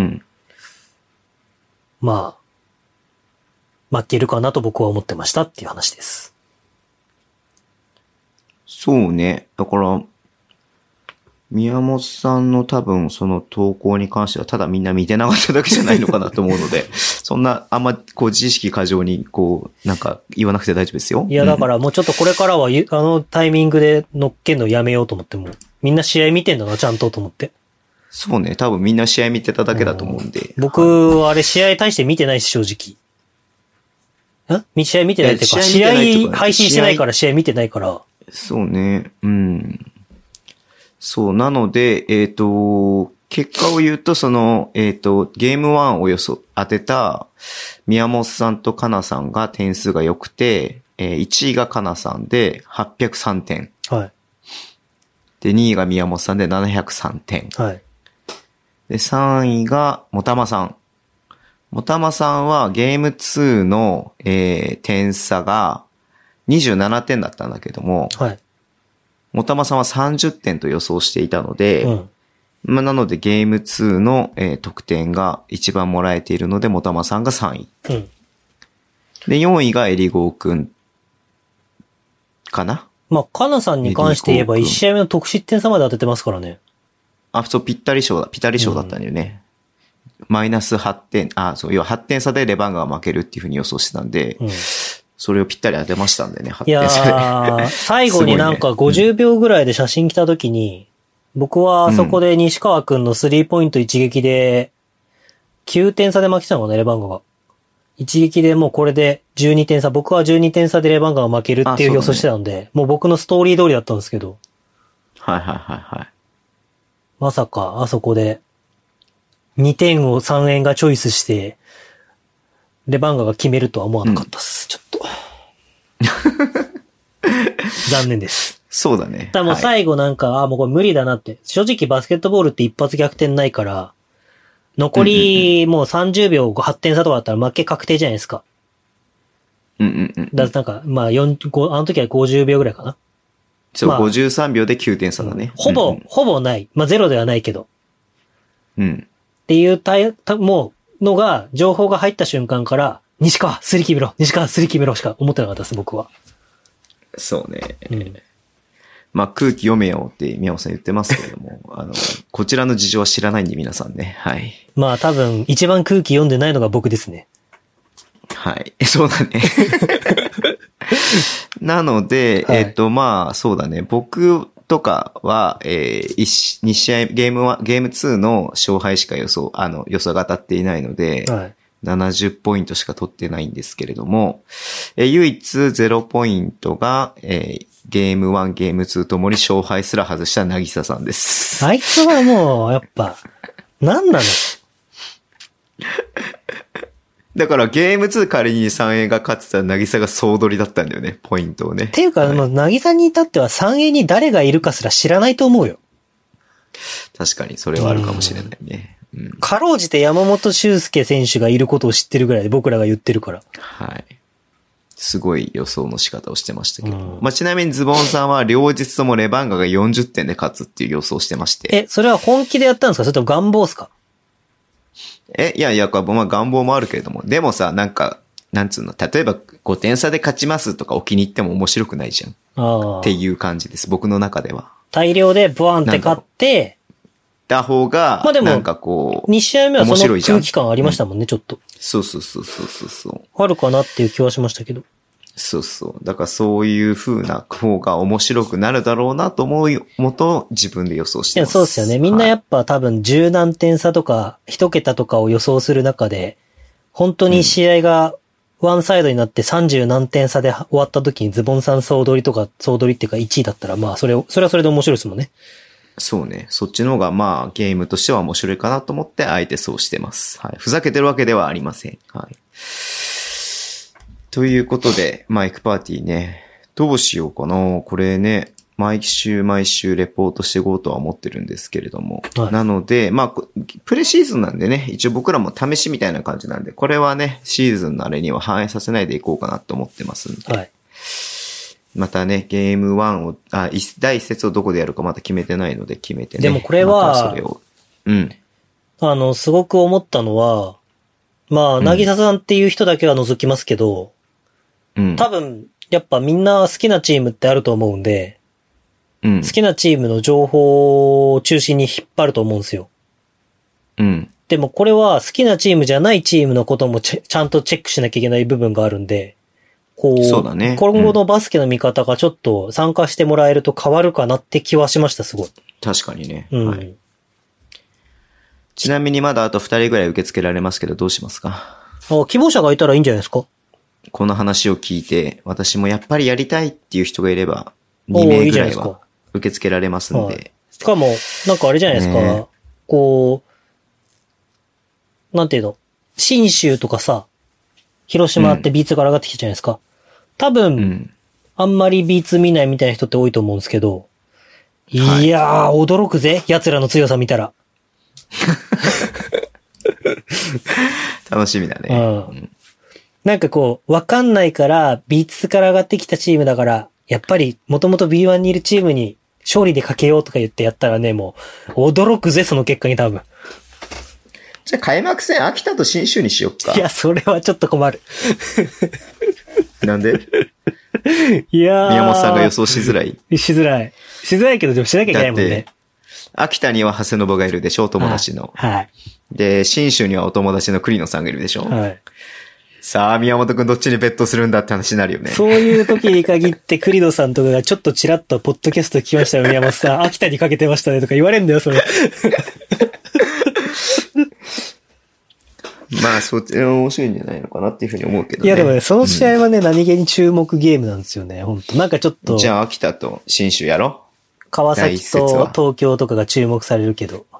まあ、負けるかなと僕は思ってましたっていう話です。 そうね。だから、宮本さんの多分その投稿に関してはただみんな見てなかっただけじゃないのかなと思うので、そんなあんまこう自意識過剰にこうなんか言わなくて大丈夫ですよ。 いやだからもうちょっとこれからはあのタイミングで乗っけんのやめようと思ってもみんな試合見てんだなちゃんとと思って。 そうね。多分みんな試合見てただけだと思うんで。 僕はあれ試合対して見てないし正直。ん試合見てないっていうか、試合配信してないから試合見てないから。 そうね。うん。そう。なので、えっと、結果を言うと、その、えっと、ゲームワンをよそ当てた宮本さんとかなさんが点数が良くて、えー、いちいがかなさんではっぴゃくさんてん。 はい。 で、にいが宮本さんでななひゃくさんてん。 はい。 で、さんいがもたまさん。もたまさんはゲームツーの、えー、点差がにじゅうななてんだったんだけども、 はい。 もたまさんはさんじゅってんと予想していたので、 うん、 まあ、なのでゲームツーの、えー、得点が一番もらえているので、もたまさんがさんい。 うん、 で、よんいがエリゴーくんかな。 まあ、かなさんに関して言えばいち試合目の得失点差まで当ててますからね。 あ、そう、ぴったり賞だ、ぴったり賞だったんだよね。うん、マイナスはってん、あ、そう、要ははってん差でレバンガが負けるっていうふうに予想してたんで、うん、それをぴったり当てましたんでね、はってん差で。 いやー、最後になんかごじゅうびょうぐらいで写真来た時に、うん、僕はあそこで西川くんのスリーポイント一撃で、きゅうてん差で負けたのかな、レバンガが。一撃でもうこれでじゅうにてん差、僕はじゅうにてん差でレバンガが負けるっていう予想してたんで、ね、もう僕のストーリー通りだったんですけど。 はいはいはいはい。 まさか、あそこで、にてんをさんえんがチョイスして、レバンガが決めるとは思わなかったっす。うん、ちょっと。残念です。 そうだね。 ただもう最後なんか、はい、あ、もうこれ無理だなって。正直バスケットボールって一発逆転ないから、残りもうさんじゅうびょうはってん差とかだったら負け確定じゃないですか。 うんうんうん。 だなんか、まあよん、ごあの時はごじゅうびょうぐらいかな。 そう、まあ、ごじゅうさんびょうできゅうてん差だね。 ほぼ、 うんうん、 ほぼない。まあゼロではないけど。 うん。 っていうたた、もう、のが、情報が入った瞬間から、西川、スリー決めろ西川、スリー決めろしか思ってなかったです、僕は。 そうね。 うん、 まあ空気読めよって宮本さん言ってますけれども、あの、こちらの事情は知らないんで皆さんね。はい。 まあ多分、一番空気読んでないのが僕ですね。 はい。そうだね。なので、はい、えっと、まあ、そうだね。僕とかは、えー、に試合、ゲームは、ゲームツーの勝敗しか予想、あの、予想が当たっていないので、はい、ななじゅうポイントしか取ってないんですけれども、えー、唯一ゼロポイントが、えー、ゲームワン、ゲームツーともに勝敗すら外したなぎささんです。 あいつはもう、やっぱ、 なんなの？ だからゲームツー仮にさんエーが勝ってたら、なぎさが総取りだったんだよね、ポイントをね。 っていうか、 はい、 もう、なぎさに至ってはさんエーに誰がいるかすら知らないと思うよ。 確かに、それはあるかもしれないね。うん。 かろうじて山本修介選手がいることを知ってるぐらいで僕らが言ってるから。 はい。すごい予想の仕方をしてましたけど。 うん、 まあ、ちなみにズボンさんは両日ともレバンガがよんじゅってんで勝つっていう予想してまして。 え、それは本気でやったんですか？それとも願望ですか？ え、いやいや、まあ願望もあるけれども。でもさ、なんか、なんつうの、例えばごてん差で勝ちますとか置きに行っても面白くないじゃん。 ああ。 っていう感じです。僕の中では。 大量でブワンって勝って、 た方が、まあでも、なんかこう、 に試合目はその空気感ありましたもんね、うん、ちょっと。 そうそうそうそうそうそう。 あるかなっていう気はしましたけど。 そうそう。だからそういう風な方が面白くなるだろうなと思うもと自分で予想してます。 いや、そうですよね。みんなやっぱ多分十何点差とか一桁とかを予想する中で、本当に試合がワンサイドになってさんじゅう何点差で終わった時にズボンさん総取りとか総取りっていうかいちいだったらまあそれを、それはそれで面白いですもんね。 そうね。そっちの方がまあゲームとしては面白いかなと思ってあえてそうしてます。はい。ふざけてるわけではありません。はい。ということで、マイクパーティーね、どうしようかな。これね、毎週毎週レポートしていこうとは思ってるんですけれども。はい、なので、まあ、プレシーズンなんでね、一応僕らも試しみたいな感じなんで、これはね、シーズンのあれには反映させないでいこうかなと思ってますんで。はい。またね、ゲームワンを、あ、だいいち節をどこでやるかまだ決めてないので決めてね。 でもこれは、 またそれを、うん。 あの、すごく思ったのは、まあ、なぎささんっていう人だけは除きますけど、うん、多分、やっぱみんな好きなチームってあると思うんで、うん、好きなチームの情報を中心に引っ張ると思うんですよ。うん。でもこれは好きなチームじゃないチームのこともちゃんとチェックしなきゃいけない部分があるんで、こう、そうだね。今後のバスケの見方がちょっと参加してもらえると変わるかなって気はしました、すごい。 確かにね。うん。はい、ちなみにまだあとふたりぐらい受け付けられますけど、どうしますか？ あ、希望者がいたらいいんじゃないですか？ この話を聞いて、私もやっぱりやりたいっていう人がいれば、にめいぐらいは受け付けられますんで。いいはい、 しかも、なんかあれじゃないですか、ね、こう、なんていうの、新州とかさ、広島ってビーツから上がってきたじゃないですか。うん、多分、うん、あんまりビーツ見ないみたいな人って多いと思うんですけど、いやー、はい、驚くぜ、奴らの強さ見たら。 楽しみだね。うん、 なんかこう、わかんないから、ビーツから上がってきたチームだから、やっぱり、もともと ビーワン にいるチームに勝利でかけようとか言ってやったらね、もう、驚くぜ、その結果に多分。 じゃあ開幕戦、秋田と新州にしよっか。 いや、それはちょっと困る。 なんで？ いやー。 宮本さんが予想しづらい？ しづらい。しづらいけど、でもしなきゃいけないもんね。 秋田には長谷信がいるでしょ、お友達の。はい。で、新州にはお友達の栗野さんがいるでしょ。はい。さあ、宮本くんどっちにベットするんだって話になるよね。 そういう時に限って栗野さんとかがちょっとチラッとポッドキャスト聞きましたよ、宮本さん。秋田にかけてましたねとか言われんだよ、それ。 まあ、そっち面白いんじゃないのかなっていうふうに思うけどね。 いやでもね、その試合はね、うん、何気に注目ゲームなんですよね、本当なんかちょっと。 じゃあ、秋田と新州やろう。 川崎と東京とかが注目されるけど。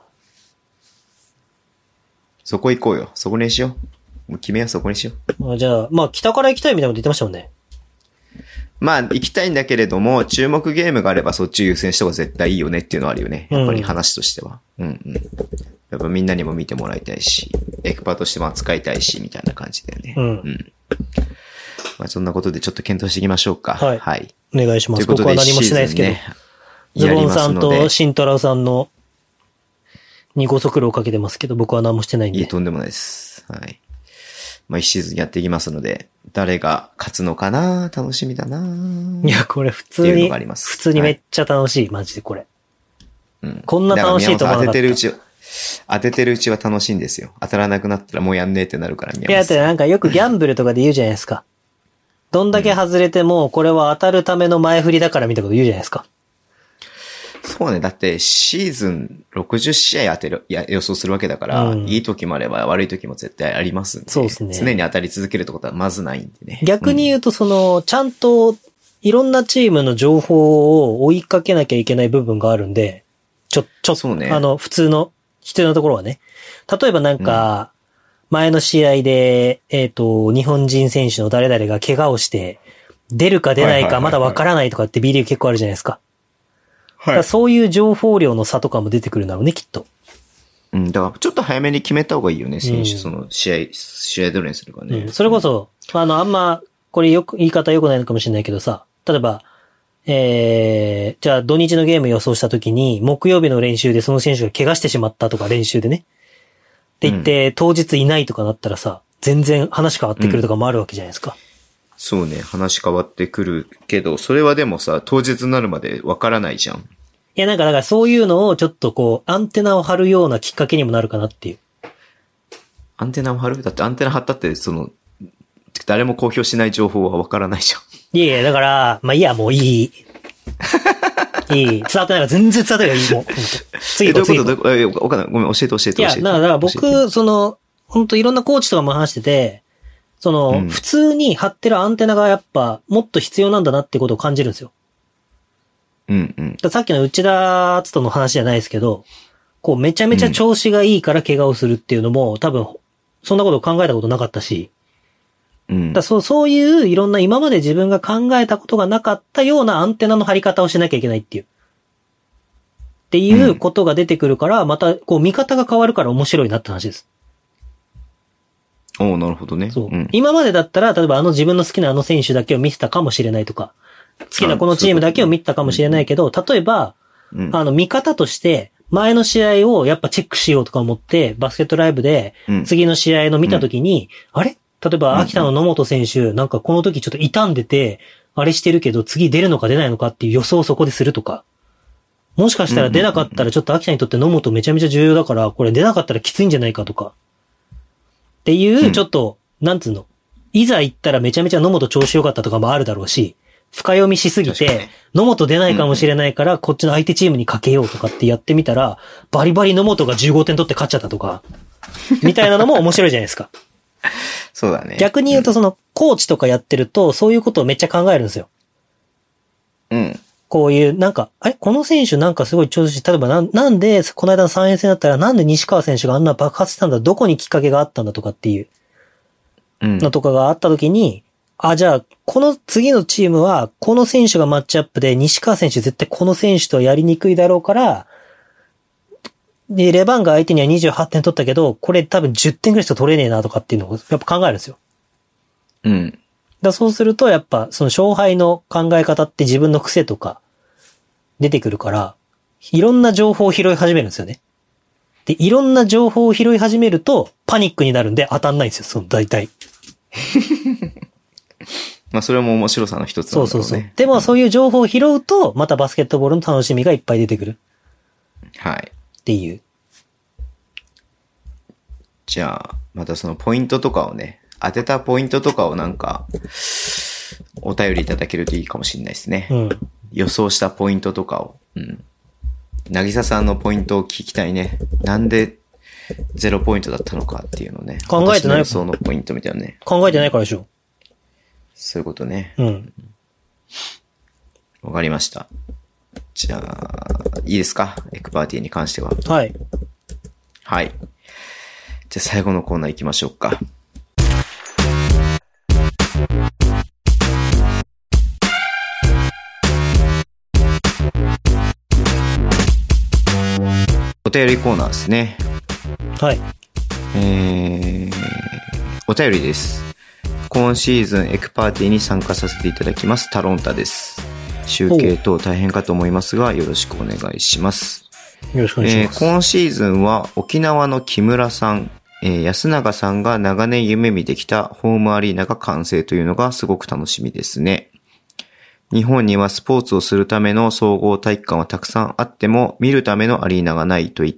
そこ行こうよ。そこにしよう。もう決めはそこにしよう。あじゃあ、まあ、北から行きたいみたいなこと言ってましたもんね。 まあ、行きたいんだけれども、注目ゲームがあればそっち優先した方が絶対いいよねっていうのはあるよね。やっぱり話としては。うん、うん、うん。やっぱみんなにも見てもらいたいし、エクパとしても扱いたいし、みたいな感じだよね。うん。うん。まあ、そんなことでちょっと検討していきましょうか。はい。はい。 お願いします。僕は何もしないですけど。ね、ズボンさんとシントラウさんのにご足労をかけてますけど、僕は何もしてないんで。 いい、とんでもないです。はい。まあ、一シーズンやっていきますので、誰が勝つのかな楽しみだないや、これ普通に、普通にめっちゃ楽しい、はい、マジでこれ。うん。こんな楽しいと思わなかった。当ててるうち、 当ててるうちは楽しいんですよ。当たらなくなったらもうやんねえってなるから、 いや、だってなんかよくギャンブルとかで言うじゃないですか。どんだけ外れても、これは当たるための前振りだからみたいなこと言うじゃないですか。 そうね。だってシーズンろくじゅっしあい当てる、いや、予想するわけだから、うん、いい時もあれば悪い時も絶対ありますんで。 そうですね。 常に当たり続けるってことはまずないんでね。 逆に言うと、その、うん、ちゃんといろんなチームの情報を追いかけなきゃいけない部分があるんで、ちょ、ちょ、そうね、あの、普通の必要なところはね。例えばなんか、前の試合で、えっと、日本人選手の誰々が怪我をして、出るか出ないかまだわからないとかって B リーグ結構あるじゃないですか。はい。だからそういう情報量の差とかも出てくるんだろうね、きっと。 うん、だからちょっと早めに決めた方がいいよね、選手、うん、その試合、試合どれにするかね。 うん、それこそ、あの、あんま、これよく、言い方良くないのかもしれないけどさ、例えば、えー、じゃあ土日のゲーム予想したときに、木曜日の練習でその選手が怪我してしまったとか練習でね。って言って、うん、当日いないとかなったらさ、全然話変わってくるとかもあるわけじゃないですか。うん、 そうね、話変わってくるけど、それはでもさ、当日になるまでわからないじゃん。 いや、なんか、だからそういうのをちょっとこう、アンテナを張るようなきっかけにもなるかなっていう。 アンテナを張る？だってアンテナ張ったって、その、誰も公表しない情報はわからないじゃん。 いやいや、だから、まあいいや、もういい。いい。伝わってないから全然伝わってないからいい。もう。次どういうことどういうこと？わかんない。ごめん、教えて教えて教えて。 いや、だから僕、その、本当いろんなコーチとかも話してて、その、うん、普通に張ってるアンテナがやっぱ、もっと必要なんだなってことを感じるんですよ。 うんうん。 ださっきの内田篤人の話じゃないですけど、こうめちゃめちゃ調子がいいから怪我をするっていうのも、うん、多分、そんなことを考えたことなかったし、うん、だそう、そういういろんな今まで自分が考えたことがなかったようなアンテナの張り方をしなきゃいけないっていう。っていうことが出てくるから、また、こう見方が変わるから面白いなって話です。 おー、なるほどね。 そう。うん、今までだったら、例えばあの自分の好きなあの選手だけを見せたかもしれないとか、好きなこのチームだけを見たかもしれないけど、例えば、うん、あの見方として、前の試合をやっぱチェックしようとか思って、バスケットライブで、次の試合の見たときに、うん、あれ例えば、秋田の野本選手、なんかこの時ちょっと傷んでて、あれしてるけど、次出るのか出ないのかっていう予想をそこでするとか。もしかしたら出なかったらちょっと秋田にとって野本めちゃめちゃ重要だから、これ出なかったらきついんじゃないかとか。っていう、ちょっと、なんつうの。いざ行ったらめちゃめちゃ野本調子良かったとかもあるだろうし、深読みしすぎて、野本出ないかもしれないから、こっちの相手チームにかけようとかってやってみたら、バリバリ野本がじゅうごてん取って勝っちゃったとか、みたいなのも面白いじゃないですか。 そうだね。 逆に言うとその、コーチとかやってると、そういうことをめっちゃ考えるんですよ。 うん。 こういう、なんか、あれこの選手なんかすごい調子、例えばな、なんで、この間のさんえん戦だったらなんで西川選手があんな爆発したんだ、どこにきっかけがあったんだとかっていう、のとかがあった時に、うん、あ、じゃあ、この次のチームは、この選手がマッチアップで、西川選手絶対この選手とはやりにくいだろうから、で、レバンが相手にはにじゅうはってん取ったけど、これ多分じゅってんぐらいしか取れねえなとかっていうのをやっぱ考えるんですよ。 うん。 だそうすると、やっぱ、その勝敗の考え方って自分の癖とか出てくるから、いろんな情報を拾い始めるんですよね。で、いろんな情報を拾い始めると、パニックになるんで当たんないんですよ、その大体。 まあ、それも面白さの一つなんだろうね。そうそうそう。 でも、そういう情報を拾うと、またバスケットボールの楽しみがいっぱい出てくる。 はい。 っていう。 じゃあ、またそのポイントとかをね、当てたポイントとかをなんか、お便りいただけるといいかもしれないですね。うん。予想したポイントとかを。うん。なぎささんのポイントを聞きたいね。なんでゼロポイントだったのかっていうのね。 考えてない。 予想のポイントみたいなね。 考えてないからでしょ。 そういうことね。 うん。 わかりました。じゃあ、いいですか？エクパーティーに関しては。 はい。 はい。じゃあ最後のコーナー行きましょうか。お便りコーナーですね。 はい。 えー、お便りです。今シーズンエクパーティーに参加させていただきますタロンタです。集計等大変かと思いますがよろしくお願いします。 よろしくお願いします。 えー、今シーズンは沖縄の木村さん、えー、安永さんが長年夢見てきたホームアリーナが完成というのがすごく楽しみですね。日本にはスポーツをするための総合体育館はたくさんあっても見るためのアリーナがないと言って、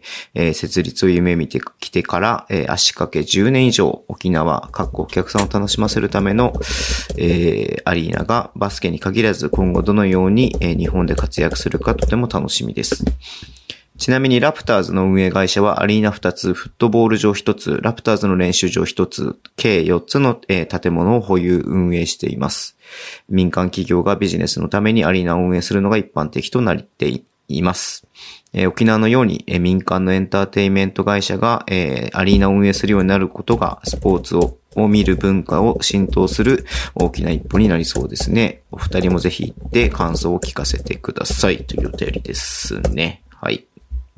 えー、設立を夢見てきてから、えー、足掛けじゅうねん以上沖縄各お客さんを楽しませるための、えー、アリーナがバスケに限らず今後どのように、えー、日本で活躍するかとても楽しみです。ちなみにラプターズの運営会社はアリーナふたつ、フットボール場ひとつ、ラプターズの練習場ひとつ、計よっつの、えー、建物を保有運営しています。民間企業がビジネスのためにアリーナを運営するのが一般的となっていいます。えー、沖縄のように、えー、民間のエンターテインメント会社が、えー、アリーナを運営するようになることが、スポーツを、を見る文化を浸透する大きな一歩になりそうですね。お二人もぜひ行って感想を聞かせてくださいというお便りですね。はい。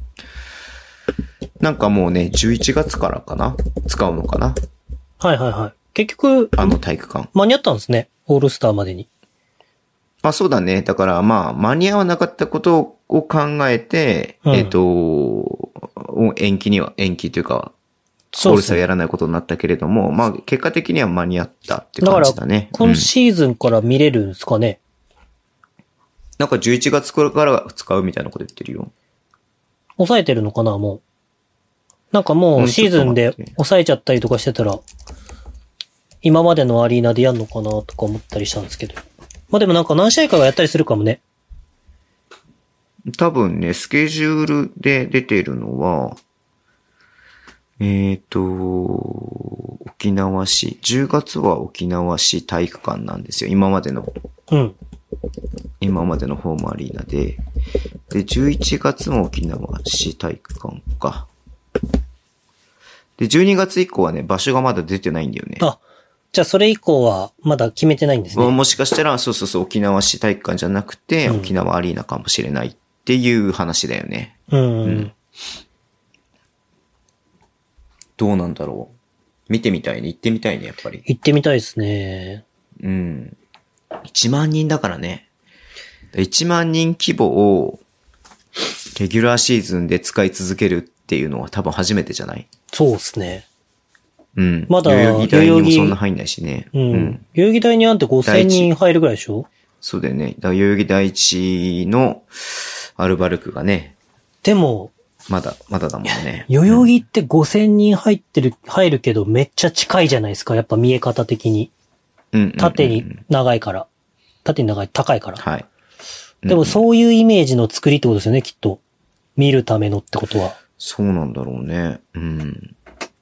なんかもうね、じゅういちがつからかな使うのかなはいはいはい。結局、 あの体育館。 間に合ったんですね。オールスターまでに。 まあそうだね。だからまあ間に合わなかったことを考えて、うん、えっと、延期には、延期というか、オールスターやらないことになったけれども、まあ結果的には間に合ったって感じだね。 だから今シーズンから見れるんですかね、うん、 なんかじゅういちがつから使うみたいなこと言ってるよ。 抑えてるのかなもう。なんかもうシーズンで抑えちゃったりとかしてたら、今までのアリーナでやんのかなとか思ったりしたんですけど。まあでもなんか何試合かがやったりするかもね。 多分ね、スケジュールで出てるのは、えっと、沖縄市、じゅうがつは沖縄市体育館なんですよ。今までの。 うん。 今までのホームアリーナで。で、じゅういちがつも沖縄市体育館か。で、じゅうにがつ以降はね、場所がまだ出てないんだよね。 あ、じゃあそれ以降はまだ決めてないんですね。 もしかしたら、そうそうそう、沖縄市体育館じゃなくて、うん、沖縄アリーナかもしれないっていう話だよね。 うん、うん。 どうなんだろう。見てみたいね。行ってみたいね、やっぱり。 行ってみたいですね。 うん。いちまんにんだからね。いちまんにん規模を、レギュラーシーズンで使い続けるっていうのは多分初めてじゃない？ そうですね。 うん。 まだ、 代々木台にもそんな入んないしね。 うん。うん、代々木台にあんてごせんにん入るぐらいでしょ？ そうだよね。代々木第一のアルバルクがね。 でも、 まだ、まだだもんね。 代々木ってごせんにん入ってる、入るけどめっちゃ近いじゃないですか。やっぱ見え方的に。 うんうんうんうん。 縦に長いから。縦に長い、高いから。 はい。 でもそういうイメージの作りってことですよね、きっと。見るためのってことは。 そうなんだろうね。うん。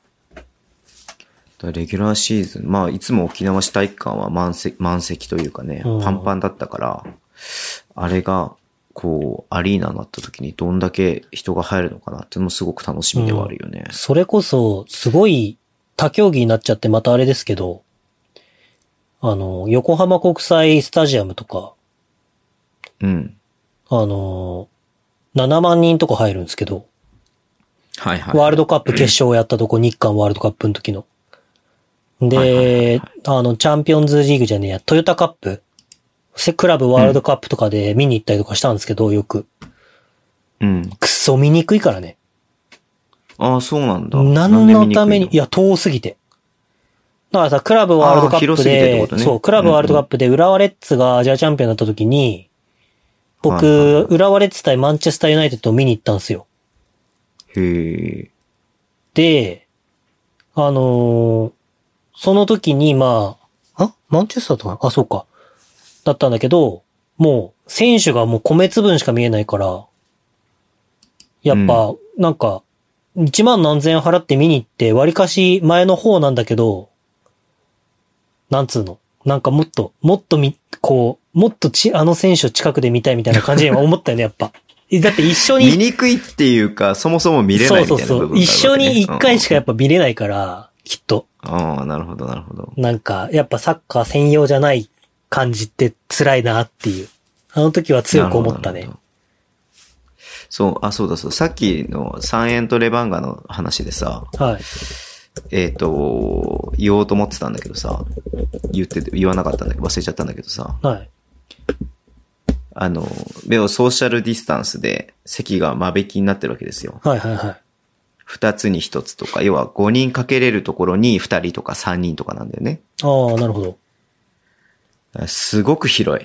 だレギュラーシーズン、まあいつも沖縄市体育館は満席、満席というかね、うん、パンパンだったから、あれが、こう、アリーナになった時にどんだけ人が入るのかなっていうのもすごく楽しみではあるよね。 うん、それこそ、すごい他競技になっちゃってまたあれですけど、あの、横浜国際スタジアムとか、 うん。 あの、ななまんにんとか入るんですけど、 はいはい。 ワールドカップ決勝をやったとこ、日韓ワールドカップの時の。で、はいはいはいはい、あの、チャンピオンズリーグじゃねえや、トヨタカップ、クラブワールドカップとかで見に行ったりとかしたんですけど、よく。 うん。 くっそ見にくいからね。 ああ、そうなんだ。 何のために、いや、遠すぎて。だからさ、クラブワールドカップで、ね、そう、クラブワールドカップで浦和レッズがアジアチャンピオンになった時に、僕、はいはい、浦和レッズ対マンチェスターユナイテッドを見に行ったんですよ。 へー。 で、あのー、その時に、まあ、あマンチェスターとかあ、そうか。だったんだけど、もう、選手がもう米粒分しか見えないから、やっぱ、うん、なんか、一万何千円払って見に行って、割かし前の方なんだけど、なんつうのなんかもっと、もっとみ、こう、もっとち、あの選手を近くで見たいみたいな感じに思ったよね、やっぱ。だって一緒に。 見にくいっていうか、そもそも見れないみたいな部分があるわけね。 そうそうそう。一緒に一回しかやっぱ見れないから、うん、きっと。 ああ、なるほど、なるほど。 なんか、やっぱサッカー専用じゃない感じって辛いなっていう。あの時は強く思ったね。 そう、あ、そうだそう。さっきのさんえんとレバンガの話でさ。 はい。 えっと、言おうと思ってたんだけどさ、言ってて、言わなかったんだけど、忘れちゃったんだけどさ。 はい。 あの、目をソーシャルディスタンスで席が間引きになってるわけですよ。 はいはいはい。 二つに一つとか、要はごにんかけれるところに二人とか三人とかなんだよね。 ああ、なるほど。すごく広い。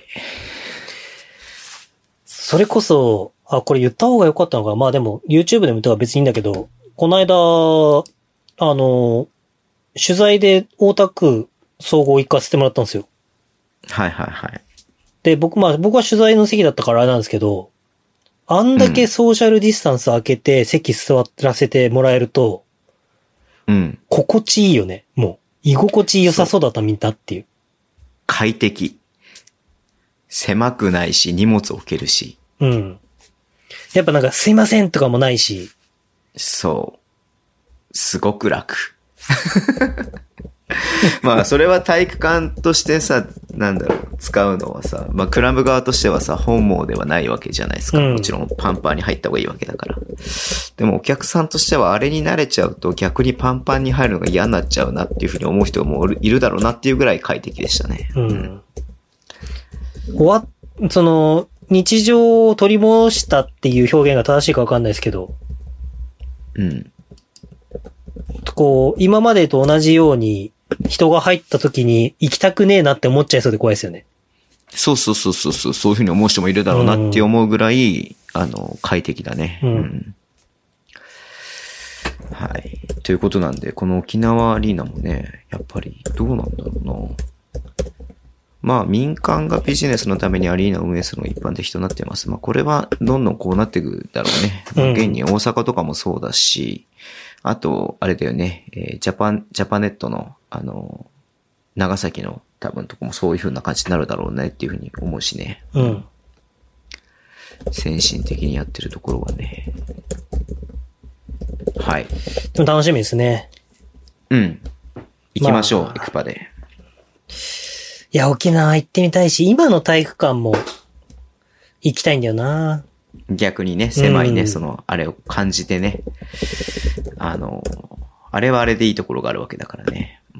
それこそ、あ、これ言った方が良かったのか。まあでも、YouTube でも言ったら別にいいんだけど、この間、あの、取材で大田区総合行かせてもらったんですよ。 はいはいはい。 で、僕、まあ僕は取材の席だったからあれなんですけど、あんだけソーシャルディスタンス開けて席座らせてもらえると、 うん。 心地いいよね。もう、居心地良さそうだったみんなっていう。 快適。狭くないし、荷物置けるし。 うん。 やっぱなんかすいませんとかもないし。 そう。すごく楽。まあ、それは体育館としてさ、なんだろう、使うのはさ、まあ、クラブ側としてはさ、本望ではないわけじゃないですか。うん、もちろんパンパンに入った方がいいわけだから。でもお客さんとしてはあれに慣れちゃうと逆にパンパンに入るのが嫌になっちゃうなっていうふうに思う人もいるだろうなっていうぐらい快適でしたね。 うん。終わっ、その、日常を取り戻したっていう表現が正しいかわかんないですけど。 うん。 こう、今までと同じように人が入った時に行きたくねえなって思っちゃいそうで怖いですよね。 そうそうそうそうそう、そういうふうに思う人もいるだろうなって思うぐらい、うん、あの、快適だね。 うん。うん、 はい。ということなんで、この沖縄アリーナもね、やっぱりどうなんだろうな。まあ民間がビジネスのためにアリーナを運営するのが一般的となっています。まあこれはどんどんこうなっていくだろうね。まあ、現に大阪とかもそうだし、あと、あれだよね、えー、ジャパン、ジャパネットの、あの、長崎の多分とこもそういう風な感じになるだろうねっていう風に思うしね。 うん。 先進的にやってるところはね。はい。 でも楽しみですね。 うん。行きましょう、まあ、エクパで。 いや、沖縄行ってみたいし、今の体育館も行きたいんだよな。 逆にね、狭いね、うん、その、あれを感じてね。あの、あれはあれでいいところがあるわけだからね。うん、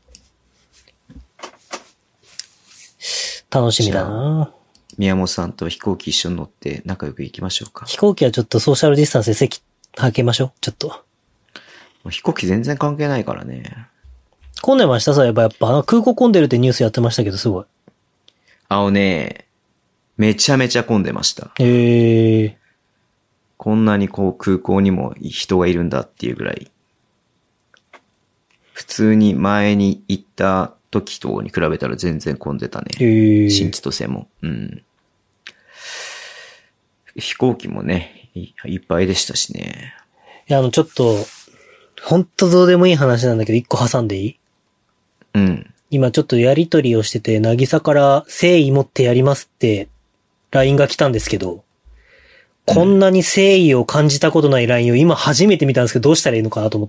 楽しみだな。 宮本さんと飛行機一緒に乗って仲良く行きましょうか。 飛行機はちょっとソーシャルディスタンスで席開けましょう。ちょっと。 飛行機全然関係ないからね。 混んでましたそういえばやっぱ空港混んでるってニュースやってましたけどすごい。 あのね、めちゃめちゃ混んでました。 へー。 こんなにこう空港にも人がいるんだっていうぐらい。普通に前に行った時とに比べたら全然混んでたね。 へー。 新千歳も。うん。飛行機もね、い, いっぱいでしたしね。 いや、あのちょっと、ほんとどうでもいい話なんだけど一個挟んでいい？ うん。 今ちょっとやりとりをしてて、なぎさから誠意持ってやりますって ライン が来たんですけど、こんなに誠意を感じたことない ライン を今初めて見たんですけど、どうしたらいいのかなと思って。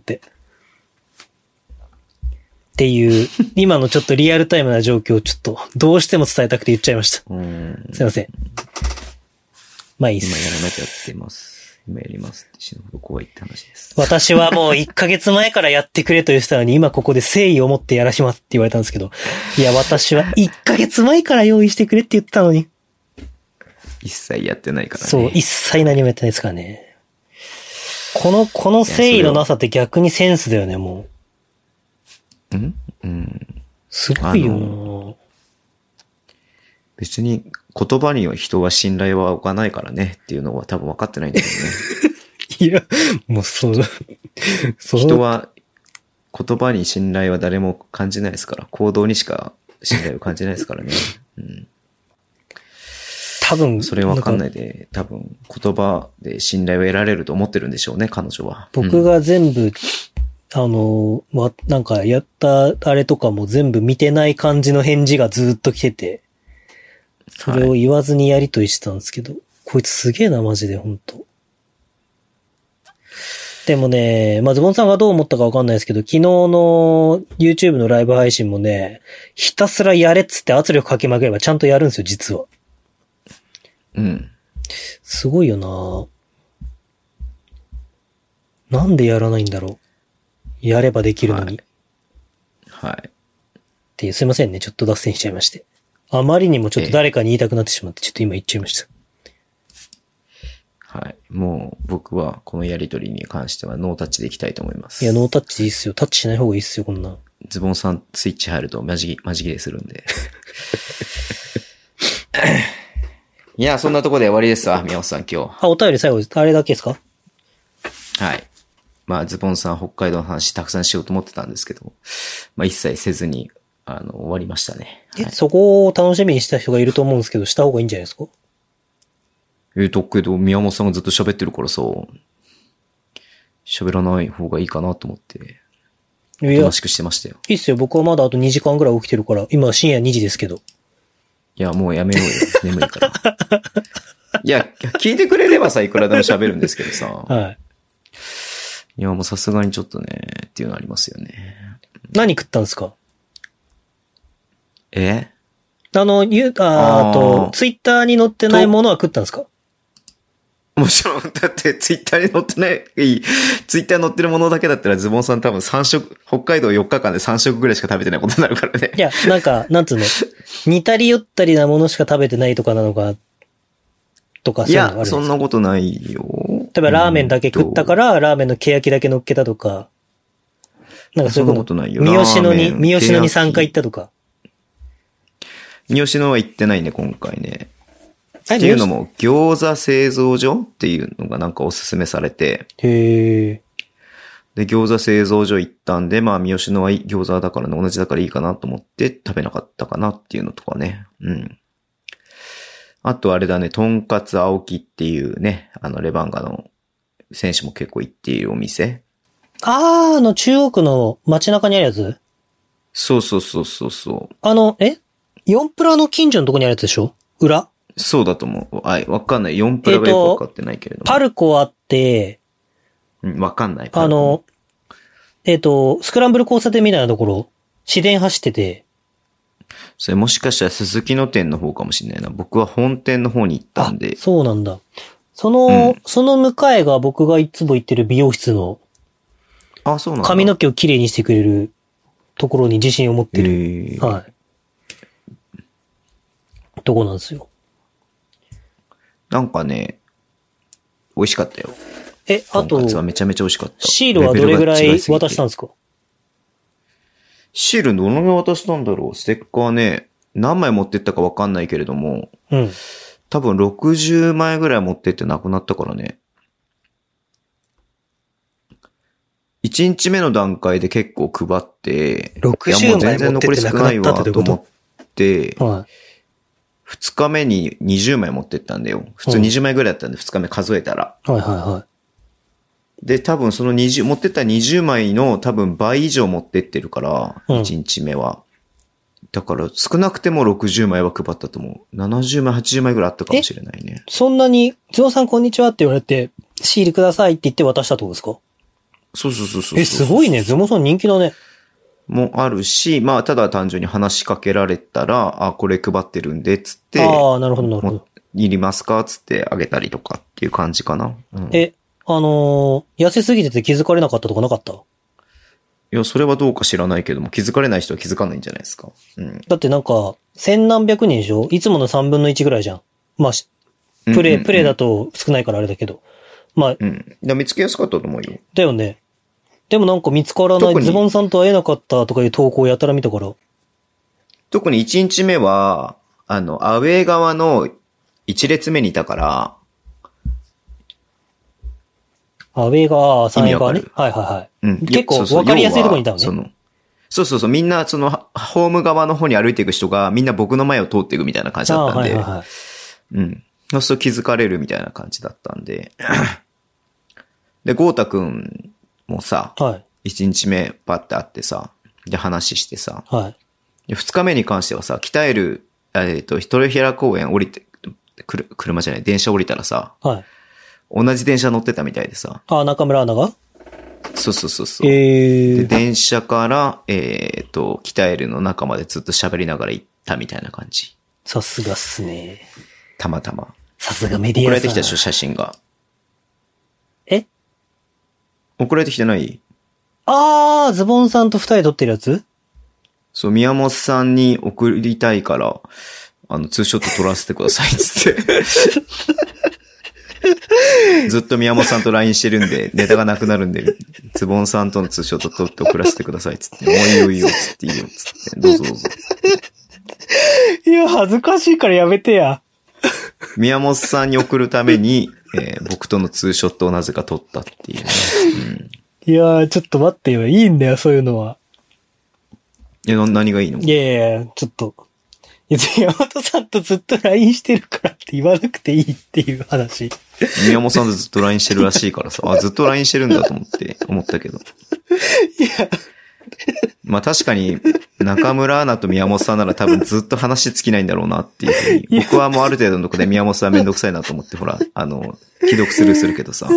っていう、今のちょっとリアルタイムな状況をちょっとどうしても伝えたくて言っちゃいました。 うんすいません。まあいいっす。 今やらなきゃってます。今やりますって死ぬほど怖いって話です。 私はもういっかげつまえからやってくれと言ってたのに、今ここで誠意を持ってやらしますって言われたんですけど、いや私はいっかげつまえから用意してくれって言ってたのに。 一切やってないからね。 そう、一切何もやってないですからね。この、この誠意のなさって逆にセンスだよね、もう。んうん。 すごいよな。 別に言葉には人は信頼は置かないからねっていうのは多分分かってないんだけどね。 いや、もうそう、 そう人は言葉に信頼は誰も感じないですから、行動にしか信頼を感じないですからね。うん、 多分それ分かんないで、多分言葉で信頼を得られると思ってるんでしょうね、彼女は。 僕が全部、うん、あの、ま、なんかやったあれとかも全部見てない感じの返事がずっと来てて、それを言わずにやりとりしてたんですけど、はい、こいつすげえな、マジで、ほんと。でもね、まあ、ズボンさんがどう思ったかわかんないですけど、昨日の YouTube のライブ配信もね、ひたすらやれっつって圧力かけまくればちゃんとやるんですよ、実は。 うん。 すごいよな。なんでやらないんだろう。やればできるのに。 はい。はい、 っていう、すいませんね、ちょっと脱線しちゃいまして。あまりにもちょっと誰かに言いたくなってしまって、ちょっと今言っちゃいました。 はい。もう僕はこのやりとりに関してはノータッチでいきたいと思います。 いや、ノータッチでいいっすよ。タッチしない方がいいっすよ、こんな。 ズボンさんスイッチ入るとマジ、マジ切れするんで。いや、そんなとこで終わりですわ、宮本さん今日。 あ、お便り最後です。あれだけですか？ はい。まあ、ズボンさん北海道の話たくさんしようと思ってたんですけど、まあ一切せずに、あの、終わりましたね。 え、はい、そこを楽しみにした人がいると思うんですけど、した方がいいんじゃないですか？ え、だけど、宮本さんがずっと喋ってるからさ、喋らない方がいいかなと思って、おとなしくしてましたよ。 いいっすよ。僕はまだあとにじかんぐらい起きてるから、今深夜にじですけど。 いや、もうやめようよ。眠いから。 いや、聞いてくれればさ、いくらでも喋るんですけどさ。 はい。 いや、もうさすがにちょっとね、っていうのありますよね。 何食ったんですか？ えあの、ゆ、あーと、ツイッターに載ってないものは食ったんですか？ もちろん、だってツイッターに載ってない、ツイッターに載ってるものだけだったらズボンさん多分さん食、北海道よっかかんでさん食ぐらいしか食べてないことになるからね。 いや、なんか、なんつうの、似たり寄ったりなものしか食べてないとかなのか、とかそういうのあるんですか？ いや、そんなことないよ。 例えばラーメンだけ食ったから、ラーメンの欅だけ乗っけたとか、なんかそういうこと。 そんなことないよ。 三好野に、三好野にさんかい行ったとか。 三好野は行ってないね、今回ね。っていうのも、餃子製造所っていうのがなんかおすすめされて。 へー。で、餃子製造所行ったんで、まあ、三好野は餃子だからね、同じだからいいかなと思って食べなかったかなっていうのとかね。うん。あとあれだね、とんかつ青木っていうね、あの、レバンガの選手も結構行っているお店。 あー、あの、中央区の街中にあるやつ？ そうそうそうそうそう。 あの、え ?よん プラの近所のとこにあるやつでしょ？裏？ そうだと思う。はい、わかんない。よんプラがよくわかってないけれども。 パルコあって、 うん、わかんない。 あの、えっと、スクランブル交差点みたいなところ、市電走ってて。 それもしかしたら鈴木の店の方かもしれないな。僕は本店の方に行ったんで。 そうなんだ。その、うん、その向かいが僕がいつも行ってる美容室の、 あ、そうなんだ。 髪の毛をきれいにしてくれるところに自信を持ってる。はい。とこなんですよ。 なんかね、美味しかったよ。 え、あと、 とんかつはめちゃめちゃ美味しかった。 シールはどれぐらい渡したんですか？ シールどのぐらい渡したんだろう。ステッカーね、何枚持ってったかわかんないけれども、 うん。 多分ろくじゅうまいぐらい持ってってなくなったからね。いちにちめの段階で結構配って、 ろくじゅうまい持ってってなくなったってと思って、 はい。 ふつかめににじゅうまい持ってったんだよ。普通にじゅうまいぐらいだったんで、ふつかめ数えたら。 はいはいはい。 で、多分そのにじゅう、持ってったにじゅうまいの多分倍以上持ってってるから、 うん、 いちにちめは。だから少なくてもろくじゅうまいは配ったと思う。ななじゅうまい、はちじゅうまいぐらいあったかもしれないね。 そんなに、ズボンさんこんにちはって言われて、シールくださいって言って渡したってことですか？ そうそうそうそう。 え、すごいね。ズボンさん人気だね。 もあるし、まあ、ただ単純に話しかけられたら、あ、これ配ってるんで、つって。 ああ、なるほど、なるほど。 いりますかつってあげたりとかっていう感じかな。うん、 え、あのー、痩せすぎてて気づかれなかったとかなかった？いや、それはどうか知らないけども、気づかれない人は気づかないんじゃないですか。うん。 だってなんか、千何百人でしょ？いつもの三分の一ぐらいじゃん。まあ、プレイ、うんうんうん、プレイだと少ないからあれだけど。まあ。 うん。だ見つけやすかったと思うよ。 だよね。でもなんか見つからない、ズボンさんと会えなかったとかいう投稿をやたら見たから。 特にいちにちめは、あの、アウェー側のいち列目にいたから。 アウェー側、さんえん側ね。はいはいはい。うん、結構わかりやすいところにいたのね。 そのそうそうそう、みんなその、ホーム側の方に歩いていく人が、みんな僕の前を通っていくみたいな感じだったんで。はいはいはい。うん。そうすると気づかれるみたいな感じだったんで。で、ゴータくんもさ、はい。いちにちめパッて会ってさ、で話してさ、はい。で、ふつかめに関してはさ、鍛える、えっと、ひ平公園降りて、くる、車じゃない、電車降りたらさ、はい。同じ電車乗ってたみたいでさ。 あ、中村アナが？ そうそうそうそう。えー、で、電車から、えっと、鍛えるの中までずっと喋りながら行ったみたいな感じ。 さすがっすね。 たまたま。 さすがメディアさん。 送られてきたでしょ、写真が。 え？ 送られてきてない？ あー、ズボンさんと二人撮ってるやつ？ そう、宮本さんに送りたいから、あの、ツーショット撮らせてください、つって。ずっと宮本さんと ライン してるんで、ネタがなくなるんで、ズボンさんとのツーショット撮って送らせてください、つって。もういいよいいよ、つっていいよ、つって。どうぞどうぞ。 いや、恥ずかしいからやめてや。 宮本さんに送るために、えー、僕とのツーショットをなぜか撮ったっていうね。 うん、いやー、ちょっと待ってよ。いいんだよ、そういうのは。 いや、何がいいの？ いやいや、ちょっと。いや、山本さんとずっと ライン してるからって言わなくていいっていう話。 宮本さんとずっと ライン してるらしいからさ、あ、ずっと ライン してるんだと思って、思ったけど。 いや、 まあ確かに、中村アナと宮本さんなら多分ずっと話尽きないんだろうなっていうふうに。僕はもうある程度のとこで宮本さんめんどくさいなと思って、ほら、あの、既読スルーするけどさ。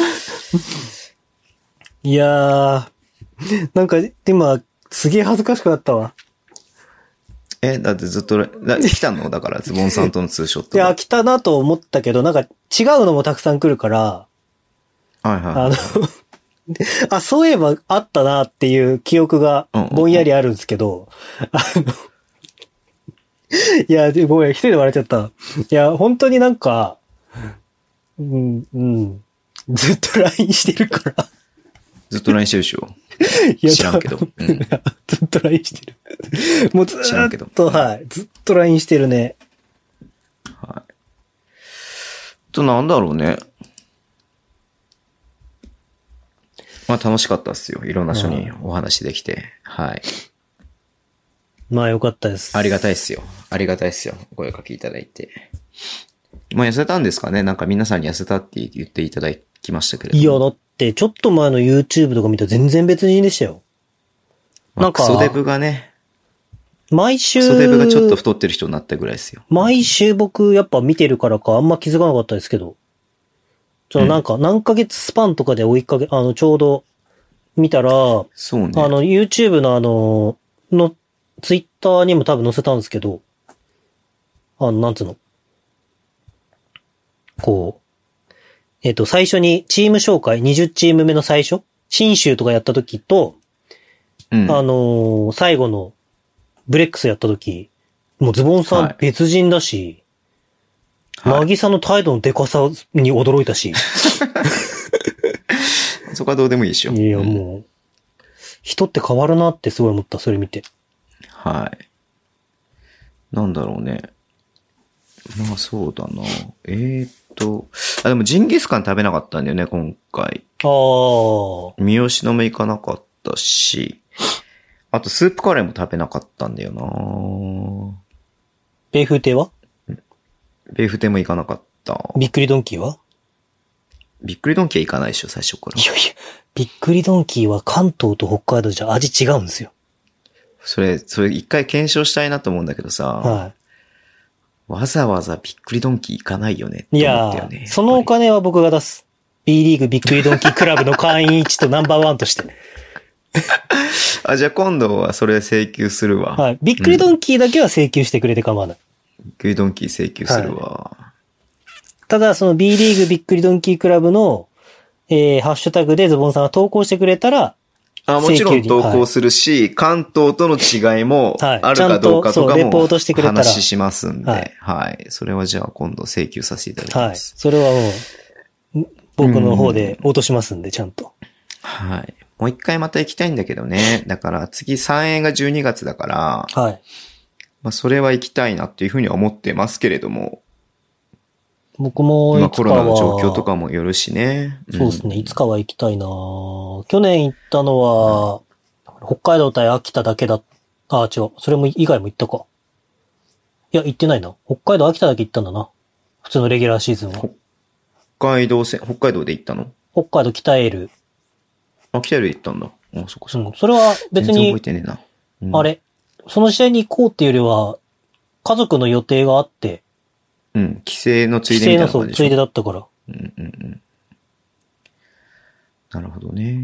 いやー、なんか今、すげえ恥ずかしくなったわ。 え、だってずっと、だ来たのだから、ズボンさんとのツーショット。 いや、来たなと思ったけど、なんか違うのもたくさん来るから、 はいはい。 あの、あ、そういえばあったなっていう記憶がぼんやりあるんですけど、あの、いや、ごめん、一人で笑っちゃった。いや、本当になんか、うん、うん、ずっと ライン してるから。 ずっと ライン してるでしょ。 いや知らんけど。うん、 ずっと ライン してる。もうず知らんけどっと、はい。ずっと ライン してるね。 はい。と、なんだろうね。まあ楽しかったっすよ。いろんな人にお話できて。はい。 まあよかったです。 ありがたいっすよ。ありがたいっすよ。お声かけいただいて。まあ痩せたんですかね。なんか皆さんに痩せたって言っていただきましたけれども。 いや、だってちょっと前の YouTube とか見たら全然別人でしたよ。 まあ、なんか。クソデブがね。 毎週。 クソデブがちょっと太ってる人になったぐらいですよ。 毎週僕やっぱ見てるからかあんま気づかなかったですけど。そのなんか何ヶ月スパンとかで追いかけ、あのちょうど見たら、 そうね。 あの YouTube のあの、の、Twitter にも多分載せたんですけど、あの、なんつうの。こう、えっと、最初にチーム紹介、にじゅうチーム目の最初、新州とかやった時と、 うん、 あのー、最後のブレックスやった時、もうズボンさん別人だし、はい、なぎさの態度のデカさに驚いたし。 そこはどうでもいいでしょ。 いや、もう、人って変わるなってすごい思った、それ見て。 はい。なんだろうね。まあそうだな。えーっと、あ、でもジンギスカン食べなかったんだよね、今回。 ああ。 三好のも行かなかったし、あとスープカレーも食べなかったんだよな。 米風亭は？ 米風亭も行かなかった。 びっくりドンキーは？ びっくりドンキーは行かないでしょ、最初から。 いやいや、びっくりドンキーは関東と北海道じゃ味違うんですよ。 それ、それ一回検証したいなと思うんだけどさ。 はい。 わざわざびっくりドンキー行かないよねって思ったよね。 いや、そのお金は僕が出す。B リーグびっくりドンキークラブの会員いちとナンバーワンとして。 あ、じゃあ今度はそれ請求するわ。 はい。びっくりドンキーだけは請求してくれて構わない。 うん、びっくりドンキー請求するわ。はい、 ただ、その B リーグびっくりドンキークラブの、えー、ハッシュタグでズボンさんが投稿してくれたら、 あ、もちろん投稿するし、はい、関東との違いもあるかどうかとかも話しますんで、はい、はい。それはじゃあ今度請求させていただきます。 はい。それはもう、僕の方で落としますんで、ちゃんと。 はい。もう一回また行きたいんだけどね。だから次さんえんがじゅうにがつだから、 はい。 まあそれは行きたいなっていうふうには思ってますけれども、 僕もいつかは、今コロナの状況とかもよるしね。 そうですね。いつかは行きたいな去年行ったのは、うん、北海道対秋田だけだ。あ、違う。それも以外も行ったか。いや、行ってないな。北海道秋田だけ行ったんだな。普通のレギュラーシーズンは。 北海道戦、北海道で行ったの？ 北海道北エール。 あ、北エールで行ったんだ。あ、そこそこ。 うん。それは別に、 全然覚えてねえな。 うん、あれ、その試合に行こうっていうよりは、家族の予定があって、 うん。帰省のついでみたいな感じでしょ。帰省のそう、 ついでだったから。 うんうんうん。なるほどね。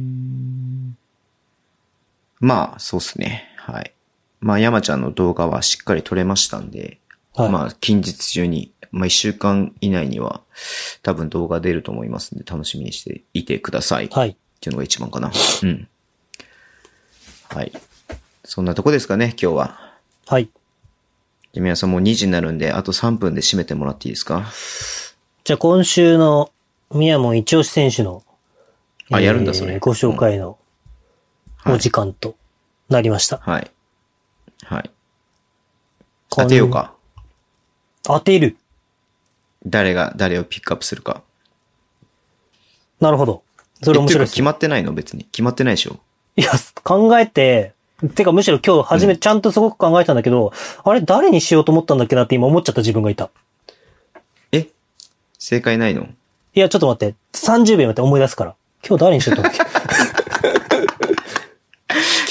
まあ、そうっすね。はい。まあ、山ちゃんの動画はしっかり撮れましたんで、はい、まあ、近日中に、まあ、一週間以内には多分動画出ると思いますんで、楽しみにしていてください。 はい。 っていうのが一番かな。うん。はい。そんなとこですかね、今日は。 はい。 じゃあ皆さんもうにじになるんで、あとさんぷんで締めてもらっていいですか？ じゃあ今週の宮門一押し選手の、 あ、えー、やるんだそれ。 ご紹介のお時間となりました。 はい。はい。当てようか。 当てる。 誰が、誰をピックアップするか。 なるほど。それ面白いです。 決まってないの別に。決まってないでしょ？ いや、考えて、てかむしろ今日初め、うん、ちゃんとすごく考えたんだけど、あれ誰にしようと思ったんだっけなって今思っちゃった自分がいた。 え？正解ないの？ いや、ちょっと待って。さんじゅうびょう待って思い出すから。今日誰にしようと思ったっけ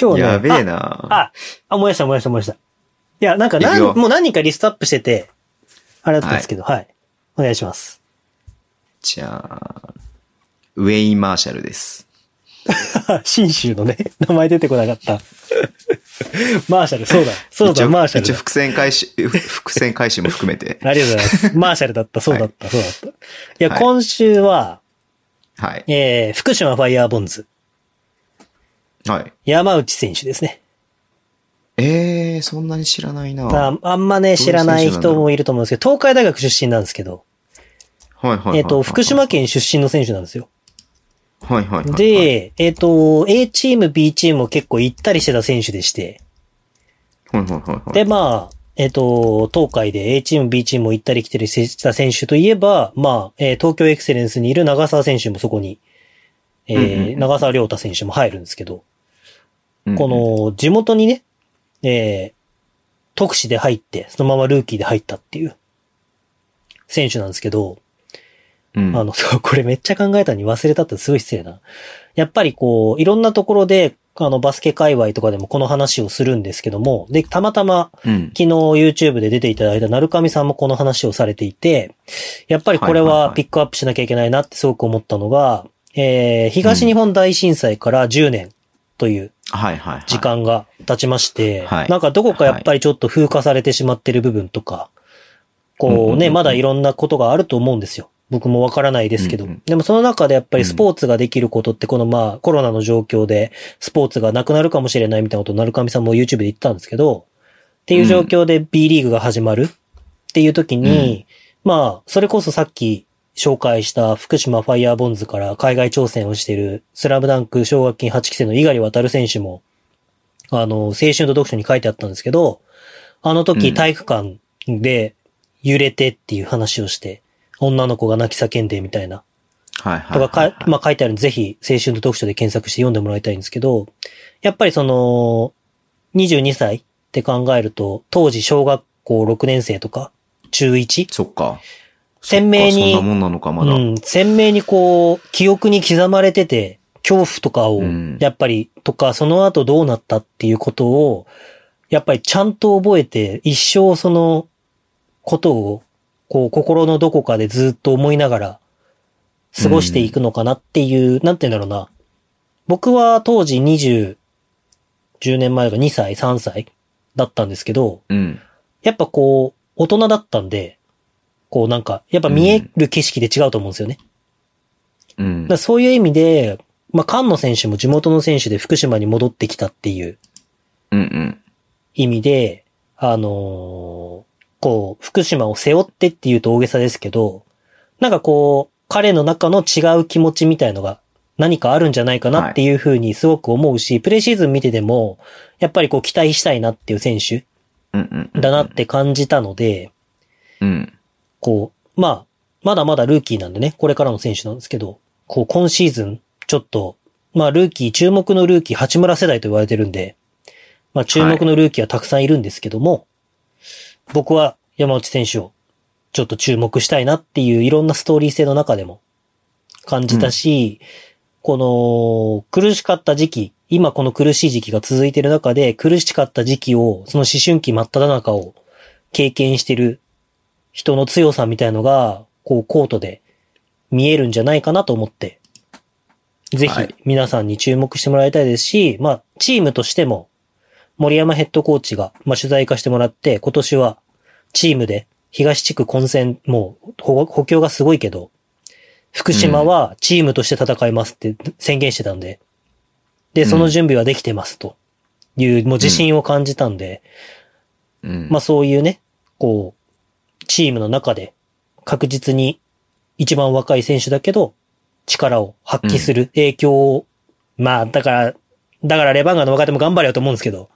今日ね。 やべえなあ、あ、思い出した思い出した思い出した。いや、なんか何、もう何人かリストアップしてて、あれだったんですけど、はい、はい。お願いします。 じゃあ、ウェイン・マーシャルです。 新州のね、名前出てこなかった。マーシャル、そうだ。そうだ、マーシャル。 一応伏線回収、伏線回収も含めて。 ありがとうございます。マーシャルだった、そうだった、はい、そうだった。いや、 はい、 今週は、 はい。 えー、福島ファイヤーボンズ。 はい。 山内選手ですね。 えー、そんなに知らないなあ。あんまね、知らない人もいると思うんですけど、東海大学出身なんですけど。 はいはいはい、はい。 えっと、福島県出身の選手なんですよ。 はいはいはい、はい。 で、えっと、A チーム、B チームも結構行ったりしてた選手でして。 はいはいはい、はい。 で、まあ、えっと、東海で A チーム、B チームも行ったり来たりした選手といえば、まあ、えー、東京エクセレンスにいる長澤選手もそこに、えーうんうん、長澤亮太選手も入るんですけど、うんうん、この地元にね、えー、特使で入って、そのままルーキーで入ったっていう選手なんですけど、うん、あの、そう、これめっちゃ考えたのに忘れたってすごい失礼な。やっぱりこう、いろんなところで、あの、バスケ界隈とかでもこの話をするんですけども、で、たまたま、昨日 YouTube で出ていただいた鳴上さんもこの話をされていて、やっぱりこれはピックアップしなきゃいけないなってすごく思ったのが、えー、東日本大震災からじゅうねんという時間が経ちまして、なんかどこかやっぱりちょっと風化されてしまってる部分とか、こうね、まだいろんなことがあると思うんですよ。僕もわからないですけど、うんうん。でもその中でやっぱりスポーツができることって、このまあコロナの状況でスポーツがなくなるかもしれないみたいなことを鳴上さんも YouTube で言ったんですけど、っていう状況で B リーグが始まるっていう時に、うん、まあ、それこそさっき紹介した福島ファイヤーボンズから海外挑戦をしているスラムダンク奨学金はちきせいの猪狩航選手も、あの、青春と読書に書いてあったんですけど、あの時体育館で揺れてっていう話をして、女の子が泣き叫んでみたいな。 はいはい、はい。 とかか、まあ書いてあるんで、ぜひ青春と読書で検索して読んでもらいたいんですけど、やっぱりその、にじゅうにさいって考えると、当時小学校ろくねんせいとか、ちゅういち？ そっか。 鮮明に、 そんなもんなのかまだ。 うん、鮮明にこう、記憶に刻まれてて、恐怖とかを、やっぱり、うん、とか、その後どうなったっていうことを、やっぱりちゃんと覚えて、一生その、ことを、こう、心のどこかでずっと思いながら、過ごしていくのかなっていう、うん、なんて言うんだろうな。僕は当時にじゅう、じゅうねんまえがにさい、さんさいだったんですけど、 うん、 やっぱこう、大人だったんで、こうなんか、やっぱ見える景色で違うと思うんですよね。 うん、 だからそういう意味で、まあ、菅野選手も地元の選手で福島に戻ってきたっていう意味で、うんうん、あのー、こう、福島を背負ってっていうと大げさですけど、なんかこう、彼の中の違う気持ちみたいのが何かあるんじゃないかなっていうふうにすごく思うし、はい、プレシーズン見てても、やっぱりこう期待したいなっていう選手だなって感じたので、 うん、 こう、まあ、まだまだルーキーなんでね、これからの選手なんですけど、こう今シーズン、ちょっと、まあルーキー、注目のルーキー、八村世代と言われてるんで、まあ注目のルーキーはたくさんいるんですけども、はい、僕は山内選手をちょっと注目したいなっていういろんなストーリー性の中でも感じたし、うん、この苦しかった時期、今この苦しい時期が続いている中で苦しかった時期を、その思春期真っ只中を経験している人の強さみたいのが、こうコートで見えるんじゃないかなと思って、ぜひ皆さんに注目してもらいたいですし、まあチームとしても森山ヘッドコーチがまあ取材化してもらって、今年はチームで東地区混戦、もう補強がすごいけど、福島はチームとして戦いますって宣言してたんで、で、その準備はできてますという、もう自信を感じたんで、まあそういうね、こう、チームの中で確実に一番若い選手だけど、力を発揮する影響を、うん、まあだから、だからレバンガの若手も頑張れよと思うんですけど。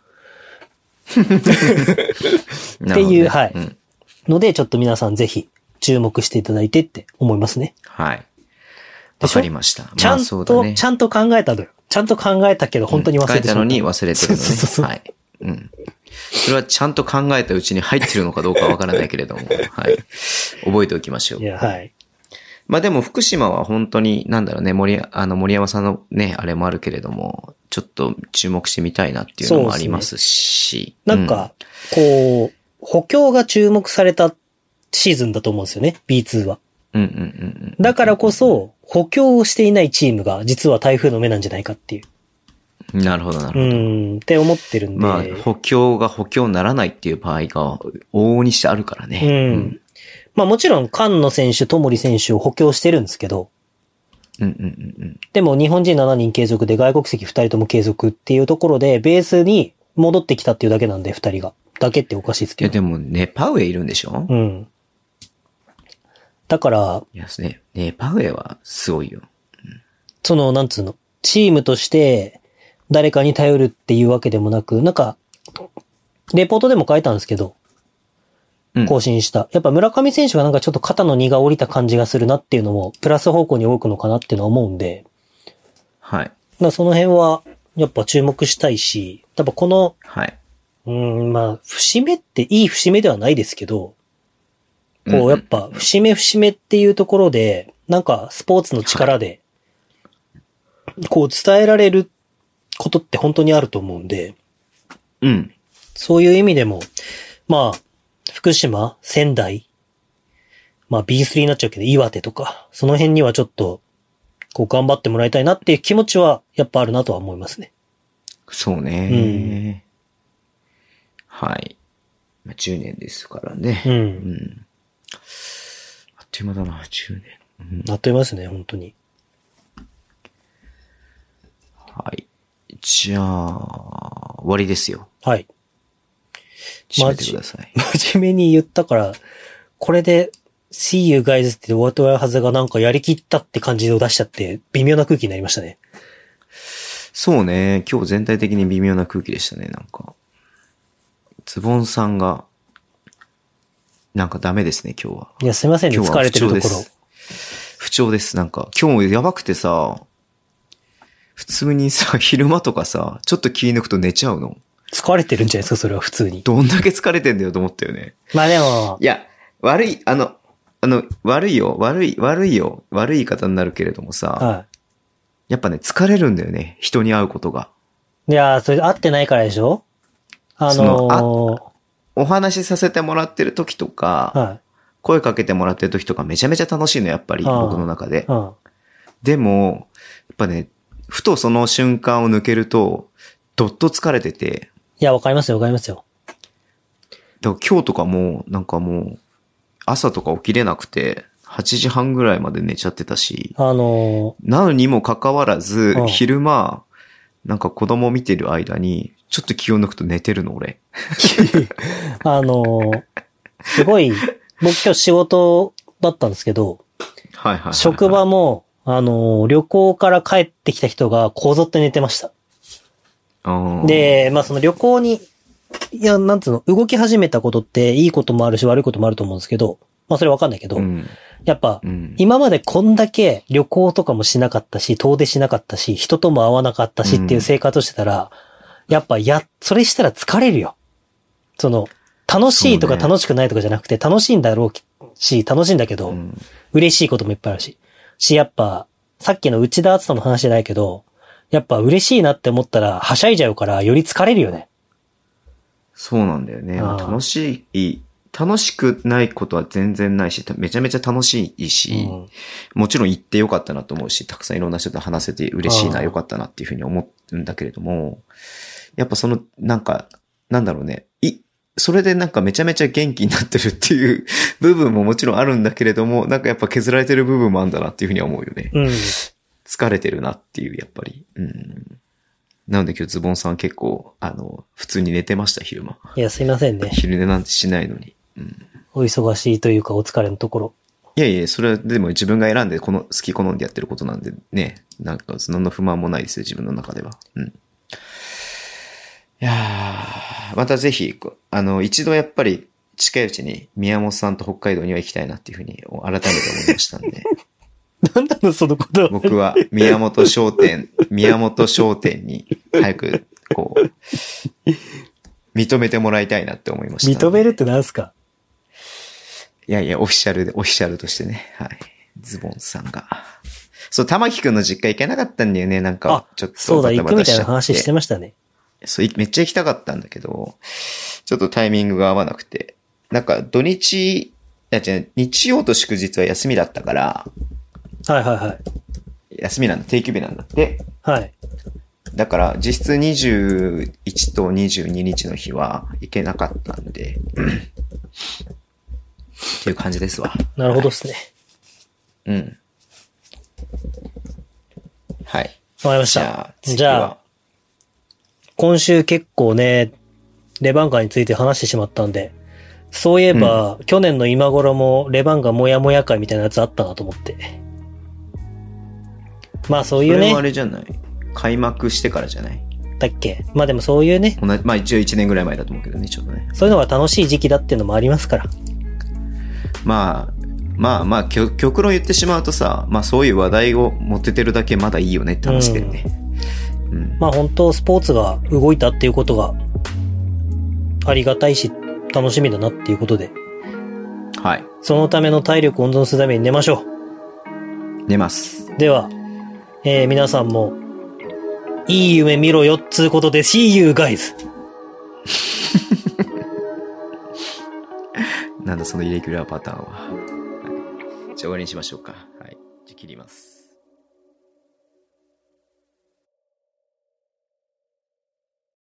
っていう、ね、はい、うん。ので、ちょっと皆さんぜひ注目していただいてって思いますね。 はい。わかりました。 ちゃんと、まあね、ちゃんと考えたのよ。ちゃんと考えたけど本当に忘れてしまった。 うん、書いたのに忘れてるのね。そうそうそう。はい。うん。それはちゃんと考えたうちに入ってるのかどうかわからないけれども、はい。覚えておきましょう。 いや、はい。 まあでも福島は本当に、なんだろうね、森、あの森山さんのね、あれもあるけれども、ちょっと注目してみたいなっていうのもありますし。 そうですね。なんか、うん、こう、補強が注目されたシーズンだと思うんですよね、ビーツー は。 うんうんうんうん。 だからこそ、補強をしていないチームが実は台風の目なんじゃないかっていう。 なるほどなるほど。 うん、って思ってるんで。 まあ、補強が補強にならないっていう場合が往々にしてあるからね。 うん。うん、まあもちろん、菅野選手、友利選手を補強してるんですけど。 うんうんうんうん。 でも日本人しちにん継続で外国籍ふたりとも継続っていうところで、ベースに戻ってきたっていうだけなんで、ふたりが。だけっておかしいですけど。 いやでも、ネパウエいるんでしょ？ うん。だから、 いやですね。ネパウエはすごいよ。 うん、その、なんつうの、チームとして誰かに頼るっていうわけでもなく、なんか、レポートでも書いたんですけど、更新した。うん、やっぱ村上選手がなんかちょっと肩の荷が下りた感じがするなっていうのも、プラス方向に動くのかなっていうのは思うんで、 はい。 まあその辺は、やっぱ注目したいし、やっぱこの、 はい。 うん、まあ、節目っていい節目ではないですけど、こう、やっぱ、節目節目っていうところで、なんか、スポーツの力で、こう、伝えられることって本当にあると思うんで、 うん。 そういう意味でも、まあ、福島、仙台、まあ ビースリー になっちゃうけど、岩手とか、その辺にはちょっと、こう、頑張ってもらいたいなっていう気持ちは、やっぱあるなとは思いますね。 そうね。うん、はい。じゅうねんですからね。 うん。 うんあっという間だな、じゅうねん。うん、あっという間ですね、本当に。 はい。じゃあ、終わりですよ。 はい。 締めてください。 真面目に言ったから、これで、See you guys って終わって終わるはずがなんかやりきったって感じを出しちゃって、微妙な空気になりましたね。 そうね。今日全体的に微妙な空気でしたね、なんか。ズボンさんが、なんかダメですね、今日は。 いや、すいませんね、疲れてるところ。 不調です。なんか、今日やばくてさ、普通にさ、昼間とかさ、ちょっと気抜くと寝ちゃうの。 疲れてるんじゃないですか、それは普通に。 どんだけ疲れてんだよと思ったよね。 まあでも。 いや、悪い、あの、あの、悪いよ、悪い、悪いよ、悪い言い方になるけれどもさ、はい、やっぱね、疲れるんだよね、人に会うことが。 いやー、それ会ってないからでしょ？あのー、そのお話しさせてもらってる時とか、はい、声かけてもらってる時とかめちゃめちゃ楽しいの、やっぱり、僕の中で。 うん、 でも、やっぱね、ふとその瞬間を抜けると、どっと疲れてて。 いや、わかりますよ、わかりますよ。 だから今日とかも、なんかもう、朝とか起きれなくて、はちじはんぐらいまで寝ちゃってたし。 あのー、なのにもかかわらず、うん、昼間、なんか子供見てる間に、ちょっと気を抜くと寝てるの、俺。 あのー、すごい、僕今日仕事だったんですけど、 はいはいはいはい、 職場も、あのー、旅行から帰ってきた人がこぞって寝てました。で、まあその旅行に、いや、なんつうの、動き始めたことっていいこともあるし悪いこともあると思うんですけど、まあそれわかんないけど、うん、やっぱ、うん、今までこんだけ旅行とかもしなかったし、遠出しなかったし、人とも会わなかったしっていう生活をしてたら、うん、やっぱや、それしたら疲れるよ。その、楽しいとか楽しくないとかじゃなくて、楽しいんだろうし、楽しいんだけど、うん、嬉しいこともいっぱいあるし。し、やっぱ、さっきの内田篤人の話じゃないけど、やっぱ嬉しいなって思ったら、はしゃいじゃうから、より疲れるよね。 そうなんだよね。楽しい、楽しくないことは全然ないし、めちゃめちゃ楽しいし、うん、もちろん行ってよかったなと思うし、たくさんいろんな人と話せて嬉しいな、よかったなっていうふうに思うんだけれども、やっぱその、なんか、なんだろうね、い、それでなんかめちゃめちゃ元気になってるっていう部分ももちろんあるんだけれども、なんかやっぱ削られてる部分もあるんだなっていうふうには思うよね。 うん、 疲れてるなっていう、やっぱり。うん、なので今日ズボンさん結構、あの、普通に寝てました、昼間。 いや、すいませんね。 昼寝なんてしないのに。うん、 お忙しいというかお疲れのところ。 いやいや、それはでも自分が選んでこの好き好んでやってることなんでね、なんか何の不満もないですよ、自分の中では。うん。いやー、またぜひ、あの、一度やっぱり近いうちに宮本さんと北海道には行きたいなっていうふうに改めて思いましたんで。 なんだろそのこと僕は宮本商店、宮本商店に早く、こう、認めてもらいたいなって思いました。 認めるって何すか？ いやいや、オフィシャルで、オフィシャルとしてね。はい。 ズボンさんが。そう、玉木くんの実家行けなかったんだよね、なんか、ちょっとそうだ、行バタバタしちゃって。 くみたいな話してましたね。 そう、めっちゃ行きたかったんだけど、ちょっとタイミングが合わなくて。なんか、土日、いや違う、日曜と祝日は休みだったから、 はいはいはい。 休みなんだ、定休日なんだって。 はい。 だから、実質にじゅういちとにじゅうににちの日は行けなかったんで、っていう感じですわ。 なるほどですね。 はい、うん。はい。 わかりました。 じゃあ、次はじゃあ、今週結構ね、レバンガについて話してしまったんで、そういえば、うん、去年の今頃もレバンガもやもや会みたいなやつあったなと思って。まあそういうね。 それはあれじゃない。開幕してからじゃないだっけ。まあでもそういうね。 同じ、まあ一応いちねんぐらい前だと思うけどね、ちょっとね。 そういうのが楽しい時期だっていうのもありますから。 まあ、まあまあ、極論言ってしまうとさ、まあそういう話題を持っててるだけまだいいよねって話だよね。 うんうん、まあ本当スポーツが動いたっていうことがありがたいし、楽しみだなっていうことで。 はい。 そのための体力を温存するために寝ましょう。寝ます。 では、えー、皆さんも、いい夢見ろよっつうことで、See you guys! なんだそのイレギュラーパターンは。はい、じゃあ終わりにしましょうか。はい。じゃあ切ります。